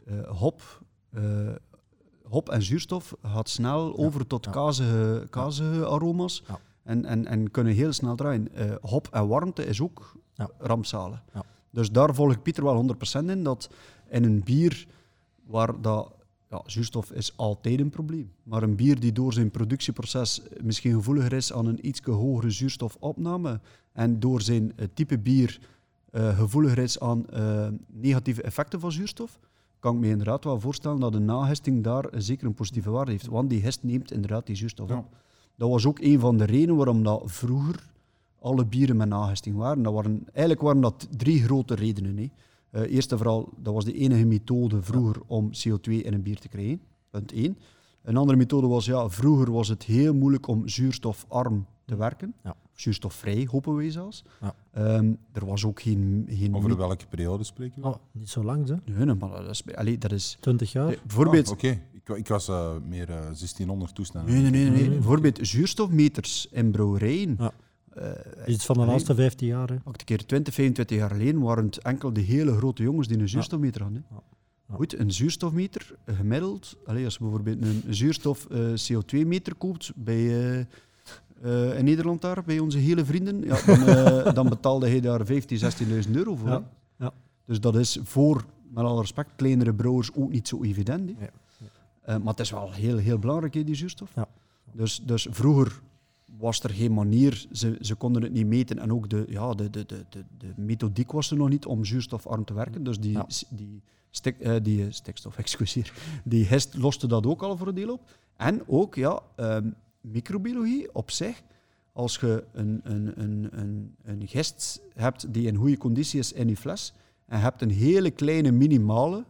Hop en zuurstof gaat snel over tot kazige aroma's en kunnen heel snel draaien. Hop en warmte is ook rampzalig. Ja. Dus daar volg ik Pieter wel 100% in, dat in een bier waar dat... Ja, zuurstof is altijd een probleem. Maar een bier die door zijn productieproces misschien gevoeliger is aan een iets hogere zuurstofopname en door zijn type bier gevoeliger is aan negatieve effecten van zuurstof, kan ik me inderdaad wel voorstellen dat de nagisting daar zeker een positieve waarde heeft. Want die gist neemt inderdaad die zuurstof op. Dat was ook een van de redenen waarom dat vroeger alle bieren met nagisting waren. Eigenlijk waren dat 3 grote redenen. Hè. Eerst en vooral, dat was de enige methode vroeger om CO2 in een bier te krijgen. Punt 1. Een andere methode was, vroeger was het heel moeilijk om zuurstofarm te werken. Ja. Zuurstofvrij, hopen wij zelfs. Ja. Er was ook geen Over welke periode spreken we? Oh, niet zo lang, hè? Nee, maar dat is... 20 jaar? Bijvoorbeeld... Oké. Ik was meer 1600 toestand. Nee. Bijvoorbeeld zuurstofmeters in brouwerijen. Ja. Iets van de laatste 15 jaar. Hè? Ook een keer 20, 25 jaar geleden waren het enkel de hele grote jongens die een zuurstofmeter hadden. Hè. Ja. Goed, een zuurstofmeter, gemiddeld, als je bijvoorbeeld een zuurstof CO2-meter koopt bij, in Nederland daar, bij onze hele vrienden, dan betaalde hij daar 15.000, 16.000 euro voor. Ja. Ja. Dus dat is voor, met alle respect, kleinere brouwers ook niet zo evident. Hè. Ja. Maar het is wel heel, heel belangrijk, die zuurstof. Ja. Dus vroeger was er geen manier, ze konden het niet meten en ook de methodiek was er nog niet om zuurstofarm te werken. Dus die stikstof, die gist loste dat ook al voor een deel op. En ook, microbiologie op zich, als je een gist hebt die in goede conditie is in je fles en je hebt een hele kleine minimale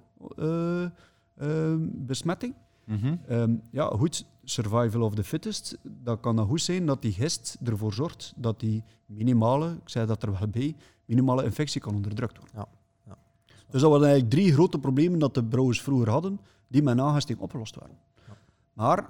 besmetting, goed, survival of the fittest, dan kan dat goed zijn dat die gist ervoor zorgt dat die minimale, ik zei dat er wel bij, minimale infectie kan onderdrukt worden. Ja. Ja. Dus dat waren eigenlijk 3 grote problemen dat de brouwers vroeger hadden, die met nagisting opgelost waren. Ja. Maar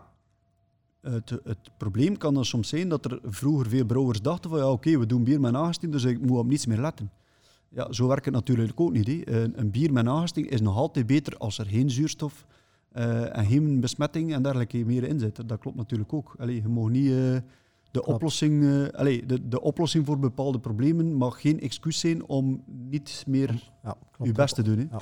het probleem kan dan soms zijn dat er vroeger veel brouwers dachten van oké, we doen bier met nagisting, dus ik moet op niets meer letten. Ja, zo werkt het natuurlijk ook niet. Hè. Een bier met nagisting is nog altijd beter als er geen zuurstof en geen besmetting en dergelijke meer in zit. Dat klopt natuurlijk ook. Je mag niet de oplossing... de oplossing voor bepaalde problemen mag geen excuus zijn om niet meer je best te doen. Hè. Ja.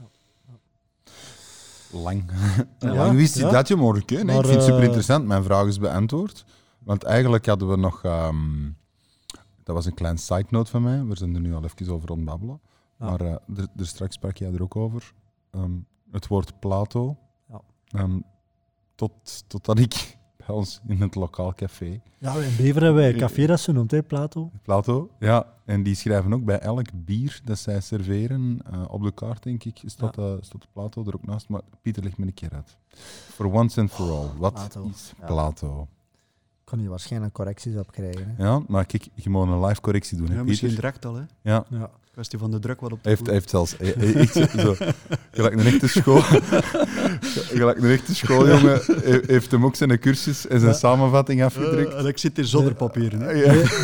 Lang. Lang wist je dat, je morgen. Nee, ik vind het super interessant. Mijn vraag is beantwoord. Want eigenlijk hadden we nog... dat was een klein side note van mij. We zijn er nu al even over ontbabbelen. Ja. Maar er straks sprak jij er ook over. Het woord Plato. Ja. Totdat ik bij ons in het lokaal café... Ja, in Bever hebben wij een café dat ze noemt, hè, Plato. Plato, ja. En die schrijven ook bij elk bier dat zij serveren, op de kaart, denk ik, staat Plato er ook naast. Maar Pieter, leg me een keer uit. For once and for all, wat is Plato? Ik kan hier waarschijnlijk correcties op krijgen. Hè? Ja, maar kijk, je moet een live correctie doen. Hè, misschien direct al, hè? Ja. Kwestie van de druk wat op de Hij heeft zelfs... Gelijk een echte school... Gelijk een echte schooljongen heeft hem ook zijn cursus en zijn samenvatting afgedrukt. En ik zit hier zonder papieren. Hè?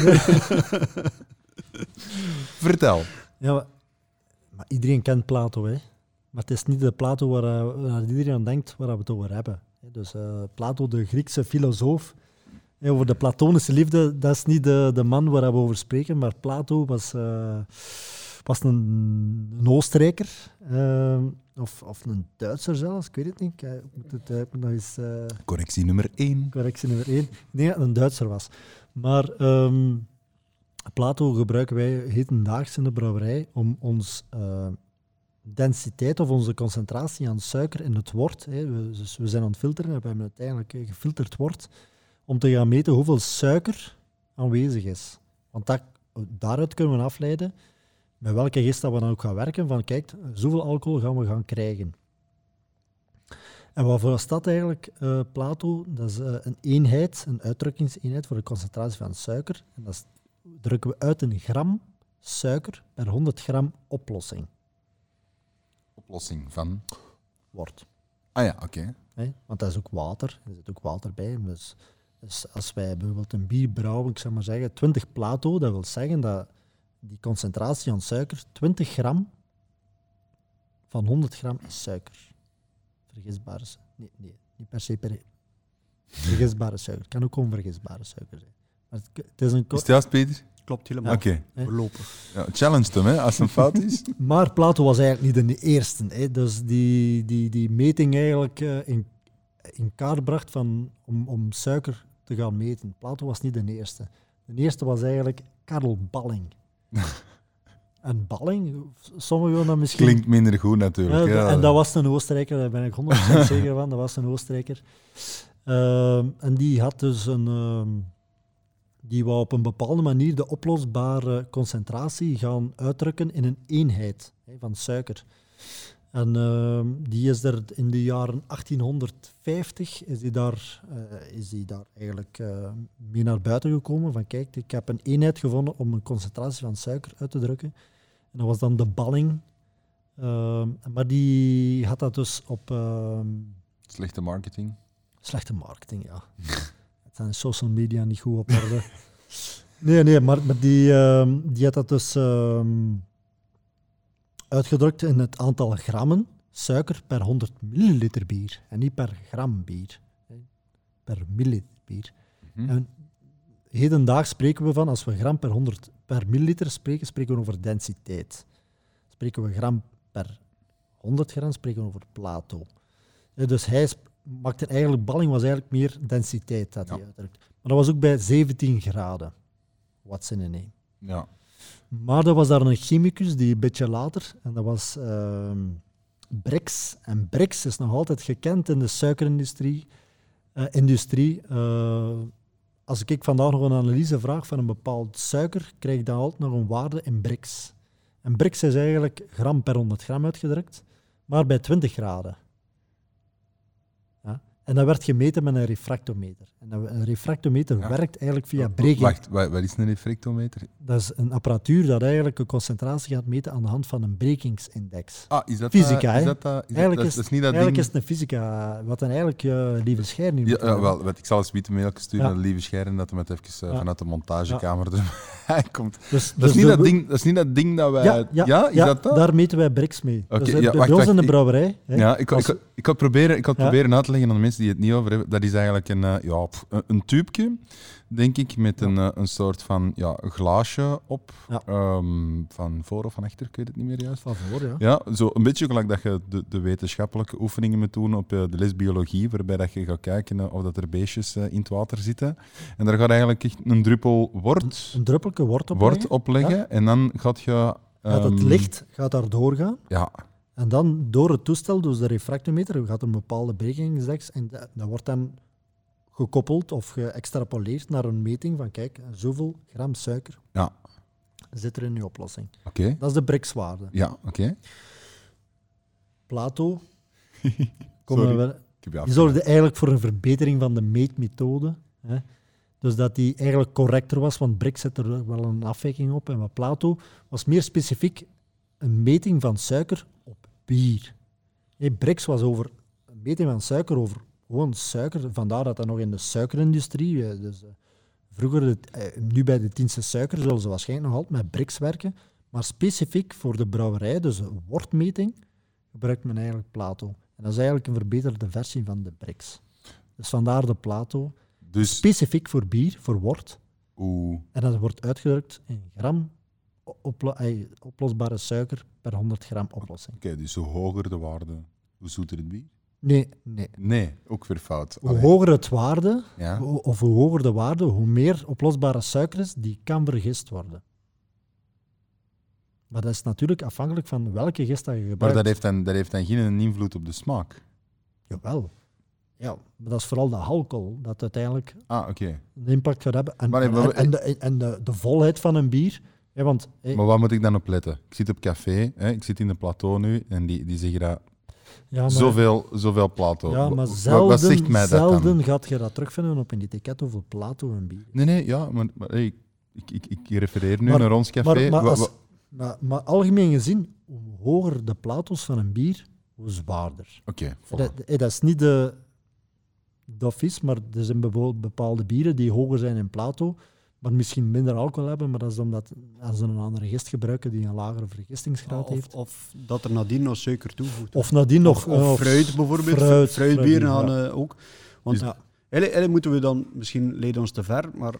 Vertel. Ja, maar iedereen kent Plato, hè. Maar het is niet de Plato waar iedereen aan denkt, waar we het over hebben. Dus Plato, de Griekse filosoof... Over de platonische liefde, dat is niet de man waar we over spreken, maar Plato was een Oostenrijker, of een Duitser zelfs, ik weet het niet. Ik moet het nog eens... Correctie nummer 1. Correctie nummer 1. Ik denk dat het een Duitser was. Maar Plato gebruiken wij hedendaags in de brouwerij om ons densiteit of onze concentratie aan suiker in het wort, dus we zijn aan het filteren, we hebben het eigenlijk gefilterd wort, om te gaan meten hoeveel suiker aanwezig is. Want daaruit kunnen we afleiden met welke gist dat we dan ook gaan werken, van kijk, zoveel alcohol gaan we gaan krijgen. En waarvoor staat eigenlijk Plato? Dat is een eenheid, een uitdrukkingseenheid voor de concentratie van suiker. En dat drukken we uit in gram suiker per 100 gram oplossing. Oplossing van? Wordt. Ah ja, oké. Want dat is ook water, er zit ook water bij. Dus als wij bijvoorbeeld een bier brouwen, ik zou maar zeggen 20 Plato, dat wil zeggen dat die concentratie aan suiker, 20 gram van 100 gram is suiker. Vergisbare suiker. Nee, niet per se vergisbare suiker. Het kan ook onvergisbare suiker zijn. Maar het is een Is het juist, Peter? Klopt helemaal. Oké. Voorlopig. Ja, challenge hem, hè, als het een fout is. Maar Plato was eigenlijk niet de eerste. Hè. Dus die meting eigenlijk in kaart bracht om suiker te gaan meten. Plato was niet de eerste. De eerste was eigenlijk Karl Balling. En Balling, sommigen willen dat misschien... Klinkt minder goed natuurlijk. Ja, Ja. en dat was een Oostenrijker, daar ben ik 100% zeker van. Dat was een Oostenrijker. En die had dus die wou op een bepaalde manier de oplosbare concentratie gaan uitdrukken in een eenheid van suiker. En die is er in de jaren 1850 is die daar eigenlijk mee naar buiten gekomen. Van kijk, ik heb een eenheid gevonden om een concentratie van suiker uit te drukken. En dat was dan de Balling. Maar die had dat dus op... Slechte marketing. Slechte marketing, ja. Het zijn social media niet goed op orde. Nee, maar die had dat dus uitgedrukt in het aantal grammen suiker per 100 milliliter bier. En niet per gram bier. Per milliliter bier. En hedendaags spreken we van, als we gram per milliliter spreken we over densiteit. Spreken we gram per 100 gram, spreken we over Plato. Dus hij maakte eigenlijk, Balling was eigenlijk meer densiteit dat hij uitdrukt. Maar dat was ook bij 17 graden. What's in a name. Ja. Maar er was daar een chemicus die een beetje later, en dat was Brix. En Brix is nog altijd gekend in de suikerindustrie. Als ik vandaag nog een analyse vraag van een bepaald suiker, krijg ik dan altijd nog een waarde in Brix. En Brix is eigenlijk gram per 100 gram uitgedrukt, maar bij 20 graden. Ja? En dat werd gemeten met een refractometer. En een refractometer werkt eigenlijk via breking. Wacht, wat is een refractometer? Dat is een apparatuur dat eigenlijk een concentratie gaat meten aan de hand van een brekingsindex. Ah, is dat Fysica, hè? dat is niet dat eigenlijk ding... is het een fysica, wat dan eigenlijk lieve Scheer nu Ja, wel, ik zal eens een mail sturen naar de lieve Scheer dat hij met even vanuit de montagekamer hij komt. Dus dat is niet dat ding dat wij... Is dat? Daar meten wij Brix mee. Okay, dus, bij ons in de brouwerij... Ja, ik had proberen uit te leggen aan de mensen die het niet over hebben. Dat is eigenlijk een tubeje, denk ik, met een soort van glaasje op. Ja. Van voor of van achter, ik weet het niet meer juist. Van voor, ja. Ja, zo een beetje gelijk dat je de wetenschappelijke oefeningen moet doen op de les biologie, waarbij dat je gaat kijken of dat er beestjes in het water zitten. En daar gaat eigenlijk echt een druppel wort... Een druppelke wort opleggen. Ja. En dan gaat je... gaat het licht daar doorgaan. Ja. En dan door het toestel, dus de refractometer, gaat een bepaalde brekingsindex en dat wordt dan gekoppeld of geëxtrapoleerd naar een meting van kijk, zoveel gram suiker zit er in je oplossing. Okay. Dat is de Brix-waarde. Ja, oké. Plato die zorgde eigenlijk voor een verbetering van de meetmethode. Hè. Dus dat die eigenlijk correcter was, want Brix zet er wel een afwijking op. En wat Plato was meer specifiek een meting van suiker op bier. Brix was over een meting van suiker over gewoon suiker. Vandaar dat nog in de suikerindustrie, dus vroeger, nu bij de Tiense suiker, zullen ze waarschijnlijk nog altijd met Brix werken. Maar specifiek voor de brouwerij, dus de wortmeting, gebruikt men eigenlijk Plato. En dat is eigenlijk een verbeterde versie van de Brix. Dus vandaar de Plato. Dus... Specifiek voor bier, voor wort. En dat wordt uitgedrukt in gram oplosbare suiker per 100 gram oplossing. Oké, dus hoe hoger de waarde, hoe zoeter het bier? Nee, ook weer fout. Hoe hoger het waarde, of hoe hoger de waarde, hoe meer oplosbare suiker is, die kan vergist worden. Maar dat is natuurlijk afhankelijk van welke gist dat je gebruikt. Maar dat heeft dan geen invloed op de smaak? Jawel. Ja, maar dat is vooral de alcohol dat uiteindelijk een een impact gaat hebben. En de volheid van een bier Ja, want, Maar wat moet ik dan op letten? Ik zit op café, hè, ik zit in de plateau nu en die zeggen dat ja, maar, zoveel plateau. ja, maar Wat zegt mij dat dan? zelden gaat je dat terugvinden op een etiket hoeveel plato en bier. Nee, ja, maar hey, ik refereer nu Maar- naar ons café. Maar algemeen gezien, hoe hoger de plato's van een bier, hoe zwaarder. Oké, Dat is niet de vies, maar er zijn bijvoorbeeld bepaalde bieren die hoger zijn in plato, maar misschien minder alcohol hebben, maar dat is omdat als ze een andere gist gebruiken die een lagere vergistingsgraad heeft. Of dat er nadien nog suiker toevoegt. Of nadien nog... Of fruit bijvoorbeeld. Fruitbieren gaan ook. Want Ja. eigenlijk moeten we dan, misschien leiden ons te ver, maar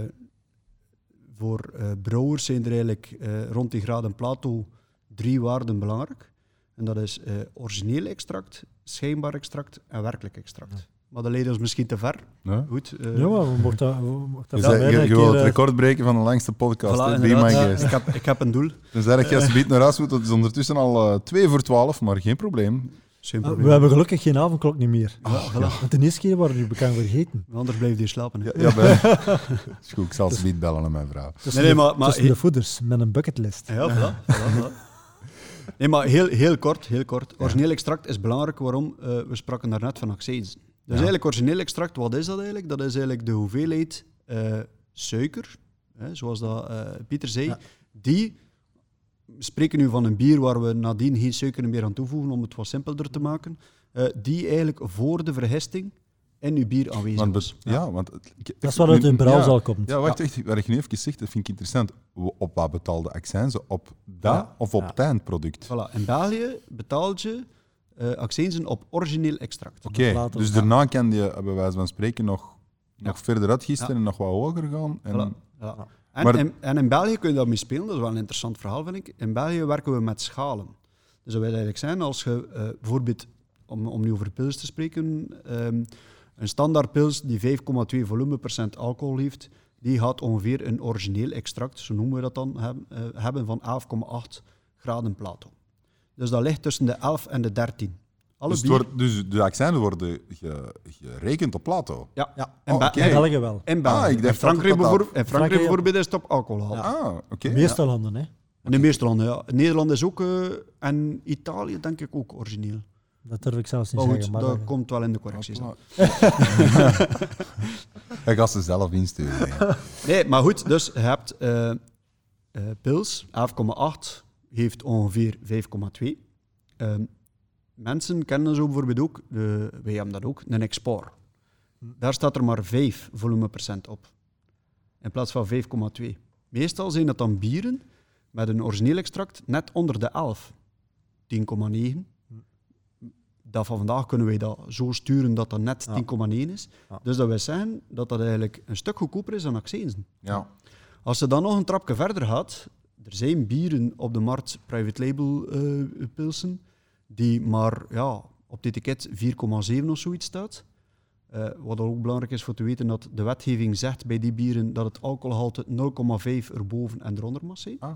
voor brouwers zijn er eigenlijk rond die graden plato 3 waarden belangrijk. En dat is origineel extract, schijnbaar extract en werkelijk extract. Ja. Maar dat leidt ons misschien te ver. Ja? Goed. Ja, maar we mochten dat Je van mij een wil keer, het record breken van de langste podcast. Voilà, Hè? Be my inderdaad. guest. Ik heb een doel. Dus daar je alsjeblieft naar huis moet. Het is ondertussen al 2:12, maar geen probleem. Geen we probleem. hebben gelukkig geen avondklok niet meer. Ja, voilà. Want de eerste keer waren we het bekend vergeten. Anders blijf je slapen. Hè. Is goed, ik zal alsjeblieft bellen aan mijn vrouw. Tussen, maar tussen de voeders, met een bucketlist. Ja, voilà. Nee, maar heel kort. Origineel extract is belangrijk. Waarom? We spraken daarnet van accijns. Dus eigenlijk origineel extract, wat is dat eigenlijk? Dat is eigenlijk de hoeveelheid suiker, zoals dat Pieter zei, die, we spreken nu van een bier waar we nadien geen suiker meer aan toevoegen om het wat simpelder te maken, die eigenlijk voor de vergisting in uw bier aanwezig was. Want Dat is wat uit een brouwzaal komt. Ja, wacht, echt, wat ik nu even zeg, dat vind ik interessant. Op wat betaalde accijnzen? Op dat of op het eindproduct? Voilà. In België betaalt je accijnzen op origineel extract. Oké, dus daarna kan je, bij wijze van spreken, nog verder uitgisten en nog wat hoger gaan. En... Voilà. Ja. En in België kun je dat mee spelen, dat is wel een interessant verhaal, vind ik. In België werken we met schalen. Dus dat wil eigenlijk zijn, als je bijvoorbeeld, om nu over pils te spreken, een standaard pils die 5,2 volumepercent alcohol heeft, die gaat ongeveer een origineel extract, zo noemen we dat dan, hebben van 11,8 graden plato. Dus dat ligt tussen de 11 en de 13. Dus de accijnen worden gerekend op plato? Ja. In België wel. In België. Ik dacht in Frankrijk, Frankrijk bijvoorbeeld is het op alcohol. Ja. Oké. De meeste landen, hè. In de meeste landen, ja. Nederland is ook, en Italië denk ik ook origineel. Dat durf ik zelfs niet Maar goed, zeggen. Maar dat komt wel in de correcties. Hij gaat ze zelf insturen. Nee, maar goed, dus je hebt pils, 11,8, heeft ongeveer 5,2. Mensen kennen zo bijvoorbeeld ook, wij hebben dat ook, een export. Daar staat er maar 5 volumepercent op, in plaats van 5,2. Meestal zijn dat dan bieren met een origineel extract net onder de 11, 10,9. Dat van vandaag kunnen wij dat zo sturen dat dat net 10,1 is. Ja. Dus dat wil zeggen dat dat eigenlijk een stuk goedkoper is dan accijnzen. Ja. Als je dan nog een trapje verder gaat, er zijn bieren op de markt, private label pilsen, die maar op het etiket 4,7 of zoiets staat. Wat ook belangrijk is voor te weten, dat de wetgeving zegt bij die bieren dat het alcoholgehalte 0,5 erboven en eronder mag zijn.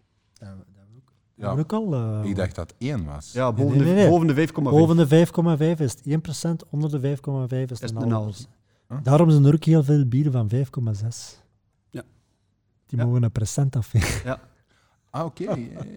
Ja. Ook al, Ik dacht dat het 1 was. Ja, boven Nee. de 5,5. boven de 5,5 is het 1%, onder de 5,5 is het Is een een half. Huh? Daarom zijn er ook heel veel bieren van 5,6. Ja. Die Ja. mogen een procent afvegen. Oké.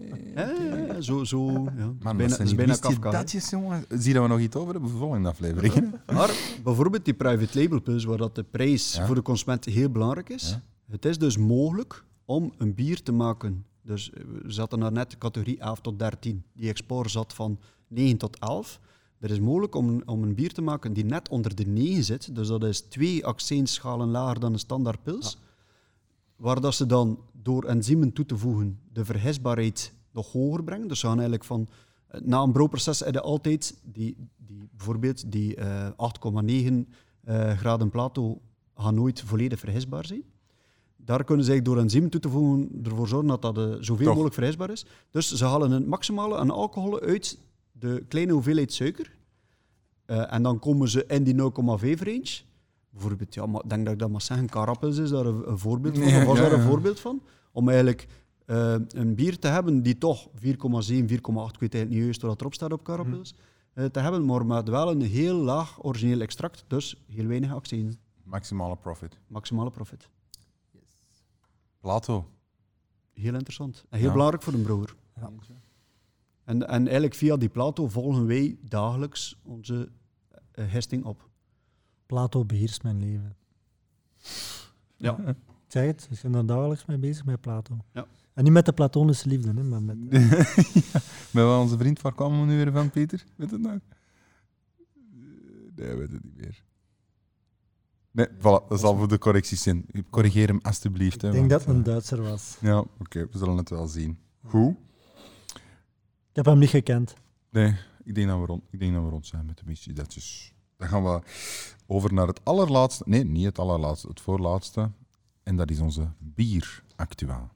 Zo. Ja. Man, Het is bijna Kafka. hè. datjes, jongen. Zie dat we nog iets over hebben voor de volgende aflevering. Maar bijvoorbeeld die private label pils, waar dat de prijs Ja. voor de consument heel belangrijk is. Ja. Het is dus mogelijk om een bier te maken. Dus we zaten daar net categorie 11 tot 13. Die export zat van 9 tot 11. Er is mogelijk om een bier te maken die net onder de 9 zit. Dus dat is 2 accijnschalen lager dan een standaard pils. Waar dat ze dan door enzymen toe te voegen de verhisbaarheid nog hoger brengen. Dus ze gaan eigenlijk van... Na een brouwproces heb je altijd bijvoorbeeld die 8,9 graden plato gaan nooit volledig verhisbaar zijn. Daar kunnen ze eigenlijk door enzymen toe te voegen ervoor zorgen dat dat zoveel mogelijk verhisbaar is. Dus ze halen een maximale aan alcohol uit de kleine hoeveelheid suiker. En dan komen ze in die 0,5 range. Bijvoorbeeld, maar ik denk dat ik dat mag zeggen, Carapels is daar een voorbeeld van. Of was daar een voorbeeld van? Om eigenlijk een bier te hebben die toch 4,7, 4,8, ik weet eigenlijk niet juist wat erop staat op Carapels, te hebben, maar met wel een heel laag origineel extract, dus heel weinig accijns. Maximale profit. Maximale profit. Plato. heel interessant. En heel Ja. belangrijk voor een brouwer. Ja. En eigenlijk via die Plato volgen wij dagelijks onze gisting op. Plato beheerst mijn leven. Ja. Ik zeg het, ik ben daar dagelijks mee bezig met Plato. Ja. En niet met de platonische liefde, hè, maar met... Met wat onze vriend, waar kwamen we nu weer van, Peter? Weet het nog? Nee, weet het niet meer. Nee, voilà, dat zal voor de correcties zijn. Corrigeer hem alstublieft. Ik denk dat het een Duitser was. Ja, oké, we zullen het wel zien. Goed? Ik heb hem niet gekend. Nee, ik denk dat we rond zijn met de missie. Dan gaan we over naar het allerlaatste. Nee, niet het allerlaatste, het voorlaatste. En dat is onze bieractua.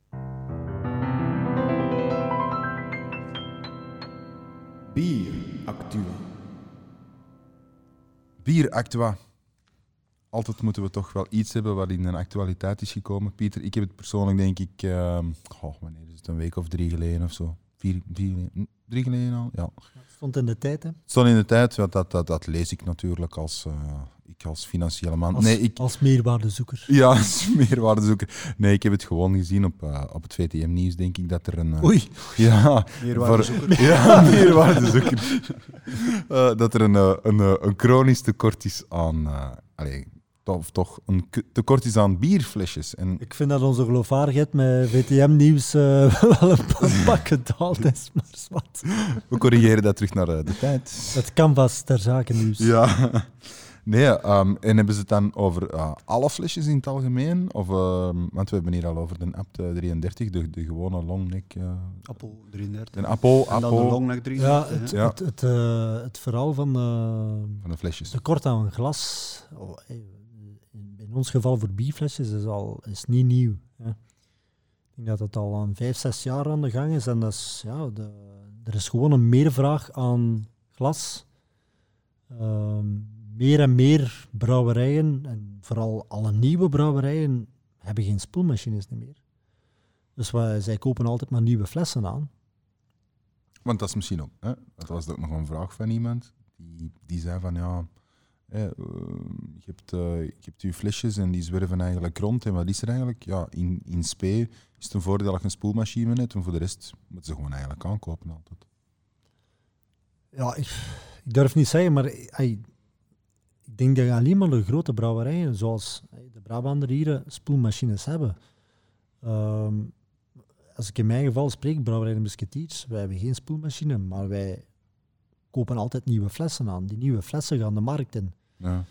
Bieractua. Bieractua. Altijd moeten we toch wel iets hebben wat in de actualiteit is gekomen. Pieter, ik heb het persoonlijk denk ik... wanneer is het? Een week of 3 geleden of zo? 3 geleden al? Ja. Het stond in de tijd, hè. Het stond in de tijd, ja, dat lees ik natuurlijk als financiële man. Als meerwaardezoeker. Ja, als meerwaardezoeker. Nee, ik heb het gewoon gezien op het VTM-nieuws, denk ik, dat er een... Oei. Ja, Meerwaardezoeker. Ja, meerwaardezoeker. Dat er een chronisch tekort is aan... toch een tekort is aan bierflesjes. En Ik vind dat onze geloofwaardigheid met VTM-nieuws wel een pak gedaald is, maar wat. we corrigeren dat terug naar de tijd. Het canvas ter zake nieuws. Ja. Nee, en hebben ze het dan over alle flesjes in het algemeen? Of, want we hebben hier al over de Abt 33, de gewone longneck. Appel 33. Een Apo. En dan de longneck 33. Ja, hè. het verhaal van Van de flesjes. tekort aan glas, in ons geval voor bierflesjes, is niet nieuw. Hè. Ik denk dat het al aan 5-6 jaar aan de gang is. En dat is, er is gewoon een meervraag aan glas. Meer en meer brouwerijen, en vooral alle nieuwe brouwerijen, hebben geen spoelmachines meer. Dus zij kopen altijd maar nieuwe flessen aan. Want dat is misschien ook... Dat was ook nog een vraag van iemand. Die zei van, ja... je hebt je flesjes en die zwerven eigenlijk rond. En wat is er eigenlijk? Ja, in spe is het een voordeel dat je een spoelmachine hebt. En voor de rest moeten ze gewoon eigenlijk aankopen altijd. Ja, ik durf niet zeggen, maar ik denk dat alleen maar de grote brouwerijen, zoals de Brabander hier, spoelmachines hebben. Als ik in mijn geval spreek, Brouwerij de Musketeers, wij hebben geen spoelmachine, maar wij kopen altijd nieuwe flessen aan. Die nieuwe flessen gaan de markt in. Ja.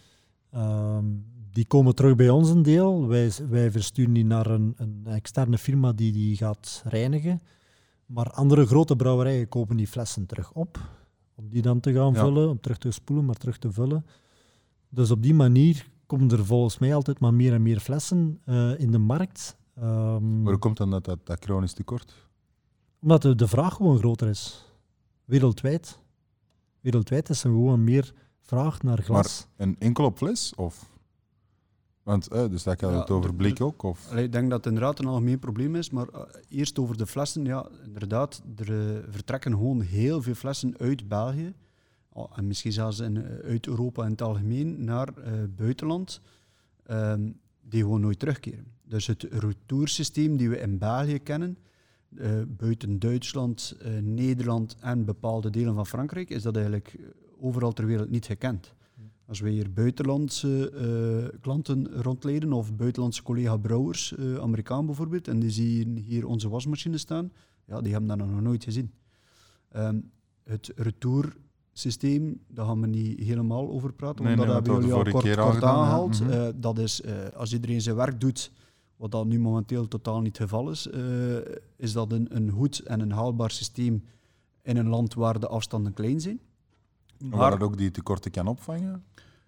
Die komen terug bij ons een deel. Wij versturen die naar een externe firma die gaat reinigen. Maar andere grote brouwerijen kopen die flessen terug op, om die dan te gaan vullen, om terug te spoelen, maar terug te vullen. Dus op die manier komen er volgens mij altijd maar meer en meer flessen in de markt. Maar hoe komt dan dat chronisch tekort? Omdat de vraag gewoon groter is. Wereldwijd. Wereldwijd is er gewoon meer vraag naar glas. Maar een enkel op fles? Of? Want dus dat gaat het over blik ook? Of? Ik denk dat het inderdaad een algemeen probleem is, maar eerst over de flessen. Ja, inderdaad, er vertrekken gewoon heel veel flessen uit België, en misschien zelfs uit Europa in het algemeen, naar buitenland, die gewoon nooit terugkeren. Dus het retoursysteem die we in België kennen, buiten Duitsland, Nederland en bepaalde delen van Frankrijk, is dat eigenlijk overal ter wereld niet gekend. Als wij hier buitenlandse klanten rondleiden of buitenlandse collega-brouwers, Amerikaan bijvoorbeeld, en die zien hier onze wasmachines staan, ja, die hebben dat nog nooit gezien. Het retoursysteem, daar gaan we niet helemaal over praten, want dat hebben jullie al kort aangehaald. Dat is, als iedereen zijn werk doet, wat dat nu momenteel totaal niet het geval is, is dat een goed en een haalbaar systeem in een land waar de afstanden klein zijn. Waar dat ook die tekorten kan opvangen?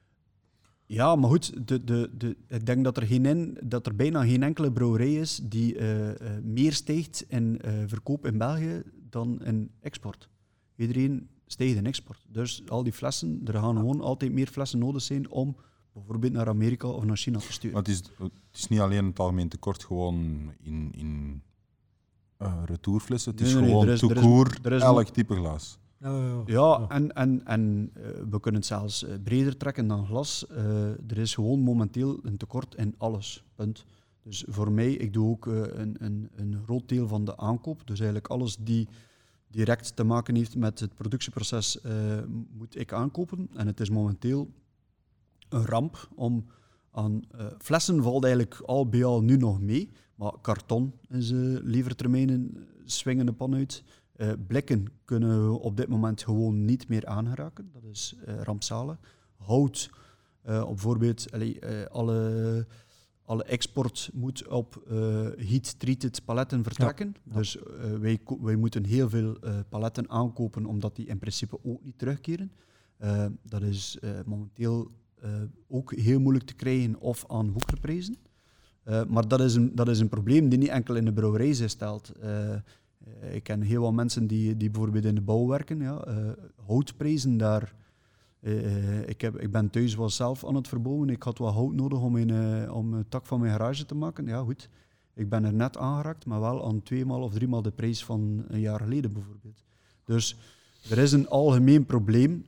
Ja, maar goed, ik denk dat er bijna geen enkele brouwerij is die meer stijgt in verkoop in België dan in export. Iedereen stijgt in export. Dus al die flessen, er gaan gewoon altijd meer flessen nodig zijn om bijvoorbeeld naar Amerika of naar China te sturen. Maar het is niet alleen het algemeen tekort gewoon in retourflessen, het is gewoon toekoer elk type glas. Ja, en we kunnen het zelfs breder trekken dan glas. Er is gewoon momenteel een tekort in alles. Punt. Dus voor mij, ik doe ook een groot deel van de aankoop. Dus eigenlijk alles die direct te maken heeft met het productieproces, moet ik aankopen. En het is momenteel een ramp om aan flessen valt eigenlijk al bij al nu nog mee. Maar karton is levertermijnen, swingende pan uit. Blikken kunnen we op dit moment gewoon niet meer aangeraken. Dat is rampzalig. Hout, op bijvoorbeeld alle export moet op heat-treated paletten vertrekken. Ja. Dus wij moeten heel veel paletten aankopen, omdat die in principe ook niet terugkeren. Dat is momenteel ook heel moeilijk te krijgen of aan woekerprijzen. Maar dat is een probleem die niet enkel in de brouwerij zich stelt. Ik ken heel wat mensen die bijvoorbeeld in de bouw werken. Ja. Houtprijzen daar. Ik ben thuis wel zelf aan het verbouwen. Ik had wat hout nodig om een tak van mijn garage te maken. Ja, goed. Ik ben er net aangeraakt, maar wel aan 2 of 3 maal de prijs van een jaar geleden bijvoorbeeld. Dus er is een algemeen probleem.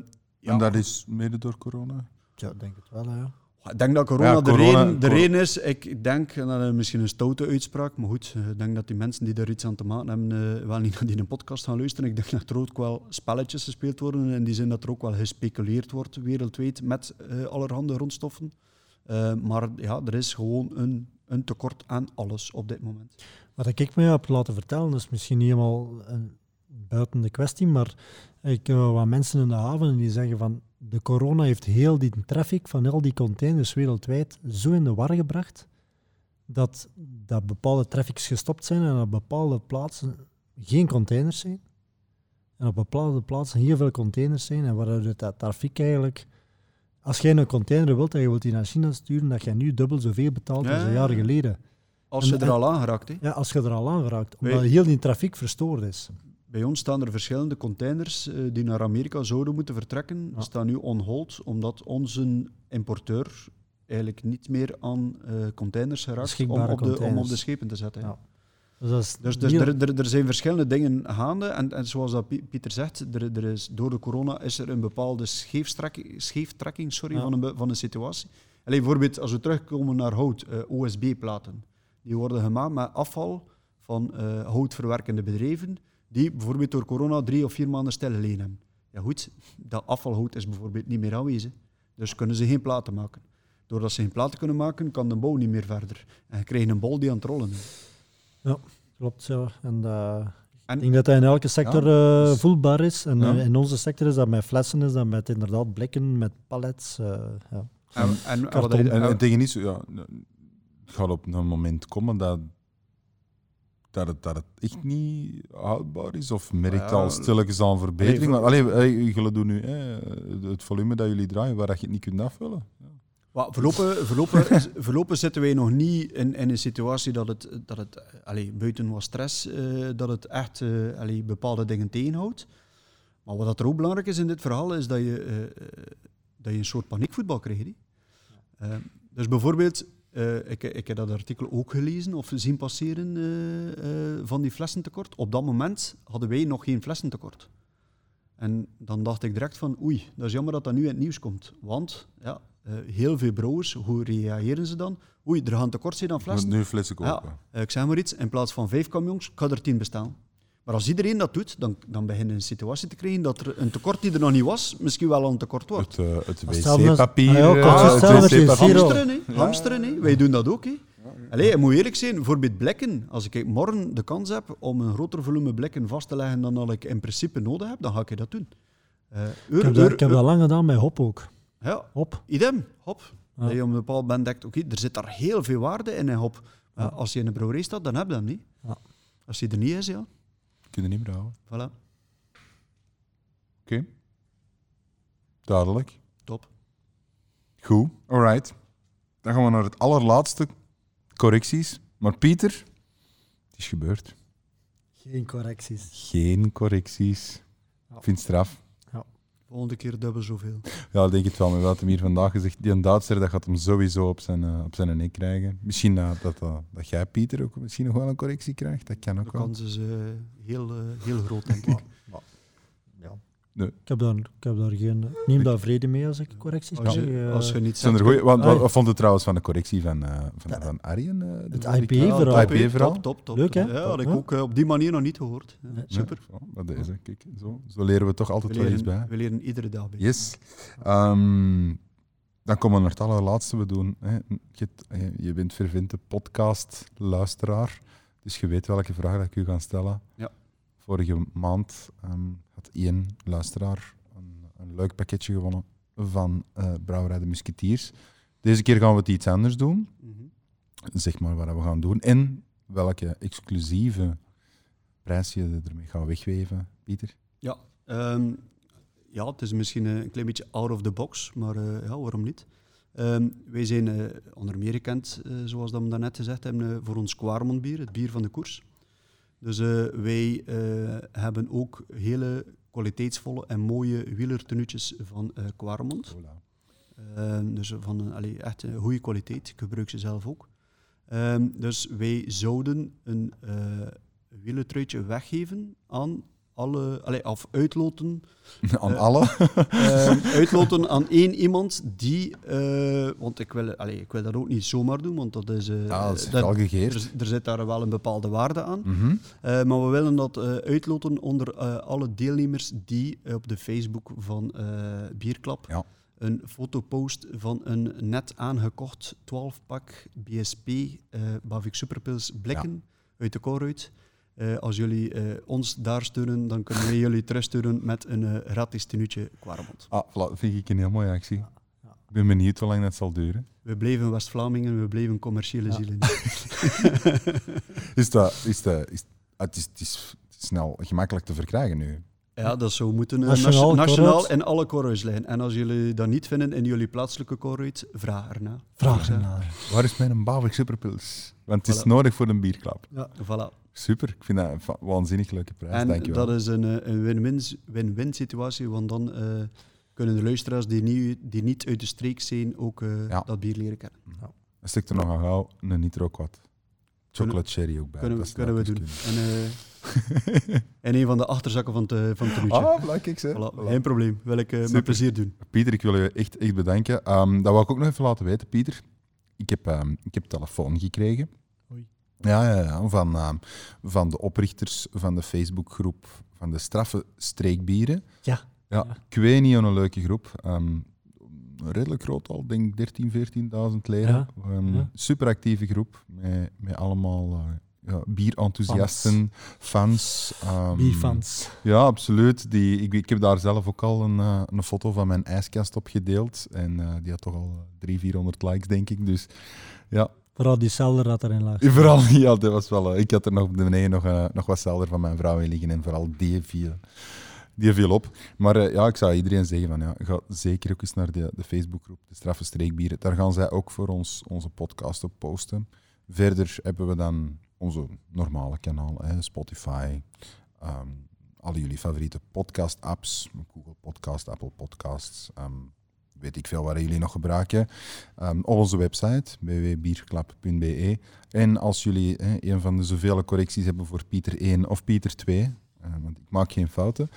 En dat is mede door corona? Ja, ik denk het wel, ja. Ik denk dat corona de reden is. Ik denk, en dat is misschien een stoute uitspraak, maar goed, ik denk dat die mensen die er iets aan te maken hebben, wel niet naar die podcast gaan luisteren. Ik denk dat er ook wel spelletjes gespeeld worden, in die zin dat er ook wel gespeculeerd wordt wereldwijd met allerhande grondstoffen. Maar ja, er is gewoon een tekort aan alles op dit moment. Wat ik me heb laten vertellen, is misschien niet helemaal buiten de kwestie, maar ik heb wat mensen in de haven die zeggen van de corona heeft heel die traffic van al die containers wereldwijd zo in de war gebracht dat bepaalde traffics gestopt zijn en op bepaalde plaatsen geen containers zijn. En op bepaalde plaatsen heel veel containers zijn en waaruit dat traffic eigenlijk... Als jij een container wilt en je wilt die naar China sturen, dat je nu dubbel zoveel betaalt als een jaar geleden. Als je er al aan geraakt. Hè? Ja, als je er al aan geraakt. Omdat heel die trafiek verstoord is. Bij ons staan er verschillende containers die naar Amerika zouden moeten vertrekken. Ja. Staan nu on hold, omdat onze importeur eigenlijk niet meer aan containers geraakt om op de schepen te zetten. Ja. Dus er zijn verschillende dingen gaande. En zoals dat Pieter zegt, er is, door de corona is er een bepaalde scheeftrekking van een situatie. Bijvoorbeeld, als we terugkomen naar hout, OSB-platen. Die worden gemaakt met afval van houtverwerkende bedrijven, die bijvoorbeeld door corona 3 of 4 maanden stilgelegen hebben. Ja goed, dat afvalhout is bijvoorbeeld niet meer aanwezig. Dus kunnen ze geen platen maken. Doordat ze geen platen kunnen maken, kan de bouw niet meer verder. En je krijgt een bol die aan het rollen is. Ja, klopt. Ja. En ik denk dat dat in elke sector voelbaar is. En in onze sector is dat met flessen, is dat met inderdaad blikken, met pallets. Ja. En het ding is, ja, het gaat op een moment komen dat het echt niet houdbaar is, of merkt al stilletjes aan verbetering. Jullie doen nu het volume dat jullie draaien, waar je het niet kunt afvullen. Ja. Maar voorlopig zitten wij nog niet in een situatie dat het buiten wat stress, dat het echt bepaalde dingen tegenhoudt. Maar wat er ook belangrijk is in dit verhaal, is dat je een soort paniekvoetbal krijgt. Dus bijvoorbeeld, ik heb dat artikel ook gelezen of zien passeren van die flessentekort. Op dat moment hadden wij nog geen flessentekort. En dan dacht ik direct van, oei, dat is jammer dat dat nu in het nieuws komt. Want ja, heel veel brouwers, hoe reageren ze dan? Oei, er gaan tekort zijn aan flessen. Nu flessen kopen. Ja, ik zeg maar iets, in plaats van 5 camions, ik ga er 10 bestellen. Maar als iedereen dat doet, dan begin je een situatie te krijgen dat er een tekort die er nog niet was, misschien wel een tekort wordt. Het wc-papier. Hamsteren, hè. Wij doen dat ook. Hè. Allee, je moet eerlijk zijn, bijvoorbeeld blikken. Als ik morgen de kans heb om een groter volume blikken vast te leggen dan dat ik in principe nodig heb, dan ga ik dat doen. Ik heb dat lang gedaan met hop ook. Ja, hop. Idem, hop. Ja. Dat je op een bepaald moment denkt, oké, er zit daar heel veel waarde in hop. Ja. Als je in een brouwerij staat, dan heb je dat niet. Ja. Als je er niet is, ja. Kun je niet brouwen. Voilà. Oké. Duidelijk. Top. Goed, alright. Dan gaan we naar het allerlaatste. Correcties. Maar Pieter, het is gebeurd. Geen correcties. Ja. Vind straf. Ja. Volgende keer dubbel zoveel. Ja, ik denk het wel. Maar we hadden hem hier vandaag gezegd, die Duitser, dat gaat hem sowieso op zijn nek krijgen. Misschien dat jij, Pieter, ook misschien nog wel een correctie krijgt. Dat kan ook wel. De kans is heel groot, denk ik. Ja. Nee. Ik heb daar geen... Ik neem daar vrede mee als ik correcties krijg. Als je niet Zijn er zegt... goeie, wat vond je trouwens van de correctie van Arjen? Het Ja, IPA-verhaal. het IPA-verhaal. Top. Leuk, hè? Ja, had ik Ja. ook op die manier nog niet gehoord. Ja, Nee. super. Ja, bij deze, kijk, zo leren we toch altijd wel iets bij. We leren iedere dag bij. Yes. Dan komen we naar het allerlaatste. We doen, hè. Je bent vervinte podcast-luisteraar, dus je weet welke vraag dat ik u ga stellen. Ja. Vorige maand had één luisteraar een leuk pakketje gewonnen van Brouwerij de Musketiers. Deze keer gaan we het iets anders doen. Mhm. Zeg maar wat we gaan doen. En welke exclusieve prijs je ermee gaat wegweven, Pieter? Ja, ja, het is misschien een klein beetje out of the box, maar ja, waarom niet? Wij zijn onder meer gekend, zoals dat we daarnet gezegd hebben, voor ons Quaremont bier, het bier van de koers. Dus wij hebben ook hele kwaliteitsvolle en mooie wielertenuutjes van Quaremont. Dus van echt een goede kwaliteit. Ik gebruik ze zelf ook. Dus wij zouden een wielertruitje weggeven aan alle, of uitloten. Aan alle? Uitloten aan één iemand die, want ik wil dat ook niet zomaar doen, want dat is... dat is wel gegeerd. Er zit daar wel een bepaalde waarde aan. Mhm. Maar we willen dat uitloten onder alle deelnemers die op de Facebook van Bierklap een foto post van een net aangekocht 12-pak BSP Bavik Superpils blikken uit de Koolruit. Als jullie ons daar steunen, dan kunnen wij jullie terugsturen met een gratis tenuutje Quaremont. Voilà, vind ik een heel mooie actie. Ik ben benieuwd hoe lang dat zal duren. We blijven West-Vlamingen, we blijven commerciële zielen. Het is snel gemakkelijk te verkrijgen nu. Ja, dat zou moeten Nationaal in alle korruis liggen. En als jullie dat niet vinden in jullie plaatselijke korruit, vraag erna. Vraag ernaar. Waar is mijn Bavik Superpils? Want het is nodig voor een bierklap. Ja, voilà. Super, ik vind dat een waanzinnig leuke prijs. En dankjewel. dat is een win-win situatie, want dan kunnen de luisteraars die niet uit de streek zijn ook dat bier leren kennen. Dan stikt er nog aan gauw een nitro quad. Chocolate cherry ook bij. Kunnen we doen. En een van de achterzakken van het tenuutje. Ah, voilà, ik zeg. Voilà, geen probleem. Wil ik met plezier doen. Pieter, ik wil je echt bedanken. Dat wou ik ook nog even laten weten, Pieter. Ik heb telefoon gekregen. Oei. Ja, van de oprichters van de Facebookgroep van de straffe streekbieren. Ja. Ik weet niet, een leuke groep. Redelijk groot al, denk 14.000 leden. Ja. Super actieve groep, met allemaal bierenthousiasten, fans. Bierfans. Ja, absoluut. Ik heb daar zelf ook al een foto van mijn ijskast op gedeeld. En die had toch al 300-400 likes, denk ik. Dus ja. Vooral die celder dat erin lag. Vooral, ja, dat was wel... Ik had er nog beneden nog wat celder van mijn vrouw in liggen. En vooral die viel op. Maar ik zou iedereen zeggen van ga zeker ook eens naar de Facebookgroep, de Straffe Streekbieren. Daar gaan zij ook voor onze podcast op posten. Verder hebben we dan onze normale kanaal, Spotify, alle jullie favoriete podcast-apps, Google Podcast, Apple Podcasts, weet ik veel waar jullie nog gebruiken. Op onze website, www.bierklap.be. En als jullie een van de zoveel correcties hebben voor Pieter 1 of Pieter 2... want ik maak geen fouten.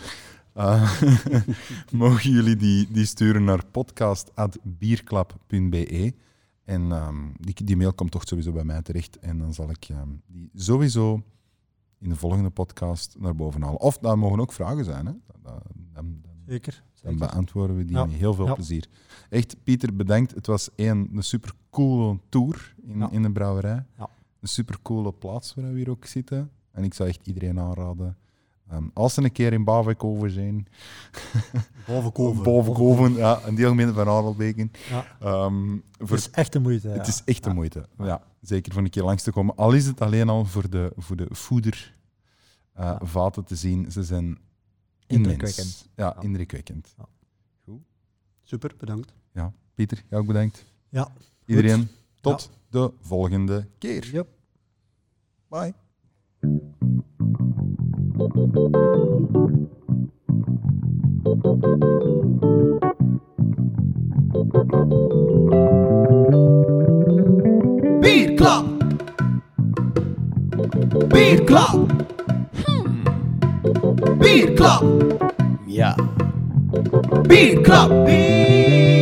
Mogen jullie die sturen naar podcast@bierklap.be. En die mail komt toch sowieso bij mij terecht. En dan zal ik die sowieso in de volgende podcast naar boven halen. Of daar mogen ook vragen zijn. Hè? Zeker. Dan beantwoorden we die met heel veel Ja. plezier. Echt, Pieter, bedankt. Het was een super coole tour in de brouwerij. Ja. Een super coole plaats waar we hier ook zitten. En ik zou echt iedereen aanraden. Als ze een keer in Bavenkoven zijn. Bavenkoven, ja, een deelgemeente van Adelbeken. Ja. Het is echt de moeite. Het is echt de moeite. Ja, zeker voor een keer langs te komen. Al is het alleen al voor de voedervaten te zien. Ze zijn indrukwekkend. Ja, indrukwekkend. Ja. Goed. Super, bedankt. Ja, Pieter, jou ook bedankt. Ja. Iedereen, tot de volgende keer. Yep. Bye. Bierklap! Bierklap! Bierklap! Ja. Beat Club.